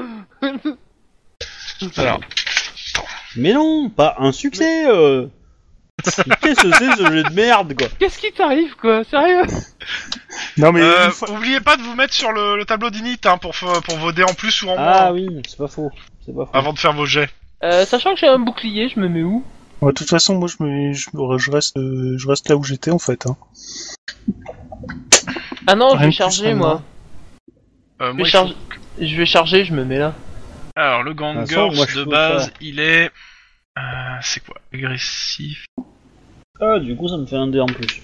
Alors, Mais non, pas un succès euh. Mais Qu'est-ce que c'est ce jeu de merde quoi? Qu'est-ce qui t'arrive, quoi? Sérieux? Non mais euh, une fois- oubliez pas de vous mettre sur le, le tableau d'init hein, pour, fa- pour vos dés en plus ou en moins Ah oui, c'est pas faux. C'est pas faux. avant de faire vos jets. Euh, sachant que j'ai un bouclier, je me mets où? Ouais, de toute façon, moi je me, je, me- je reste, euh, je reste là où j'étais en fait. Hein. Ah non, je Rien vais de plus, charger, rien de moi. moins. Euh, Je moi, vais, il charger... je vais charger, je me mets là. faut- Alors, le toute ganger façon, moi, je de peux base, faire. il est... Euh, c'est quoi? Agressif... Ah, du coup ça me fait un dé en plus.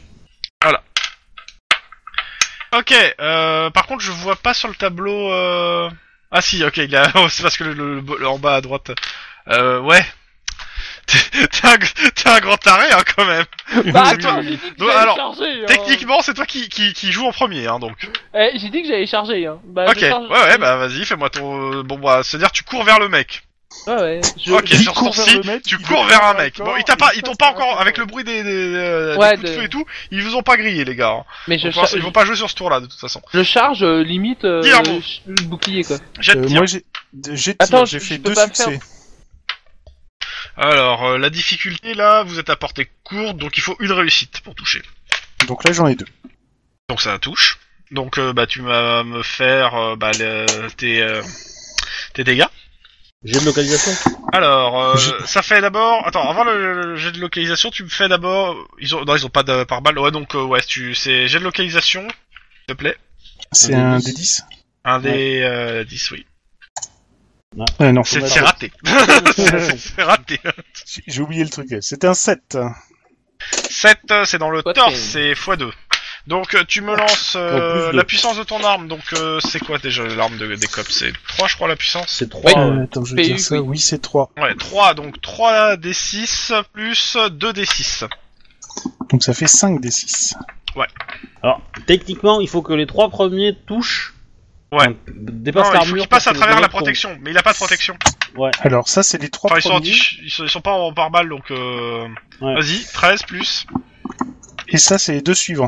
Ok, euh, par contre, je vois pas sur le tableau... Euh... Ah si, ok, il a... c'est parce que le, le- le- en bas à droite... Euh, ouais... T'es t'es un, t'es un grand taré, hein, quand même. Bah c'est toi. attends, j'ai dit que Donc, j'allais alors, charger. hein. Techniquement, c'est toi qui, qui, qui joue en premier, hein, donc. Eh, j'ai dit que j'allais charger, hein. Bah, Ok, je charge- ouais, ouais, bah vas-y, fais-moi ton... euh, Bon, bah, c'est-à-dire tu cours vers le mec. Ouais, ouais. Je... Ok, il sur court ce vers ci le mec, tu il cours veut vers pas un mec. d'accord, Bon, ils, t'a pas, il ils t'ont passe pas par encore, un avec d'accord. le bruit des, des, euh, Ouais, des coups de de- feu et tout, ils vous ont pas grillé, les gars. Mais je, Ils vont, char- ils vont pas jouer sur ce tour-là, de toute façon. je charge euh, limite euh, Tire, bon. ch- le bouclier, quoi. Jet de Euh, tir. moi j'ai, j'ai tir, Attends, j'ai je- fait je peux deux pas le succès. faire. Alors, euh, la difficulté, là, vous êtes à portée courte, donc il faut une réussite pour toucher. Donc là j'en ai deux. Donc ça touche. Donc euh, bah tu vas me faire euh, bah, le, tes, euh, tes dégâts. J'ai de localisation. Alors, euh, J'ai- ça fait d'abord... Attends, avant le, le jet de localisation, tu me fais d'abord... Ils ont... Non, ils ont pas de pare-balles. Ouais, donc, euh, ouais, tu... c'est jet de localisation, s'il te plaît. C'est Un un des des dix. dix. Un des euh, dix, oui. Euh, non, C'est va c'est dans- raté. C'est raté. j'ai j'ai oublié le truc. C'est un sept. sept, euh, c'est dans le Poitrine. torse, c'est fois deux. Donc, euh, tu me lances euh, En plus de- la puissance de ton arme. Donc, euh, c'est quoi déjà l'arme de, des cops? C'est trois, je crois, la puissance. C'est trois. Oui. euh, Euh, attends, je vais P dire U, ça. oui. Oui, c'est trois. Ouais, trois, donc trois d six plus deux d six. Donc ça fait cinq des six. Alors, techniquement, il faut que les trois premiers touchent. Ouais. Enfin, dépassent Non, il faut l'armure qu'il passe à pour que les travers deux la autres protection, mais il a pas de protection. comptent. Ouais. Alors ça, c'est les trois Enfin, ils sont, premiers. anti- ils sont, ils sont pas en pare-balles, donc euh... Ouais. Vas-y, treize plus. Et ça, c'est les deux suivants.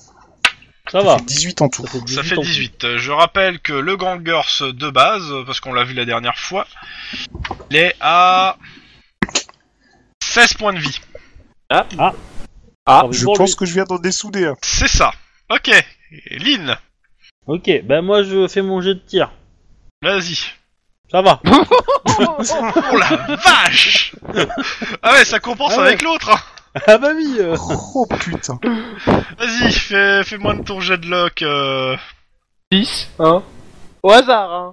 Ça va. Ça fait dix-huit en tout. Ça fait dix-huit. Ça fait en tout. dix-huit. Euh, Je rappelle que le Gangers de base, parce qu'on l'a vu la dernière fois, il est à seize points de vie. Ah, Ah, Je pour pense lui. que je viens d'en dessouder un. C'est ça. Ok. Et Lynn, Ok, ben moi je fais mon jet de tir. vas-y. Ça va. Oh la vache. Ah ouais, ça compense Ah ouais. avec l'autre. hein. Ah bah oui. euh. Oh putain. Vas-y, fais, fais-moi de ton jet de lock. Euh... dix, hein. Au hasard, hein.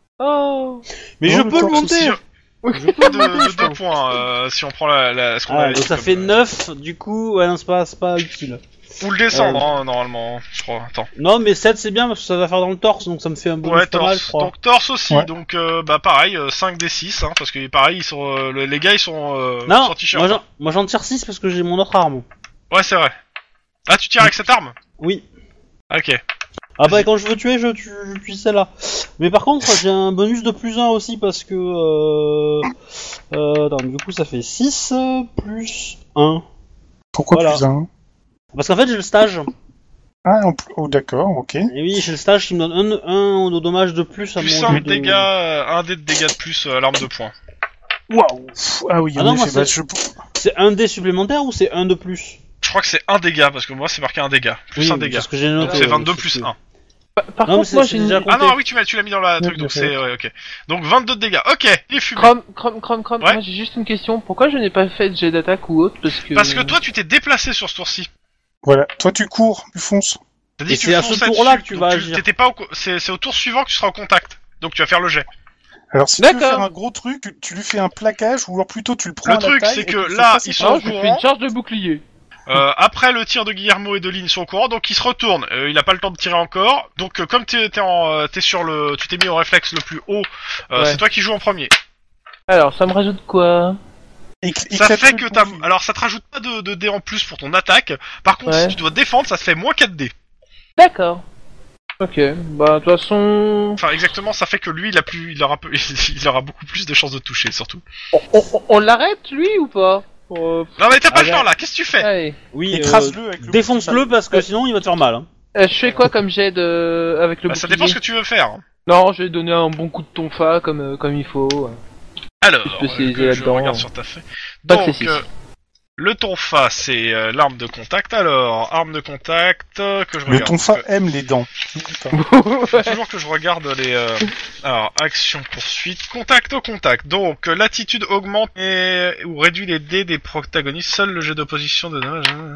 Oh. Mais Non, je le peux le torse monter. aussi. Je peux le De, monter, de je deux pense. points, euh, si on prend la, la ce qu'on Ah, avait donc dit ça comme, fait euh, neuf, du coup, ouais, non, c'est pas, c'est pas utile. Ou le descendre, Euh, hein, normalement, je crois. Attends. Non, mais sept c'est bien parce que ça va faire dans le torse, donc ça me fait un bonus Ouais, pas mal, je torse. crois. Donc torse aussi, Ouais. donc euh, bah pareil, euh, cinq d six, hein, parce que pareil, ils sont, euh, le- les gars ils sont euh, Non, sans t-shirt. moi j'en, moi j'en tire six parce que j'ai mon autre arme. Ouais, c'est vrai. Ah, tu tires avec cette arme? Oui. Ok. Ah bah quand je veux tuer, je tue, je tue celle-là. Mais par contre, j'ai un bonus de plus un aussi parce que... Euh... Euh, attends, du coup ça fait six plus un. Pourquoi Voilà. plus un? Parce qu'en fait j'ai le stage. Ah, en plus- oh, d'accord, ok. Et oui, j'ai le stage qui me donne un, un de dommage de plus à Plus mon un jet de de... dégâts, euh, un dé de dégâts de plus euh, à l'arme de poing. Waouh. Ah oui, Ah en non, moi, effet, bah, c'est- je... C'est un dé supplémentaire ou c'est un de plus? Je crois que c'est un dégât, parce que moi c'est marqué un dégât. Plus Oui, un dégât. parce que j'ai noté. Donc c'est ouais, vingt-deux je plus sais. un. Par, par Non, mais contre, c'est- moi c'est j'ai une... déjà Ah compté. non, oui, tu, m'as- tu l'as mis dans la Oui, truc, bien donc fait. c'est... Ouais, ok. Donc vingt-deux de dégâts. Ok, il est fumé. Chrome, Chrome, Chrome, Chrome, Ouais. moi j'ai juste une question. Pourquoi je n'ai pas fait de jet d'attaque ou autre? Parce que... Parce que toi tu t'es déplacé sur ce tour-ci. Voilà. Toi, tu cours, tu fonces. T'as dit Et que tu c'est à ce fonçais tour-là dessus, que tu donc vas agir. t'étais pas au co- c'est, c'est au tour suivant que tu seras au contact. Donc tu vas faire le jet. Alors, si tu veux D'accord. faire un gros truc, tu lui fais un plaquage, ou alors plutôt tu le prends Le à la truc, taille c'est et que tu le fais là, passer ils par- sont Non, au je fais courant. une charge de bouclier. Euh, après le tir de Guillermo et de Lynn sont au courant, donc il se retourne. Euh, il a pas le temps de tirer encore. Donc euh, comme t'es, t'es, en, euh, t'es sur le, tu t'es mis au réflexe le plus haut, euh, Ouais. c'est toi qui joues en premier. Alors, ça me rajoute quoi? Écl- Ça éclate-le fait de que ton t'as, fil. alors ça te rajoute pas de, de dés en plus pour ton attaque. Par contre, Ouais. si tu dois défendre, ça te fait moins quatre dés. D'accord. Ok, bah de toute façon... Enfin exactement, ça fait que lui, il a plus, il aura, peu- il aura beaucoup plus de chances de toucher surtout. On, on- on l'arrête lui ou pas? Euh, Non mais t'as pas Ah, le ben- temps là. Qu'est-ce que tu fais? Allez. Oui, Écrase-le euh, avec le défonce-le parce que sinon il va te faire mal. Hein. Euh, je fais quoi comme jet de... avec le Bah, ça bouclier? dépend ce que tu veux faire. Non, je vais donner un bon coup de tonfa comme, euh, comme il faut. ouais. Alors, Je peux euh, essayer que je là-dedans. regarde sur ta feuille. Pas de Donc, C six. euh, le tonfa, c'est euh, l'arme de contact. Alors, arme de contact euh, que je Le regarde. tonfa parce aime les dents. N'oublie pas. que- faut toujours que je regarde les. Euh... Alors, action poursuite, contact au contact. Donc, euh, l'attitude augmente et... ou réduit les dés des protagonistes. Seul le jet d'opposition de dommage. hein.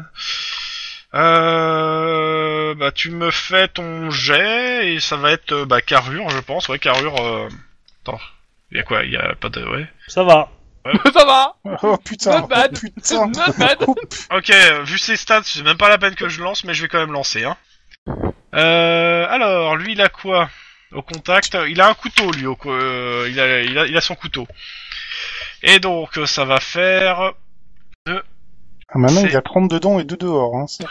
Euh... Bah, tu me fais ton jet et ça va être euh, bah carrure, je pense. Ouais, carrure. Euh... Attends, il y a quoi? Il y a pas de. Ouais. Ça va. Ça va. Oh putain, Not bad. oh, putain. Not bad. Oh, Ok, euh, vu ses stats, c'est même pas la peine que je lance, mais je vais quand même lancer. Hein. Euh, alors, lui, il a quoi au contact? Il a un couteau, lui. Au, co- euh, il, a, il, a, il a son couteau. Et donc, euh, ça va faire... Ah, maintenant, C'est- il a trente-deux dents et deux dehors. Hein. c'est-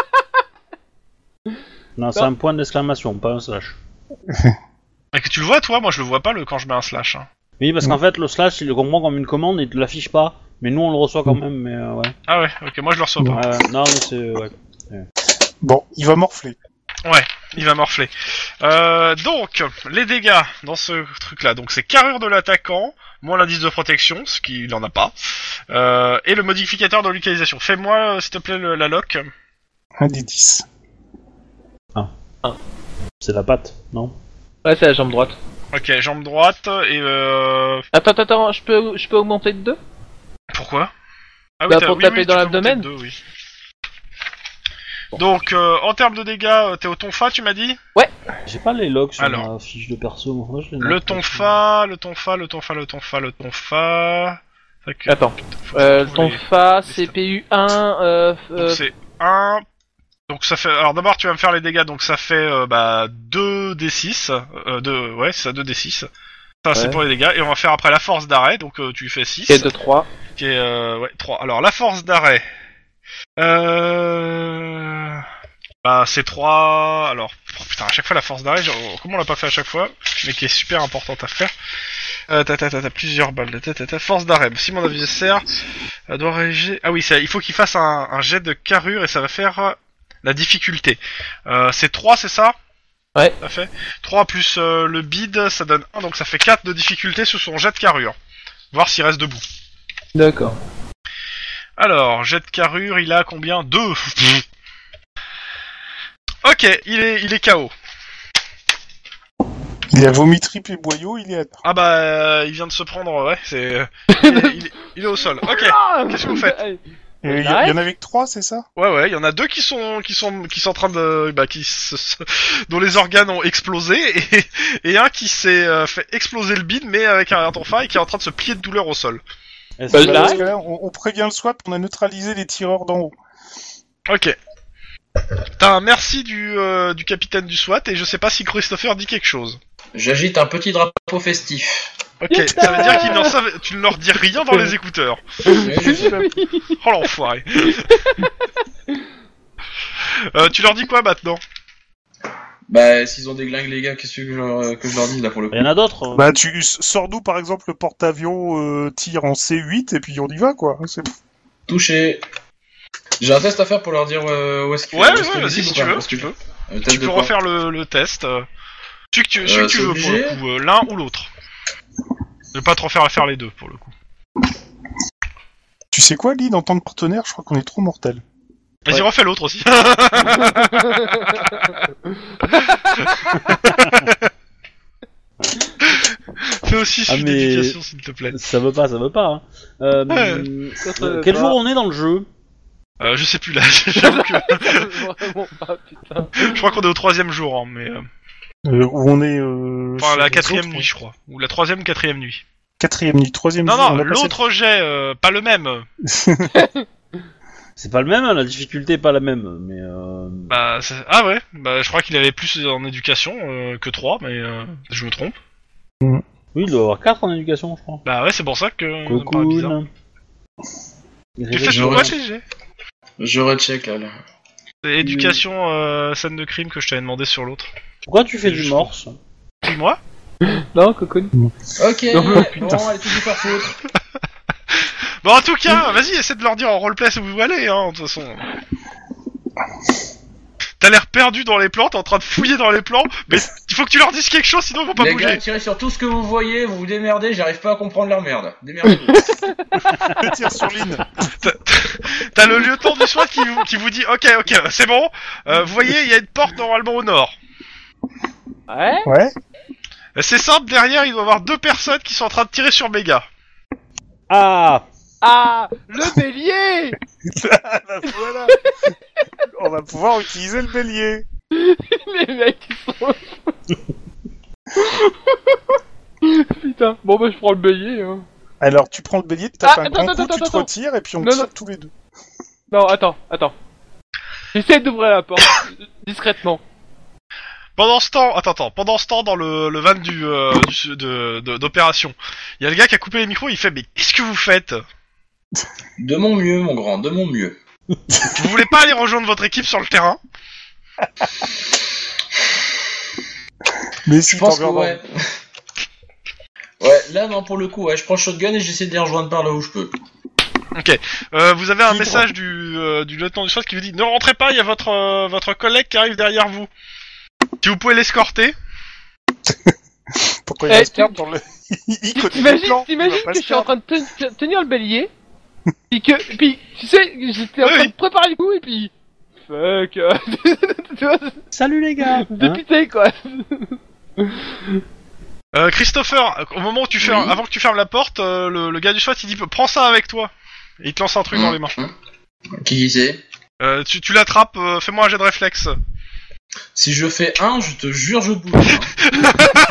Non, c'est un point d'exclamation, pas un slash. Et que tu le vois, toi? Moi, je le vois pas le quand je mets un slash. Hein. Oui, parce qu'en fait, le slash, il le comprend comme une commande et il te l'affiche pas. Mais nous, on le reçoit quand même, mais euh, ouais. Ah ouais, ok, moi, je le reçois pas. Euh, non, mais c'est... Ouais. Bon, il va morfler. Ouais, il va morfler. Euh, donc, les dégâts dans ce truc-là. Donc, c'est carrure de l'attaquant, moins l'indice de protection, ce qu'il en a pas, euh, et le modificateur de localisation. Fais-moi, euh, s'il te plaît, le- la lock. Un des dix. C'est la patte, non? Ouais, c'est la jambe droite. Ok, jambe droite et euh... Attends, attends, attends, je peux, je peux augmenter de deux? Pourquoi? Ah Bah, t'as- pour taper tu dans peux l'abdomen. monter de deux, oui. Donc, euh, en termes de dégâts, euh, t'es au tonfa, tu m'as dit? J'ai pas les logs sur Alors. ma fiche de perso. Moi, je les note Le pas. tonfa, le tonfa, le tonfa, le tonfa, le tonfa... Tac, Attends. faut Euh, le trouver les- tonfa, les C P U un, euh, Donc euh, c'est un... Donc ça fait... Alors d'abord tu vas me faire les dégâts, donc ça fait euh, bah deux D six. Euh, deux... Ouais, c'est ça, deux D six. Ça c'est Ouais. pour les dégâts. Et on va faire après la force d'arrêt, donc euh, tu fais six. et de trois. Qui est... Euh, ouais, trois. Alors la force d'arrêt... Euh... Bah c'est trois... Alors... Oh, putain, à chaque fois la force d'arrêt, genre, comment on l'a pas fait à chaque fois, mais qui est super importante à faire. Euh, t'as, t'as, t'as, t'as plusieurs balles. T'as, t'as, t'as, force d'arrêt. Si mon adversaire euh, doit réagir... Ah oui, ça, il faut qu'il fasse un, un jet de carrure et ça va faire euh, la difficulté. Euh, c'est trois, c'est ça? Ouais. Ça fait trois plus euh, le bid, ça donne un, donc ça fait quatre de difficulté sur son jet de carrure. Voir s'il reste debout. D'accord. Alors, jet de carrure, il a combien? Deux. Ok, il est, il est K O. Il a vomi triple et boyau, il est à terre. Ah bah, euh, il vient de se prendre, ouais, c'est... Il est, il est, il est au sol. Ok, qu'est-ce que vous faites? Et Il y, a- il y en avait que trois, c'est ça? ouais, ouais, il y en a deux qui sont, qui sont, qui sont en train de... Bah, qui se, se- dont les organes ont explosé, et, et un qui s'est euh, fait exploser le bide, mais avec un tonfa, et qui est en train de se plier de douleur au sol. Est-ce Bah, que- je Dans l'arrête. ce cas-là, on, on prévient le SWAT, on a neutralisé les tireurs d'en haut. Ok. T'as un merci du, euh, du capitaine du SWAT, et je sais pas si Christopher dit quelque chose. J'agite un petit drapeau festif. Ok, ça veut dire qu'ils n'en savent, tu ne leur dis rien dans les écouteurs. Oui, je sais. Oh l'enfoiré. euh, tu leur dis quoi maintenant? Bah, s'ils ont des glingues, les gars, qu'est-ce que je, leur- que je leur dise là pour le coup? Il y en a d'autres. Bah, tu sors d'où, par exemple, le porte-avions euh, tire en C huit, et puis on y va, quoi. C'est... Touché. J'ai un test à faire pour leur dire euh, où est-ce que. Ouais, où ouais, est-ce que vas-y c'est, si ou tu pas veux, Parce si tu que- veux. Un test Tu de peux quoi refaire le, le test. euh, Celui que tu, celui Euh, que tu c'est veux pour le obligé coup, euh, l'un ou l'autre. Ne pas te refaire faire les deux pour le coup. Tu sais quoi, Lynn, en tant que partenaire, je crois qu'on est trop mortel. Vas-y, Ouais. refais l'autre aussi. Fais aussi Ah, celui mais- d'éducation s'il te plaît. Ça veut pas, ça veut pas. Hein. Euh, Ouais. Ça, ça euh, veut quel pas. jour on est dans le jeu? Euh, je sais plus là, j'avoue que... Vraiment pas, putain. Je crois qu'on est au troisième jour, hein, mais... euh, Euh, où on est... Euh, Enfin, sur la les quatrième autres, nuit, ouais. je crois. Ou la troisième ou quatrième nuit. Quatrième nuit, troisième Non, jour, non, on a passé- l'autre jet, euh, pas le même. C'est pas le même, hein, la difficulté est pas la même, mais euh... Bah, c'est- ah ouais, bah je crois qu'il avait plus en éducation euh, que trois, mais euh, je me trompe. oui, il doit y avoir quatre en éducation, je crois. Bah ouais, c'est pour ça que... ça me paraît bizarre. Cocoon. Tu fais Je sur quoi recheck. tes jets? Je recheck là. là. C'est éducation, euh, scène de crime que je t'avais demandé sur l'autre. Pourquoi tu fais C'est du juste- morse? Dis-moi. Non, Cocoon. Ok, Non, bon, putain. allez, tout faire foutre. Bon, en tout cas, vas-y, essaie de leur dire en roleplay où vous allez, hein, de toute façon. T'as l'air perdu dans les plans, t'es en train de fouiller dans les plans, mais il faut que tu leur dises quelque chose, sinon ils vont pas Les bouger. gars, tirez sur tout ce que vous voyez, vous vous démerdez, j'arrive pas à comprendre leur merde. Démerdez-vous. Je tire sur Lynn. T'as le lieutenant du SWAT qui vous, qui vous dit, ok, ok, c'est bon, euh, vous voyez, il y a une porte normalement au nord. Ouais. Ouais. C'est simple, derrière, il doit y avoir deux personnes qui sont en train de tirer sur Méga. Ah! Ah, le bélier. Ah, bah, voilà. On va pouvoir utiliser le bélier. Les mecs qui sont... Putain. Bon bah je prends le bélier. Hein. Alors, tu prends le bélier, tu tapes Ah, un attends, grand coup, attends, tu te attends. retires, et puis on Non, tire non. tous les deux. Non, attends, attends. J'essaie d'ouvrir la porte discrètement. Pendant ce temps, attends, attends, pendant ce temps, dans le, le van du, euh, du- de, de- d'opération, il y a le gars qui a coupé les micros, il fait, mais qu'est-ce que vous faites? De mon mieux, mon grand, de mon mieux. Vous voulez pas aller rejoindre votre équipe sur le terrain? Mais si, Je pense que t'en ouais. Ouais, là non, pour le coup, ouais, je prends le shotgun et j'essaie de les rejoindre par là où je peux. Euh, vous avez un Libre. message du, euh, du lieutenant du SWAT qui vous dit, ne rentrez pas, il y a votre, euh, votre collègue qui arrive derrière vous. Si vous pouvez l'escorter. Pourquoi il Eh, va se tu- perdre dans le... il connaît le T'imagines, plan, il t'imagines va pas que se je suis en perdre. train de ten- tenir le bélier, puis que, puis tu sais, j'étais en train Oui. de préparer le coup et puis fuck. Tu vois, Salut les gars. Hein dépité quoi. Euh, Christopher, au moment où tu fermes, Oui. avant que tu fermes la porte, euh, le, le gars du SWAT il dit prends ça avec toi. Et il te lance un truc dans les mains. Qui c'est? Euh, tu, tu l'attrapes, euh, fais-moi un jet de réflexe. Si je fais un, je te jure, je bouge. Hein.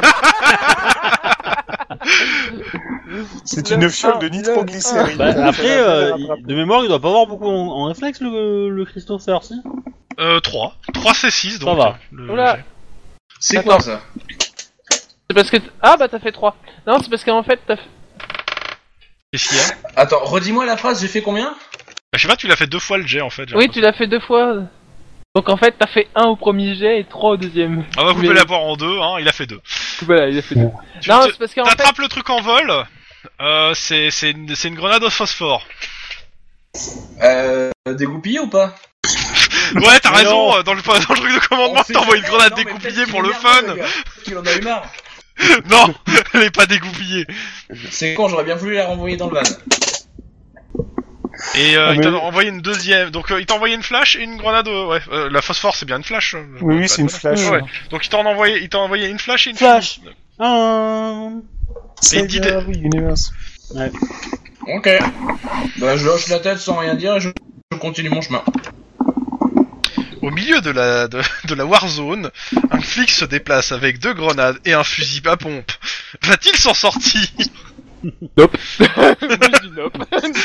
C'est Le une fiole un, de le nitroglycérine. Bah, après, euh, il- de mémoire, il doit pas avoir beaucoup en, en réflexe le, le Christopher, si. Euh, trois. trois c'est six, donc... Ça va. euh, le Oula. jet. C'est quoi Attends. ça? C'est parce que t- ah bah t'as fait trois. Non, c'est parce qu'en fait t'as fait... Qu'est-ce qu'il y a? Attends, redis-moi la phrase, j'ai fait combien? Bah, je sais pas, tu l'as fait deux fois le jet, en fait. j'ai Oui, tu l'impression. l'as fait deux fois. Donc en fait t'as fait un au premier jet et trois au deuxième. Ah bah, vous Mais- pouvez l'avoir en deux, hein, il a fait deux. Voilà, il a fait deux. Tu- Non, tu- c'est parce qu'en fait... T'attrapes le truc en vol, euh, c'est c'est une, c'est une grenade au phosphore. Euh, dégoupillé ou pas? Ouais, t'as Mais raison, non. euh, dans le, dans le truc de commandement, t'as envoyé une grenade dégoupillée pour le fun. Il en a eu marre. Non, elle est pas dégoupillée. C'est con, j'aurais bien voulu la renvoyer dans le van. Et euh, Ah, il mais- t'a envoyé une deuxième, donc euh, il t'a envoyé une flash et une grenade, euh, ouais, euh, la phosphore c'est bien une flash. euh, Oui, pas oui, c'est une de- flash. Ouais. Donc il t'a envoyé, il t'a envoyé une flash et une Flash. fumée. Un... Et dit de- Sega Universe. Ok. Bah, je hoche la tête sans rien dire et je, je continue mon chemin. Au milieu de la de, de la Warzone, un flic se déplace avec deux grenades et un fusil à pompe. Va-t-il s'en sortir? Nope. Je dis nope.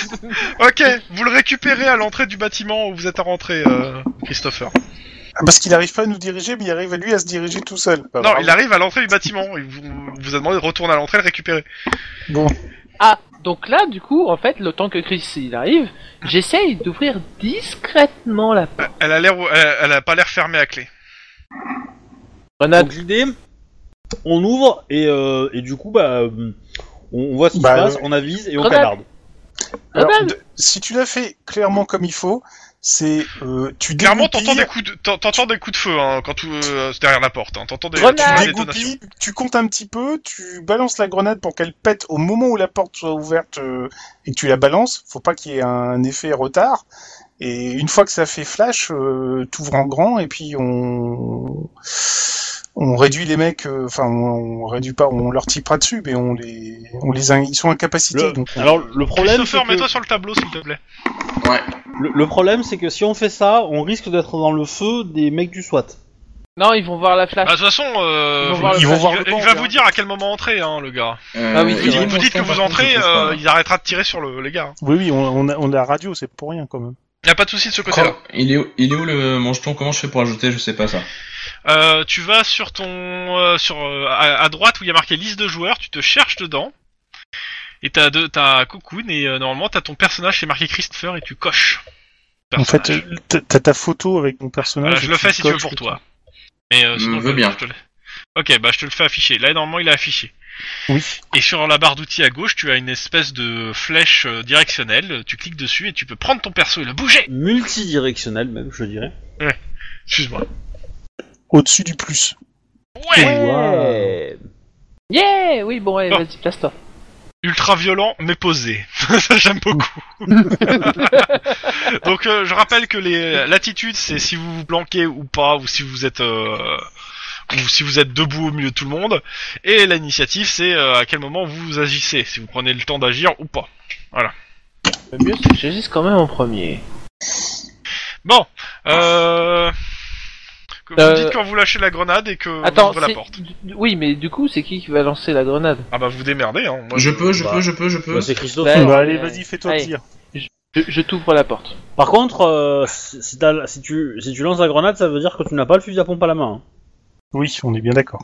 Ok, vous le récupérez à l'entrée du bâtiment où vous êtes à rentrer, euh, Christopher. Ah, parce qu'il arrive pas à nous diriger, mais il arrive à lui à se diriger tout seul. Bah, Non, bravo. il arrive à l'entrée du bâtiment. Il vous, vous a demandé de retourner à l'entrée et le récupérer. Bon. Ah, donc là, du coup, en fait, le temps que Chris il arrive, j'essaye d'ouvrir discrètement la porte. Elle a l'air, elle, elle a pas l'air fermée à clé. Grenade. Donc l'idée, on ouvre et, euh, et du coup, bah, euh, on, on voit ce qui Bah, se passe, euh, on avise et on Grenade. canarde. Alors, Grenade. de- si tu l'as fait clairement comme il faut, c'est euh, tu Clairement, dégoupilles, t'entends des coups de, t'en- t'entends des coups de feu hein, quand tu, euh, c'est derrière la porte. Hein. T'entends des, Grenade. t'entends tu des détonations. dégoupilles, tu comptes un petit peu, tu balances la grenade pour qu'elle pète au moment où la porte soit ouverte euh, et que tu la balances. Faut pas qu'il y ait un effet retard. Et une fois que ça fait flash, euh, t'ouvres en grand et puis on on réduit les mecs. euh, Enfin, on, on réduit pas, on leur typera dessus, mais on les on les in- ils sont incapacités. Le- donc on- Alors le problème, c'est Christopher, que, mets-toi sur le tableau, s'il te plaît. Ouais. le, le problème, c'est que si on fait ça, on risque d'être dans le feu des mecs du SWAT. Non, ils vont voir la Bah, flash. de toute façon, euh, Ils vont voir le ils vont flash. voir il, le va- il gang, va hein. vous dire à quel moment entrer, hein, le gars. Euh, Ah oui, Vous, c'est dites- vrai. vous dites que Par vous contre, entrez, je trouve euh, pas. il arrêtera de tirer sur le, les gars. Hein. Oui, oui, on, on a, on a la radio, c'est pour rien quand même. Y a pas de souci de ce côté-là. Cro- Il est où, il est où le mon jeton? Comment je fais pour ajouter? Je sais pas ça. Euh, tu vas sur ton, euh, sur euh, à, à droite où il y a marqué liste de joueurs, tu te cherches dedans. Et t'as deux, t'as Cocoon et euh, normalement t'as ton personnage qui est marqué Christopher et tu coches. En fait, Personnage. euh, t'as- t'as ta photo avec ton personnage. Voilà, je et le fais si tu veux coches pour le toi. Mais euh, sinon, Mm, veux je- bien. je te le- Ok, bah je te le fais afficher. Là, normalement, il est affiché. truc. Oui. Et sur la barre d'outils à gauche, tu as une espèce de flèche euh, directionnelle. Tu cliques dessus et tu peux prendre ton perso et le bouger. Multidirectionnel même, je dirais. Excuse-moi. Au-dessus du plus. Ouais. Ouais. Yeah, oui, bon, allez, Oh. vas-y, place-toi. Ultra violent mais posé. Ça j'aime beaucoup. Donc euh, je rappelle que les l'attitude c'est si vous vous planquez ou pas ou si vous êtes euh, ou si vous êtes debout au milieu de tout le monde et l'initiative c'est euh, à quel moment vous agissez, si vous prenez le temps d'agir ou pas. Le mieux, c'est que j'agisse quand même en premier. Bon, euh que vous Euh, dites quand vous lâchez la grenade et que Attends, vous ouvrez la c'est- porte. oui, mais du coup, c'est qui qui va lancer la grenade? Ah bah vous démerdez hein. Moi, Je peux, je bah, peux, je peux, je peux. Bah, c'est Christophe. Ouais. Bah, allez, euh, vas-y, fais-toi allez. plaisir. Je, je t'ouvre la porte. Par contre, euh, si, si t'as- si tu, si tu lances la grenade, ça veut dire que tu n'as pas le fusil à pompe à la main. hein. Oui, on est bien d'accord.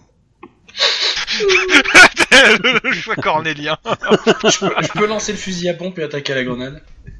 Le choix cornélien. je, peux, je peux lancer le fusil à pompe et attaquer à la grenade.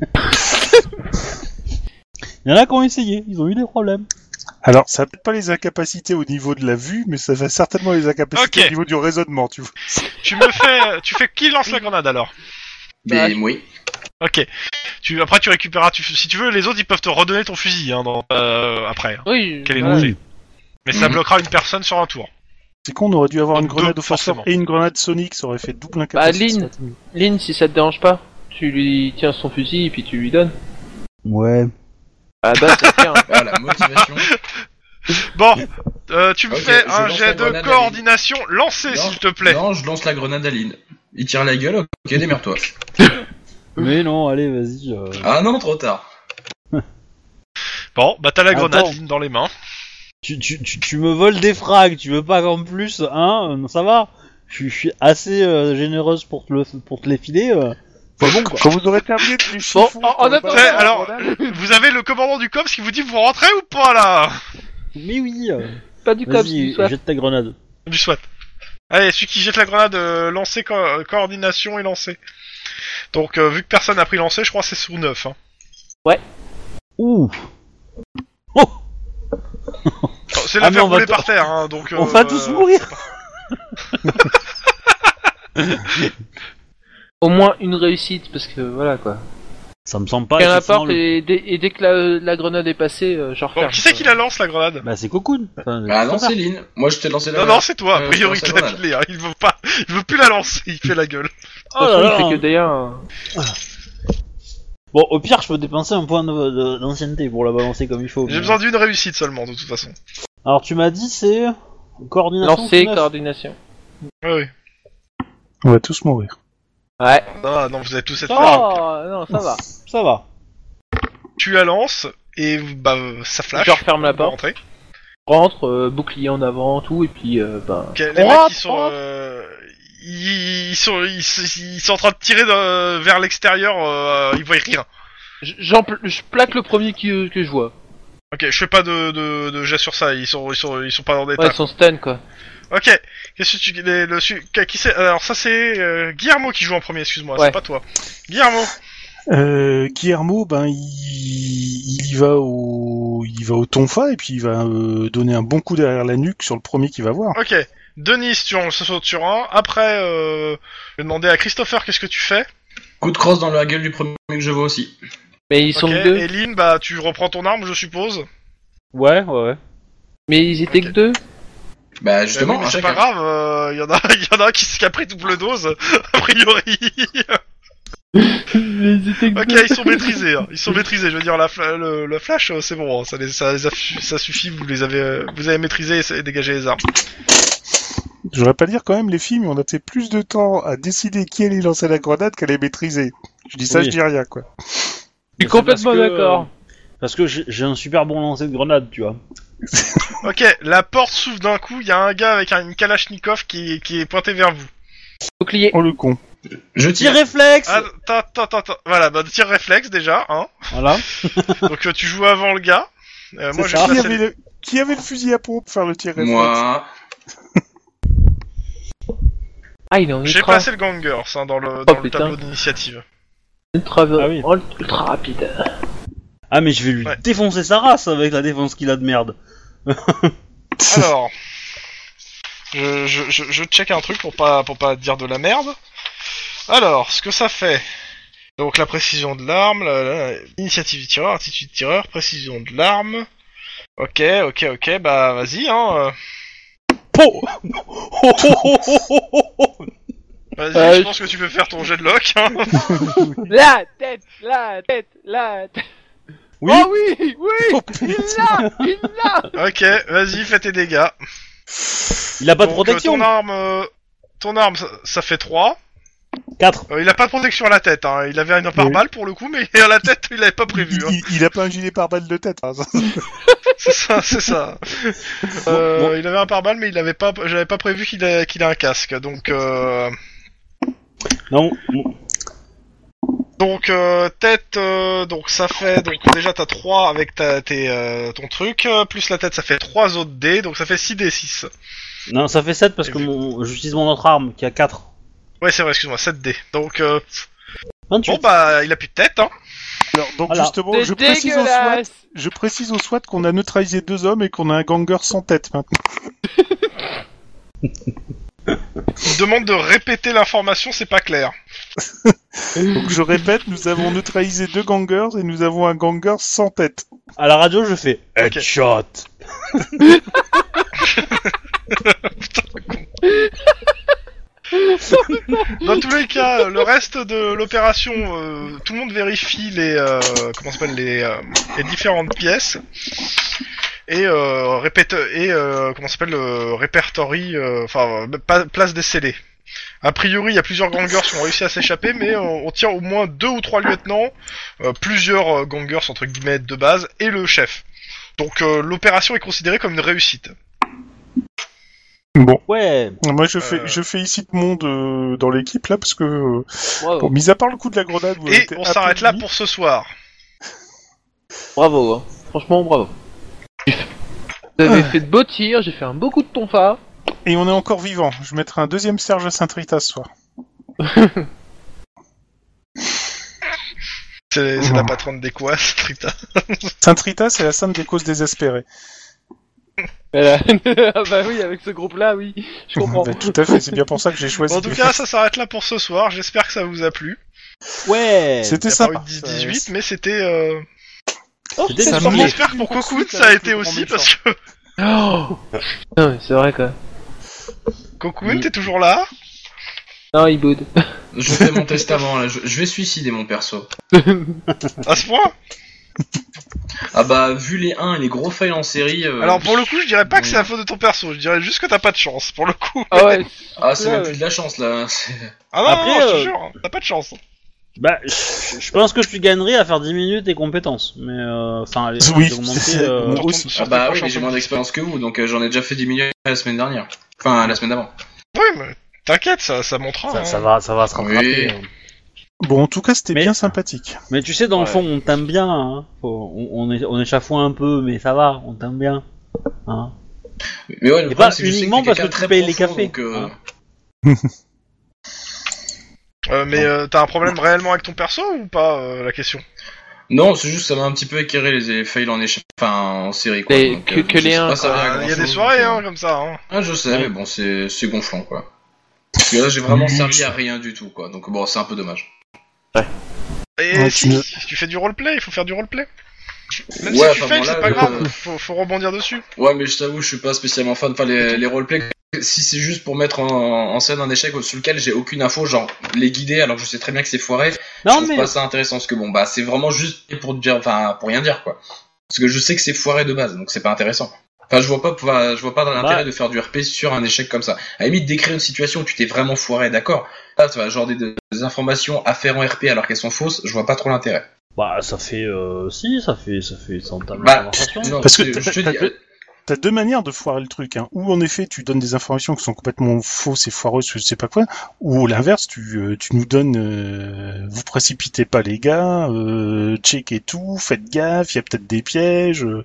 Il y en a qui ont essayé, ils ont eu des problèmes. Alors, ça va peut-être pas les incapacités au niveau de la vue, mais ça va certainement les incapacités Ok. au niveau du raisonnement, tu vois. Tu me fais tu fais qui lance la grenade alors? Mais oui. Ok. Tu, après, tu récupéreras. Tu, si tu veux, les autres, ils peuvent te redonner ton fusil hein, dans, euh, après. Hein, Oui, quel est voilà. lancé. Mais ça Mhm. bloquera une personne sur un tour. C'est con, on aurait dû avoir Donc une grenade deux, au phosphore forcément. et une grenade sonique, ça aurait fait double incapacité. Lynn. Lynn, si ça te dérange pas, tu lui tiens son fusil et puis tu lui donnes. Ouais. Ah bah, c'est bien. Ah, Voilà, motivation. Bon, euh, tu me Ok, fais je un lance jet la de grenade à coordination lancé, Non, s'il te plaît. Non, je lance la grenade à Lynn. Il tire la gueule, ok, démerde-toi. Mais non, allez, vas-y. euh. Ah non, trop tard. Bon, bah t'as la Attends. grenade Lynn, dans les mains. Tu, tu, tu, tu me voles des frags, tu veux pas qu'en plus, hein, euh, ça va. Je, je suis assez euh, généreuse pour te, le, pour te les filer. Euh. C'est bon, quoi. Quand vous aurez terminé de les Bon, chiffons, en, en quand attendant, Ouais, alors, vous avez le commandant du cops qui vous dit vous rentrez ou pas là? Mais oui. euh. pas du cops, du Vas-y, SWAT. jette ta grenade. Du SWAT. Allez, celui qui jette la grenade, euh, lancé, co euh, coordination et lancé. Donc, euh, vu que personne n'a pris lancé, je crois que c'est sur neuf. Hein. Ouh. Oh. C'est la Ah, mais faire on va rouler t- par terre, hein, donc... On euh, va tous mourir. Au moins une réussite, parce que voilà quoi. Ça me semble pas. Quelqu'un la effectivement, porte le- et, dès, et dès que la, la grenade est passée, euh, je Bon, referme. qui c'est qui la lance, la grenade? Bah c'est Cocoon. Enfin, Ah c'est non, ça. c'est Lynn. Moi, je t'ai lancé la Non, grenade. non, c'est toi, a Euh, priori, je il lance la l'a grenade. filé, hein. Il veut pas... Il veut plus la lancer, il fait la gueule. De Oh toute là façon, là. il fait que des un. Bon, au pire, je peux dépenser un point de- de- d'ancienneté pour la balancer comme il faut. J'ai mais- besoin d'une réussite seulement, de toute façon. Alors tu m'as dit c'est coordination. Lancer, neuf. coordination. Oui, oui. on va tous mourir. Ouais. Ah, non, vous allez tous être Oh. là. Oh, non, ça va. Ça va. Tu la lances, et bah, euh, ça flash. Je referme la Vous porte. rentrez. Rentre, euh, bouclier en avant, tout, et puis, euh, ben... Ok, les On mecs, rentre, ils sont, on rentre. euh, ils, ils sont, ils, ils sont en train de tirer de- vers l'extérieur. Euh, ils voient rien. J- j'en pl- je plaque le premier qui, euh, que je vois. Ok, je fais pas de, de, de jet sur ça. Ils sont, ils sont, ils sont pas dans des Ouais, tas. ils sont stun, quoi. Ok. Qu'est-ce que tu, les- le, su- qui c'est? Alors ça c'est euh, Guillermo qui joue en premier. Excuse-moi, Ouais. c'est pas toi. Guillermo. Euh, Guillermo, ben, il, il y va au, il va au tonfa et puis il va euh, donner un bon coup derrière la nuque sur le premier qu'il va voir. Ok. Denis, tu en saute sur un. Après, euh, je vais demander à Christopher qu'est-ce que tu fais. Coup de crosse dans la gueule du premier que je vois aussi. Mais ils sont Ok. que deux. Et Lynn, bah tu reprends ton arme, je suppose. Ouais, ouais, ouais. Mais ils étaient Ok. que deux. Bah Euh, justement, oui, mais un c'est chacun. pas grave. Il y en a, il y en a un qui, qui a pris double dose. A priori. Mais ils étaient que Ok, deux. ils sont maîtrisés. Hein. Ils sont maîtrisés. Je veux dire, la, fla- le, la flash, euh, c'est bon. Hein. Ça, les, ça, les a su- ça suffit. Vous les avez, euh, vous avez maîtrisé et, et dégagé les armes. Je voudrais pas dire quand même les filles, mais on a fait plus de temps à décider qui allait lancer la grenade qu'à les maîtriser. Je dis ça, Oui. je dis rien, quoi. Je suis C'est complètement parce que, d'accord. euh, Parce que j'ai j'ai un super bon lancer de grenade, tu vois. Ok, la porte s'ouvre d'un coup. Il y a un gars avec un, une Kalachnikov qui, qui est pointé vers vous. Bouclier. Oh le con. Je Tir tire. réflexe. Ah, Attends, attends, attends, attends. Voilà, bah tir réflexe déjà. Hein. Voilà. Donc euh, tu joues avant le gars. Euh, moi, je ça. vais Qui placer avait, le... qui avait le fusil à pompe pour faire le tir réflexe? Moi. Ah, il est en J'ai ultra, placé le gangers hein, dans le, dans le putain. tableau d'initiative. ultra, Ah oui. ultra rapide. Ah mais je vais lui Ouais. défoncer sa race avec la défense qu'il a de merde. Alors, je, je, je, je check un truc pour pas, pour pas dire de la merde. Alors, ce que ça fait. Donc la précision de l'arme, la, la- la- initiative du tireur, attitude du tireur, précision de l'arme. Ok, ok, ok, bah vas-y, hein. euh, Oh oh, oh, oh, oh, oh. Vas-y, Euh, je pense que tu peux faire ton jet de lock. Hein. La tête, la tête, la tête. Oui. Oh oui, oui, Oh, il l'a, il l'a. Ok, vas-y, fais tes dégâts. Il a pas de Donc, euh, protection. ton arme, euh, ton arme, ça, ça fait trois. quatre. Euh, il a pas de protection à la tête, hein. Il avait un pare-balles pour le coup, mais à la tête, il avait pas prévu. Il, Hein. il- il a pas un gilet pare-balles de tête. Hein. C'est ça, c'est ça. Euh, bon. Il avait un pare-balles, mais il avait pas, j'avais pas prévu qu'il a, qu'il a un casque. Donc, euh, Non. bon. donc euh, tête, euh, donc ça fait, donc déjà t'as trois avec ta, tes, euh, ton truc, euh, plus la tête, ça fait trois autres dés, donc ça fait six d six. Non, ça fait sept parce Et que vu- mon... j'utilise mon autre arme qui a quatre. Ouais, c'est vrai, excuse-moi, sept d. Donc, euh, vingt-huit. bon bah, il a plus de tête, hein. Alors, donc Voilà. justement, C'est je précise, au SWAT, dégueulasse. je précise au SWAT qu'on a neutralisé deux hommes et qu'on a un ganger sans tête maintenant. Il demande de répéter l'information, c'est pas clair. Donc je répète, nous avons neutralisé deux gangers et nous avons un ganger sans tête. À la radio, je fais Ok. headshot. Non, Dans tous les cas, le reste de l'opération, euh, tout le monde vérifie les euh, comment s'appelle les, euh, les différentes pièces et euh, répète et euh, comment s'appelle le répertorie, enfin euh, place des scellés. A priori, il y a plusieurs gangers qui ont réussi à s'échapper, mais on, on tient au moins deux ou trois lieutenants, euh, plusieurs euh, gangers entre guillemets de base et le chef. Donc euh, l'opération est considérée comme une réussite. Bon. Ouais. Moi, je fais, Euh. je félicite monde euh, dans l'équipe là parce que, euh, Bravo. bon, mis à part le coup de la grenade, vous avez Et été on s'arrête là applaudis. pour ce soir. Bravo, hein. Franchement, bravo. Vous avez fait de beaux tirs, j'ai fait un beau coup de tonfa. Et on est encore vivant. Je mettrai un deuxième Serge à Saint-Rita ce soir. C'est, c'est la patronne des quoi, Trita. Saint-Rita, c'est la sainte des causes désespérées. Voilà. Ah bah oui, avec ce groupe-là, oui, je comprends. Bah, tout à fait. C'est bien pour ça que j'ai choisi. Bon, en tout de- cas, ça s'arrête là pour ce soir. J'espère que ça vous a plu. Ouais. C'était Il y a ça. pas eu de dix dix-huit, mais c'était. Euh... Oh, C'était c'est ça sorti. me- J'espère que pour Une Cocoon, poursuite ça a avec été le grand aussi méchant. parce que Oh putain, mais c'est vrai quoi. Cocoon, Mm. t'es toujours là. Non, il boude. Je fais mon testament là, je, je vais suicider mon perso. À ce point. Ah bah, vu les un et les gros fails en série. euh, Alors pour le coup, je dirais pas que oui. c'est la faute de ton perso. Je dirais juste que t'as pas de chance. Pour le coup. Ah ouais. Ah, c'est Ouais, même ouais. plus de la chance là. c'est- Ah non, Après, non, je te euh, jure, t'as pas de chance. Bah, je je pense que tu gagnerais à faire dix minutes et compétences, mais euh, enfin, les Oui. augmenter. Euh... Moi Sur ton- aussi. sur Ah tes bah oui, prochains mais j'ai moins tours. d'expérience que vous, donc euh, j'en ai déjà fait dix minutes la semaine dernière. Enfin, la semaine d'avant. Oui, mais t'inquiète, ça, ça montera. Ça, hein. ça va, ça va se rattraper. Oui. euh. Bon, en tout cas, c'était Mais- bien sympathique. Mais tu sais, dans Ouais. le fond, on t'aime bien. Hein. Faut- on, on, est, on échafoue un peu, mais ça va, on t'aime bien. Hein. Mais ouais, le Et problème, pas c'est que je sais uniquement t'es parce quelqu'un que de tu très payes les profond, cafés, donc, euh, hein. Euh, mais euh, t'as un problème réellement avec ton perso ou pas euh, la question? Non, c'est juste que ça m'a un petit peu éclairé les fails en échec, enfin en série quoi. Les- donc, que- euh, que je les sais uns, pas servir à Il y a grand-chose, des soirées donc, euh, hein, comme ça. Hein. Ah, je sais, Ouais. mais bon, c'est c'est gonflant quoi. Parce que là, j'ai vraiment servi à rien du tout quoi, donc bon, c'est un peu dommage. Et Ouais, si, tu ne- si tu fais du roleplay, il faut faire du roleplay. Même Ouais, si tu enfin, fais, bon, là, c'est pas euh, grave. Faut, faut rebondir dessus. Ouais, mais je t'avoue, je suis pas spécialement fan. Enfin, les, les roleplays, si c'est juste pour mettre en, en scène un échec sur lequel j'ai aucune info, genre les guider alors que je sais très bien que c'est foiré, je Non, trouve mais pas ça intéressant. Parce que bon, bah, c'est vraiment juste pour dire, enfin, pour rien dire quoi. Parce que je sais que c'est foiré de base, donc c'est pas intéressant. Enfin, je vois pas, enfin, je vois pas l'intérêt Bah. de faire du R P sur un échec comme ça. À la limite, décrire une situation où tu t'es vraiment foiré, d'accord. Là, tu vois, genre des, des informations à faire en R P alors qu'elles sont fausses, je vois pas trop l'intérêt. bah, ça fait. Euh, si, ça fait, ça fait. Ça entame la Bah, conversation. non, Parce que c'est- t'as- je te t'as dis, deux- T'as deux manières de foirer le truc, hein. Ou en effet tu donnes des informations qui sont complètement fausses et foireuses, je sais pas quoi, ou l'inverse, tu, euh, tu nous donnes, euh, vous précipitez pas les gars, euh, checkez tout, faites gaffe, il y a peut-être des pièges. euh.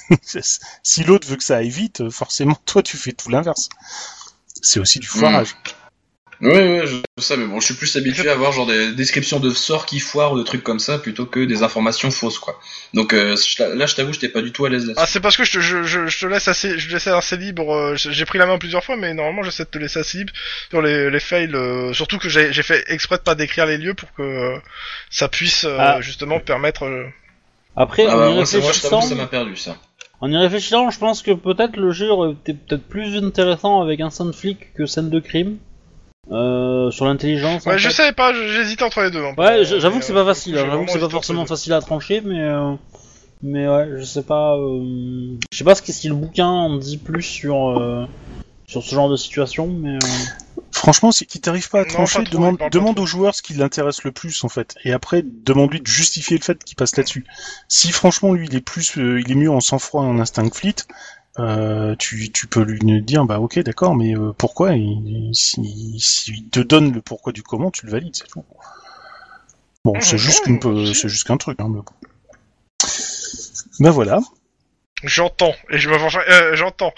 Si l'autre veut que ça aille vite, euh, forcément toi tu fais tout l'inverse. C'est aussi du foirage. Oui, oui, je sais, mais bon, je suis plus habitué à voir genre des descriptions de sorts qui foirent ou de trucs comme ça plutôt que des informations fausses, quoi. Donc euh, je- là, je t'avoue, j'étais pas du tout à l'aise là-dessus. Ah, c'est parce que je te, je, je, je te laisse assez, je te laisse assez libre. euh, J'ai pris la main plusieurs fois, mais normalement j'essaie de te laisser assez libre sur les, les fails. euh, surtout que j'ai j'ai fait exprès de pas décrire les lieux pour que euh, ça puisse euh, Ah. justement permettre. euh, Après, Ah en bah, y moi, c'est- moi, je t'avoue, réfléchissant, ça m'a perdu ça. en y réfléchissant, je pense que peut-être le jeu aurait été peut-être plus intéressant avec un scène flic que scène de crime. Euh, sur l'intelligence. en Ouais, je fait. savais pas, j'hésitais entre les deux. hein, Ouais, pour- j- j'avoue mais, que c'est euh, pas facile. j'ai hein, J'avoue vraiment que c'est pas hésité entre forcément les deux. facile à trancher, mais euh, mais ouais, je sais pas. Euh, je sais pas ce que si le bouquin en dit plus sur euh, sur ce genre de situation, mais euh, Franchement, si tu t'arrives pas à Non, trancher, pas trop, demande, il parle pas demande trop. au joueur ce qui l'intéresse le plus en fait, et après demande-lui de justifier le fait qu'il passe là-dessus. Si franchement lui il est plus, euh, il est mieux en sang-froid et en instinct fleet, euh, tu, tu peux lui dire bah ok d'accord, mais euh, pourquoi il, si, si il te donne le pourquoi du comment, tu le valides, c'est tout. Bon, Mmh, c'est juste mmh, qu'une, si. c'est juste qu'un truc. Hein, mais bon. Ben voilà. J'entends, et je me enfin, euh, j'entends.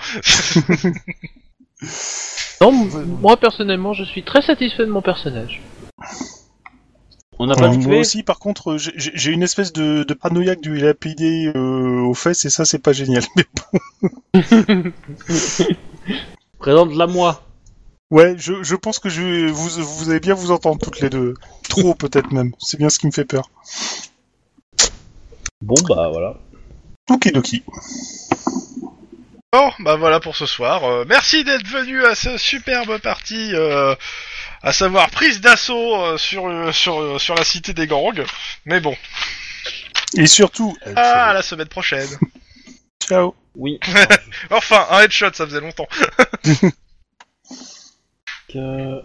Non, m- moi personnellement, je suis très satisfait de mon personnage. on n'a pas Euh, dit moi tuer. aussi, par contre, j'ai, j'ai une espèce de, de paranoïaque du L A P D euh, aux fesses, et ça, c'est pas génial. Mais bon. Présente-la moi. Ouais, je, je pense que je vais- vous, vous allez bien vous entendre toutes les deux. Trop, peut-être même. C'est bien ce qui me fait peur. Bon bah voilà. Okidoki. Bon, bah voilà pour ce soir. Euh, merci d'être venu à ce superbe parti. Euh, à savoir prise d'assaut euh, sur euh, sur euh, sur la cité des gangs. Mais bon. Et surtout, Ah, à la semaine prochaine. ciao. Oui. Enfin, un headshot, ça faisait longtemps. Que-